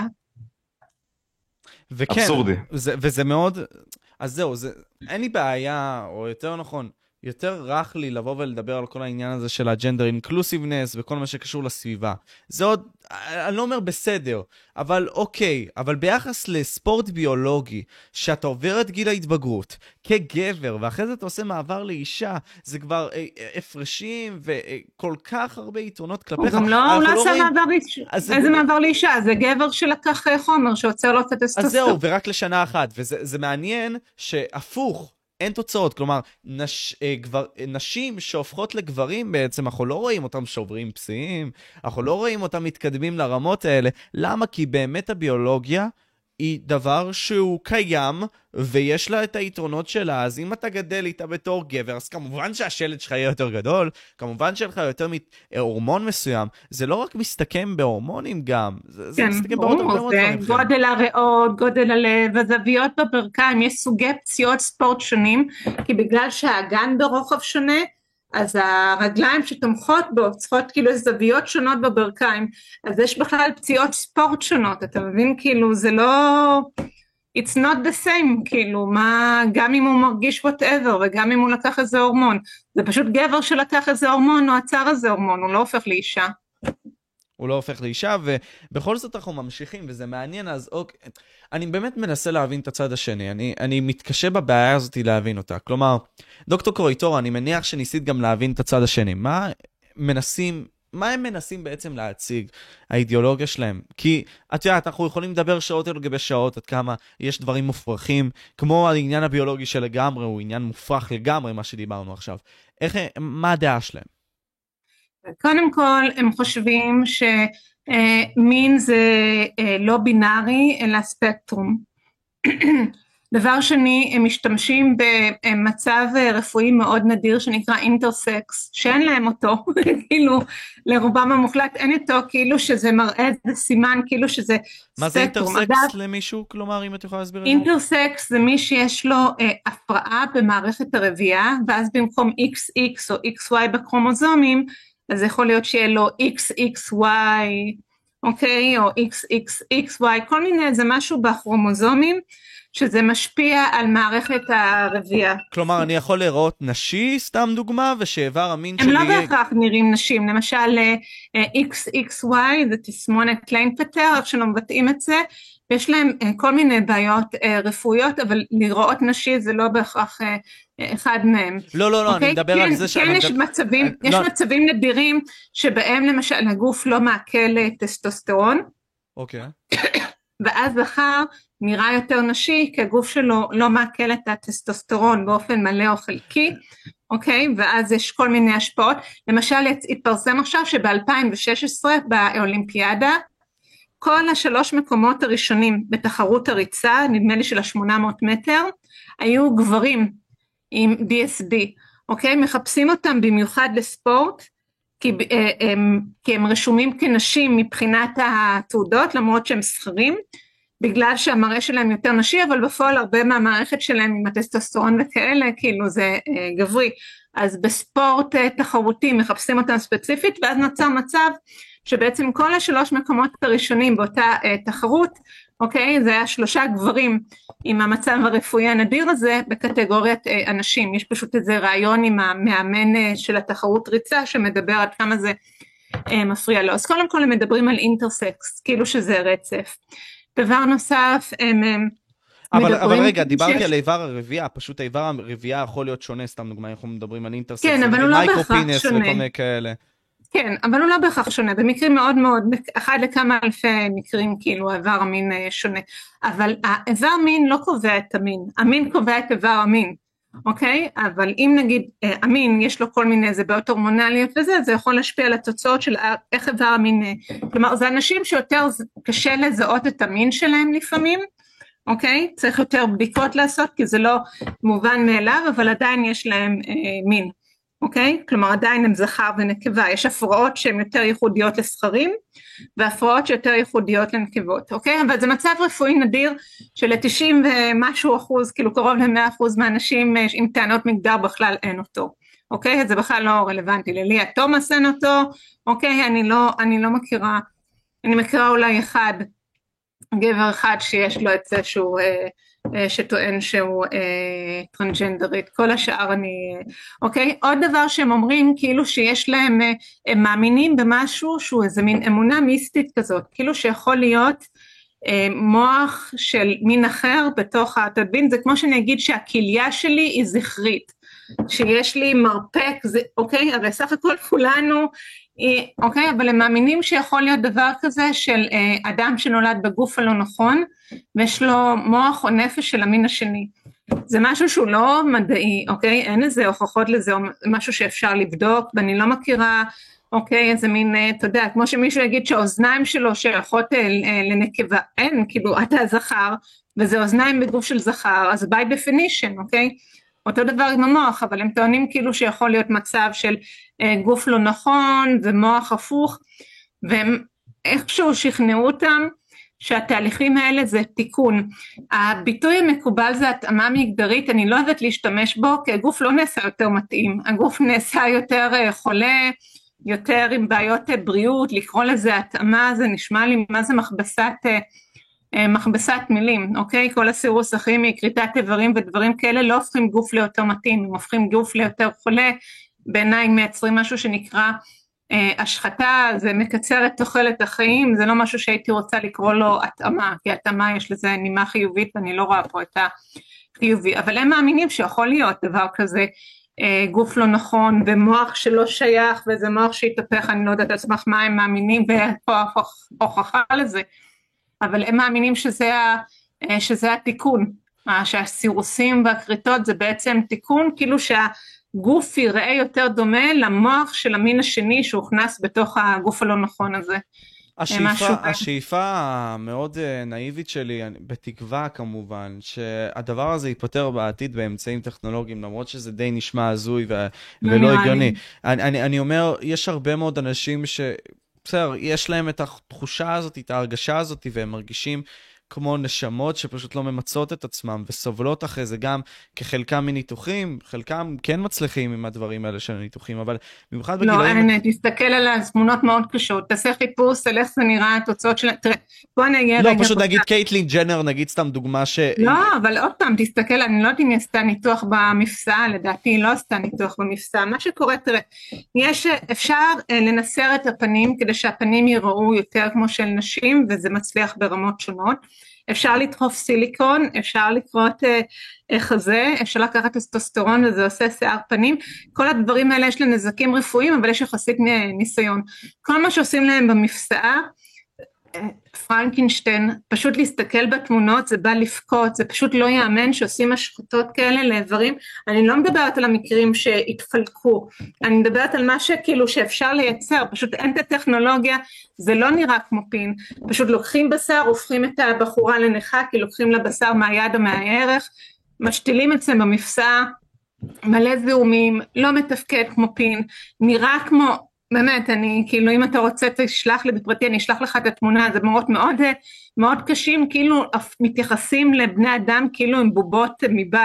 אבסורדי. וזה מאוד, אז זהו, אין לי בעיה, או יותר נכון, יותר רך לי לבוא ולדבר על כל העניין הזה של הג'נדר אינקלוסיבנס וכל מה שקשור לסביבה. זה עוד, אני לא אומר בסדר, אבל אוקיי, אבל ביחס לספורט ביולוגי, שאתה עובר את גיל ההתבגרות כגבר, ואחרי זה אתה עושה מעבר לאישה, זה כבר הפרשים וכל כך הרבה יתרונות כלפיך. הוא גם לא עושה מעבר לאישה. איזה מעבר לאישה? זה גבר שלקח חומר שעוצר לו את הטסטוסטרון. אז זהו, ורק לשנה אחת, וזה מעניין שהפוך, אין תוצאות, כלומר, נשים שהופכות לגברים בעצם, אנחנו לא רואים אותם שוברים פסיעים, אנחנו לא רואים אותם מתקדמים לרמות האלה, למה? כי באמת הביולוגיה היא דבר שהוא קיים, ויש לה את היתרונות שלה, אז אם אתה גדל איתה בתור גבר, אז כמובן שהשלד שלך יהיה יותר גדול, כמובן שלך יותר הורמון מסוים, זה לא רק מסתכם בהורמונים גם, זה מסתכם בעוד הרבה דברים. גודל הריאות, גודל הלב, הזוויות בברכיים, יש סוגי פציעות ספורט שונים, כי בגלל שהאגן ברוחב שונה, אז הרגליים שתומכות בו, צריכות כאילו זוויות שונות בברכיים, אז יש בכלל פציעות ספורט שונות, אתה מבין? כאילו זה לא, it's not the same, כאילו מה, גם אם הוא מרגיש whatever, וגם אם הוא לקח איזה הורמון, זה פשוט גבר שלקח איזה הורמון, או עצר איזה הורמון, הוא לא הופך לאישה. הוא לא הופך לאישה, ובכל זאת אנחנו ממשיכים, וזה מעניין, אז אוקיי, אני באמת מנסה להבין את הצד השני, אני מתקשה בבעיה הזאת להבין אותה, כלומר, דוקטור קרויטורה, אני מניח שניסית גם להבין את הצד השני, מה מנסים מה הם מנסים בעצם להציג, האידיאולוגיה שלהם? כי את יודעת, אנחנו יכולים לדבר שעות על גבי שעות, עד כמה יש דברים מופרכים, כמו העניין הביולוגי שלגמרי, הוא עניין מופרך לגמרי, מה שדיברנו עכשיו. מה הדעה שלהם? קודם כל, הם חושבים שמין זה לא בינארי, אלא ספקטרום. דבר שני, הם משתמשים במצב רפואי מאוד נדיר שנקרא אינטרסקס, שאין להם אותו, כאילו לרובם המוחלט אין אותו, כאילו שזה מראה, זה סימן, כאילו שזה מה זה אינטרסקס למישהו? כלומר, אם את יכולה להסביר? אינטרסקס זה מי שיש לו הפרעה במערכת הרבייה, ואז במקום XX או XY בקרומוזומים, אז זה יכול להיות שיהיה לו XXY, אוקיי, או XXXY, כל מיני, זה משהו בכרומוזומים, שזה משפיע על מערכת הרבייה. כלומר, אני יכול לראות נשי, סתם דוגמה, ושאיבר המין שלי... הם לא בהכרח נראים נשים, למשל XXY, זה תסמונת קליינפטר, איך שלא מבטאים את זה, ויש להם כל מיני בעיות רפואיות, אבל לראות נשי זה לא בהכרח אחד מהם. לא, אני מדבר על זה... כן, יש מצבים נדירים, שבהם למשל הגוף לא מעכל טסטוסטרון, אוקיי. ואז זכר נראה יותר נשי, כי הגוף שלו לא מעכל את הטסטוסטרון באופן מלא או חלקי, אוקיי? ואז יש כל מיני השפעות. למשל, התפרסם עכשיו שב-2016 באולימפיאדה, כל 3 מקומות הראשונים בתחרות הריצה, נדמה לי של 800 מטר, היו גברים עם DSD, אוקיי? מחפשים אותם במיוחד לספורט, כי הם רשומים כנשים מבחינת התעודות, למרות שהם שכרים, בגלל שהמראה שלהם יותר נשי, אבל בפועל הרבה מהמערכת שלהם עם הטסטוסטרון וכאלה, כאילו זה גברי. אז בספורט תחרותי מחפשים אותם ספציפית, ואז נוצר מצב שבעצם כל 3 מקומות הראשונים באותה תחרות, אוקיי, זה היה 3 גברים עם המצב הרפואי הנדיר הזה בקטגוריית אנשים. יש פשוט איזה רעיון עם המאמן של התחרות ריצה שמדבר עד כמה זה מפריע לו. אז קודם כל הם מדברים על אינטרסקס, כאילו שזה רצף. דבר נוסף, הם אבל רגע, דיברתי על איבר הרבייה, פשוט האיבר הרבייה יכול להיות שונה, סתם דוגמה, אנחנו מדברים על אינטרסקס, כן, אבל הוא לא בהכרח שונה. כן, אבל הוא לא בהכרח שונה, במקרים מאוד מאוד, אחד לכמה אלפי מקרים, כאילו, האיבר המין שונה, אבל האיבר המין לא קובע את המין, המין קובע את איבר המין, אוקיי? אבל אם נגיד, המין, יש לו כל מיני, זה בעיות הורמונליות וזה, זה יכול להשפיע על התוצאות של איך איבר המין, כלומר, זה אנשים שיותר קשה לזהות את המין שלהם לפעמים, אוקיי? צריך יותר בדיקות לעשות, כי זה לא מובן מאליו, אבל עדיין יש להם מין. אוקיי? כלומר עדיין הם זכר ונקבה, יש הפרעות שהן יותר ייחודיות לזכרים, והפרעות שיותר ייחודיות לנקבות, אוקיי? אבל זה מצב רפואי נדיר, של-90 ומשהו אחוז, כאילו קרוב ל100% מהאנשים עם טענות מגדר בכלל אין אותו, אוקיי? זה בכלל לא רלוונטי, לליה תומאס אין אותו, אוקיי? אני לא מכירה, אני מכירה אולי גבר אחד שיש לו את זה שהוא... שטוען שהוא טרנסג'נדרית, כל השאר אוקיי, עוד דבר שהם אומרים, כאילו שיש להם, הם מאמינים במשהו שהוא איזה מין אמונה מיסטית כזאת, כאילו שיכול להיות מוח של מין אחר בתוך התדבין, זה כמו שאני אגיד שהכליה שלי היא זכרית, שיש לי מרפק, אוקיי, הרי סך הכל כולנו, אוקיי, אבל הם מאמינים שיכול להיות דבר כזה של אדם שנולד בגוף הלא נכון, ויש לו מוח או נפש של המין השני. זה משהו שהוא לא מדעי, אוקיי, אין איזה הוכחות לזה, או משהו שאפשר לבדוק, ואני לא מכירה, אוקיי, איזה מין, אתה יודע, כמו שמישהו יגיד שהאוזניים שלו שייכות לנקבה, אין, כאילו, אתה זכר, וזה אוזניים בגוף של זכר, אז by definition, אוקיי, אותו דבר עם המוח, אבל הם טוענים כאילו שיכול להיות מצב של גוף לא נכון ומוח הפוך, והם איכשהו שכנעו אותם שהתהליכים האלה זה תיקון. הביטוי המקובל זה התאמה מגדרית, אני לא אוהבת להשתמש בו, כי הגוף לא נעשה יותר מתאים, הגוף נעשה יותר חולה, יותר עם בעיות בריאות, לקרוא לזה התאמה, זה נשמע לי מה זה מכבסת מילים, אוקיי? כל הסירוס הכימי, כריתת איברים ודברים כאלה לא הופכים גוף ליותר מתאים, הם הופכים גוף ליותר חולה, בעיניי מייצרים משהו שנקרא השחתה, זה מקצר את תוחלת החיים, זה לא משהו שהייתי רוצה לקרוא לו התאמה, כי התאמה יש לזה נימה חיובית ואני לא רואה פה את החיובי, אבל הם מאמינים שיכול להיות דבר כזה גוף לא נכון ומוח שלא שייך וזה מוח שהתהפך, אני לא יודעת על סמך מה הם מאמינים ופה הוכחה לזה, אבל הם מאמינים שזה התיקון, שהסירוסים והקריטות זה בעצם תיקון, כאילו שהגוף יראה יותר דומה למוח של המין השני שהוכנס בתוך הגוף הלא נכון הזה. השאיפה המאוד נאיבית שלי, בתקווה כמובן, שהדבר הזה ייפטר בעתיד באמצעים טכנולוגיים, למרות שזה די נשמע הזוי ולא הגיוני. אני אומר, יש הרבה מאוד אנשים בסדר, יש להם את התחושה הזאת, את ההרגשה הזאת, והם מרגישים כמו נשמות שפשוט לא ממצות את עצמם, וסובלות אחרי זה גם כחלקם מניתוחים, חלקם כן מצליחים עם הדברים האלה של הניתוחים, אבל במיוחד בגילאים... לא, תסתכל על התמונות מאוד קשות, תעשה חיפוש, על איך זה נראה, התוצאות של... תראה, בוא נגיע רגע... לא, פשוט נגיד קייטלין ג'נר, נגיד סתם דוגמה ש... לא, אבל עוד פעם, תסתכל, אני לא יודעת אם היא עשתה ניתוח במפסע, לדעתי היא לא עשתה ניתוח במפסע, מה שקורה, תראה, אפשר לנסר את הפנים, כדי שהפנים ייראו יותר כמו של נשים, וזה מצליח ברמות שונות, אפשר לדחוף סיליקון, אפשר לקרות חזה, אפשר לקחת טסטוסטרון וזה עושה שיער פנים, כל הדברים האלה יש להם נזקים רפואיים, אבל יש יחסית ניסיון. כל מה שעושים להם במפסעה, פרנקינשטיין, פשוט להסתכל בתמונות, זה בא לפקות, זה פשוט לא יאמן שעושים השחתות כאלה לאיברים, אני לא מדברת על המקרים שהתפלקו, אני מדברת על מה שכאילו שאפשר לייצר, פשוט אין את הטכנולוגיה, זה לא נראה כמו פין, פשוט לוקחים בשר, הופכים את הבחורה לנכה, כי לוקחים לה בשר מהיד או מהערך, משתילים את זה במפסע, מלא זיהומים, לא מתפקד כמו פין, נראה כמו... באמת, אני, כאילו, אם אתה רוצה, תשלח לי בפרטי, אני אשלח לך את התמונה, זה מאוד מאוד, מאוד קשים, כאילו, מתייחסים לבני אדם, כאילו, עם בובות מבעד,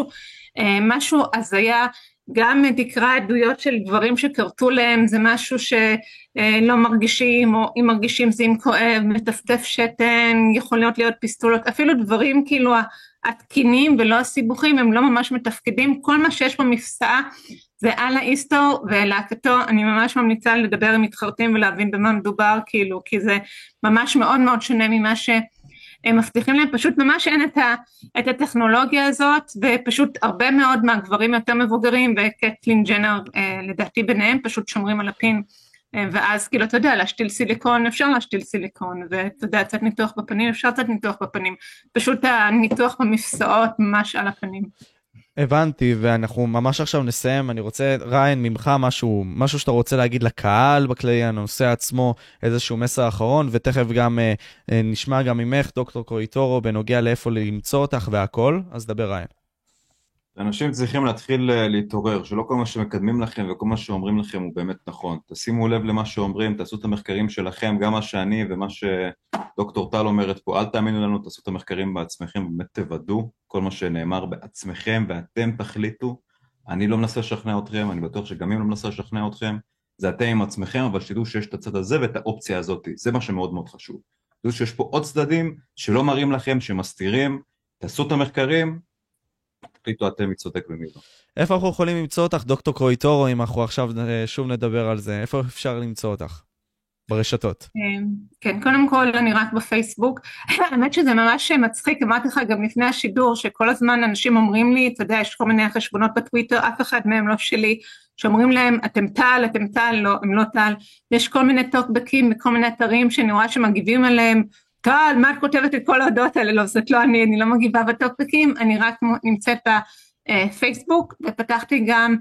משהו הזיה, גם תקרא עדויות של דברים שקרתו להם, זה משהו שלא מרגישים, או אם מרגישים זה עם כואב, מטפטף שתן, יכולות להיות פיסטולות, אפילו דברים, כאילו, התקינים ולא הסיבוכים, הם לא ממש מתפקדים, כל מה שיש במפסעה, זה על האיסטור ולהקתו, אני ממש ממליצה לדבר עם מתחרטים ולהבין במה מדובר, כאילו, כי זה ממש מאוד מאוד שונה ממה שהם מבטיחים להם, פשוט ממש אין את הטכנולוגיה הזאת, ופשוט הרבה מאוד מהגברים יותר מבוגרים, וקייטלין ג'נר לדעתי ביניהם, פשוט שומרים על הפין, ואז כאילו אתה יודע, להשתיל סיליקון, אפשר להשתיל סיליקון, ואתה יודע, קצת ניתוח בפנים, אפשר קצת ניתוח בפנים, פשוט הניתוח במפסעות ממש על הפנים. הבנתי, ואנחנו ממש עכשיו נסיים, אני רוצה, ריין, ממך משהו שאתה רוצה להגיד לקהל בכלי, הנושא עצמו, איזשהו מסר אחרון, ותכף גם נשמע גם ממך, דוקטור קרויטורו, בנוגע לאיפה למצוא אותך והכל, אז דבר ריין. אנשים צריכים להתחיל להתעורר, שלא כל מה שמקדמים לכם וכל מה שאומרים לכם הוא באמת נכון. תשימו לב למה שאומרים, תעשו את המחקרים שלכם, גם מה שאני ומה שדוקטור טל אומרת פה, אל תאמינו לנו, תעשו את המחקרים בעצמכם, באמת תוודאו כל מה שנאמר בעצמכם, ואתם תחליטו. אני לא מנסה לשכנע אתכם, אני בטוח שגם אם לא מנסה לשכנע אתכם, זה אתם עם עצמכם, אבל שתדעו שיש את הצד הזה ואת האופציה הזאת, זה מה שמאוד מאוד חשוב. תדעו שיש פה עוד צדדים שלא מראים לכם, שמסתירים, תעשו את המחקרים, תחליטו אתם מי צודק ומי לא. איפה אנחנו יכולים למצוא אותך, דוקטור קרויטורו, אם אנחנו עכשיו שוב נדבר על זה? איפה אפשר למצוא אותך? ברשתות. כן, קודם כל אני רק בפייסבוק. האמת שזה ממש מצחיק, אמרתי לך גם לפני השידור, שכל הזמן אנשים אומרים לי, אתה יודע, יש כל מיני חשבונות בטוויטר, אף אחד מהם לא שלי, שאומרים להם, אתם טל, לא, הם לא טל. יש כל מיני טוקבקים וכל מיני אתרים שאני רואה שמגיבים עליהם, טל, מה את כותבת את כל ההודעות האלה? לא, זאת לא אני לא מגיבה בטוקבקים, אני רק נמצאת בפייסבוק, ופתחתי גם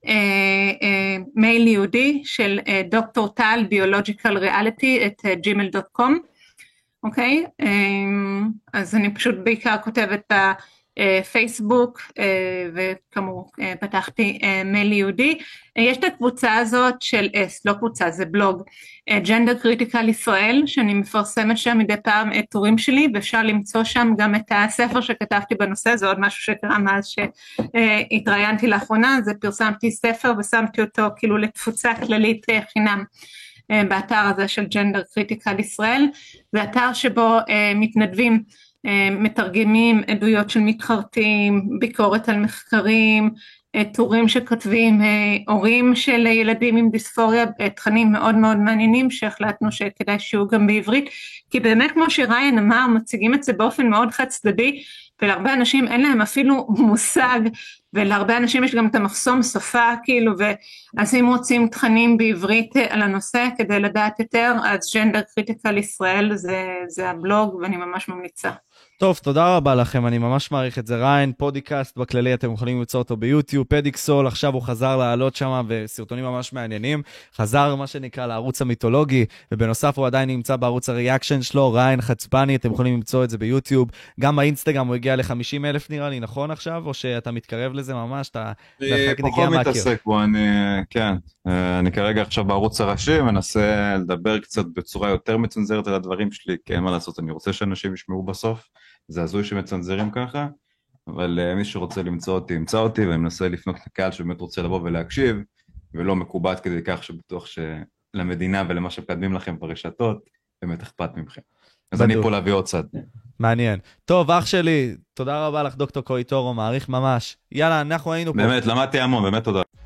מייל יהודי של דוקטור טל, ביולוג'יקל ריאליטי, את gmail.com, אוקיי? אז אני פשוט בעיקר כותבת בפייסבוק, וכאמור פתחתי מייל יהודי. יש את הקבוצה הזאת של, לא קבוצה, זה בלוג, ג'נדר קריטיקל ישראל, שאני מפרסמת שם מדי פעם את טורים שלי, ואפשר למצוא שם גם את הספר שכתבתי בנושא, זה עוד משהו שקרה מאז שהתראיינתי לאחרונה, זה פרסמתי ספר ושמתי אותו כאילו לתפוצה כללית חינם, באתר הזה של ג'נדר קריטיקל ישראל, זה אתר שבו מתנדבים, מתרגמים עדויות של מתחרטים, ביקורת על מחקרים, טורים שכותבים הורים של ילדים עם דיספוריה, תכנים מאוד מאוד מעניינים שהחלטנו שכדאי שיהיו גם בעברית, כי באמת כמו שריין אמר, מציגים את זה באופן מאוד חד צדדי, ולהרבה אנשים אין להם אפילו מושג, ולהרבה אנשים יש גם את המחסום שפה, כאילו, ואז אם רוצים תכנים בעברית על הנושא כדי לדעת יותר, אז ג'נדר קריטיקל ישראל זה הבלוג, ואני ממש ממליצה. טוב, תודה רבה לכם, אני ממש מעריך את זה. ריין, פודקאסט בכללי, אתם יכולים למצוא אותו ביוטיוב, פדיקסול, עכשיו הוא חזר לעלות שם, וסרטונים ממש מעניינים, חזר מה שנקרא לערוץ המיתולוגי, ובנוסף הוא עדיין נמצא בערוץ הריאקשן שלו, ריין חצבני, אתם יכולים למצוא את זה ביוטיוב, גם באינסטגרם הוא הגיע ל50,000 נראה לי, נכון עכשיו, או שאתה מתקרב לזה ממש, אתה פחות מתעסק בו, כן, אני כרגע עכשיו בערוץ הראשי, מנסה לדבר קצת בצורה יותר מצונזרת על הדברים שלי, כי אין מה לעשות, אני רוצה שאנשים ישמעו בסוף, זה הזוי שמצנזרים ככה, אבל מי שרוצה למצוא אותי, ימצא אותי, ואני מנסה לפנות לקהל שבאמת רוצה לבוא ולהקשיב, ולא מקובעת כדי כך שבטוח שלמדינה ולמה שמקדמים לכם ברשתות, באמת אכפת ממכם. אז אני פה להביא עוד צד. מעניין. טוב, אח שלי, תודה רבה לך דוקטור קויטורו, מעריך ממש. יאללה, אנחנו היינו פה. באמת, למדתי המון, באמת תודה.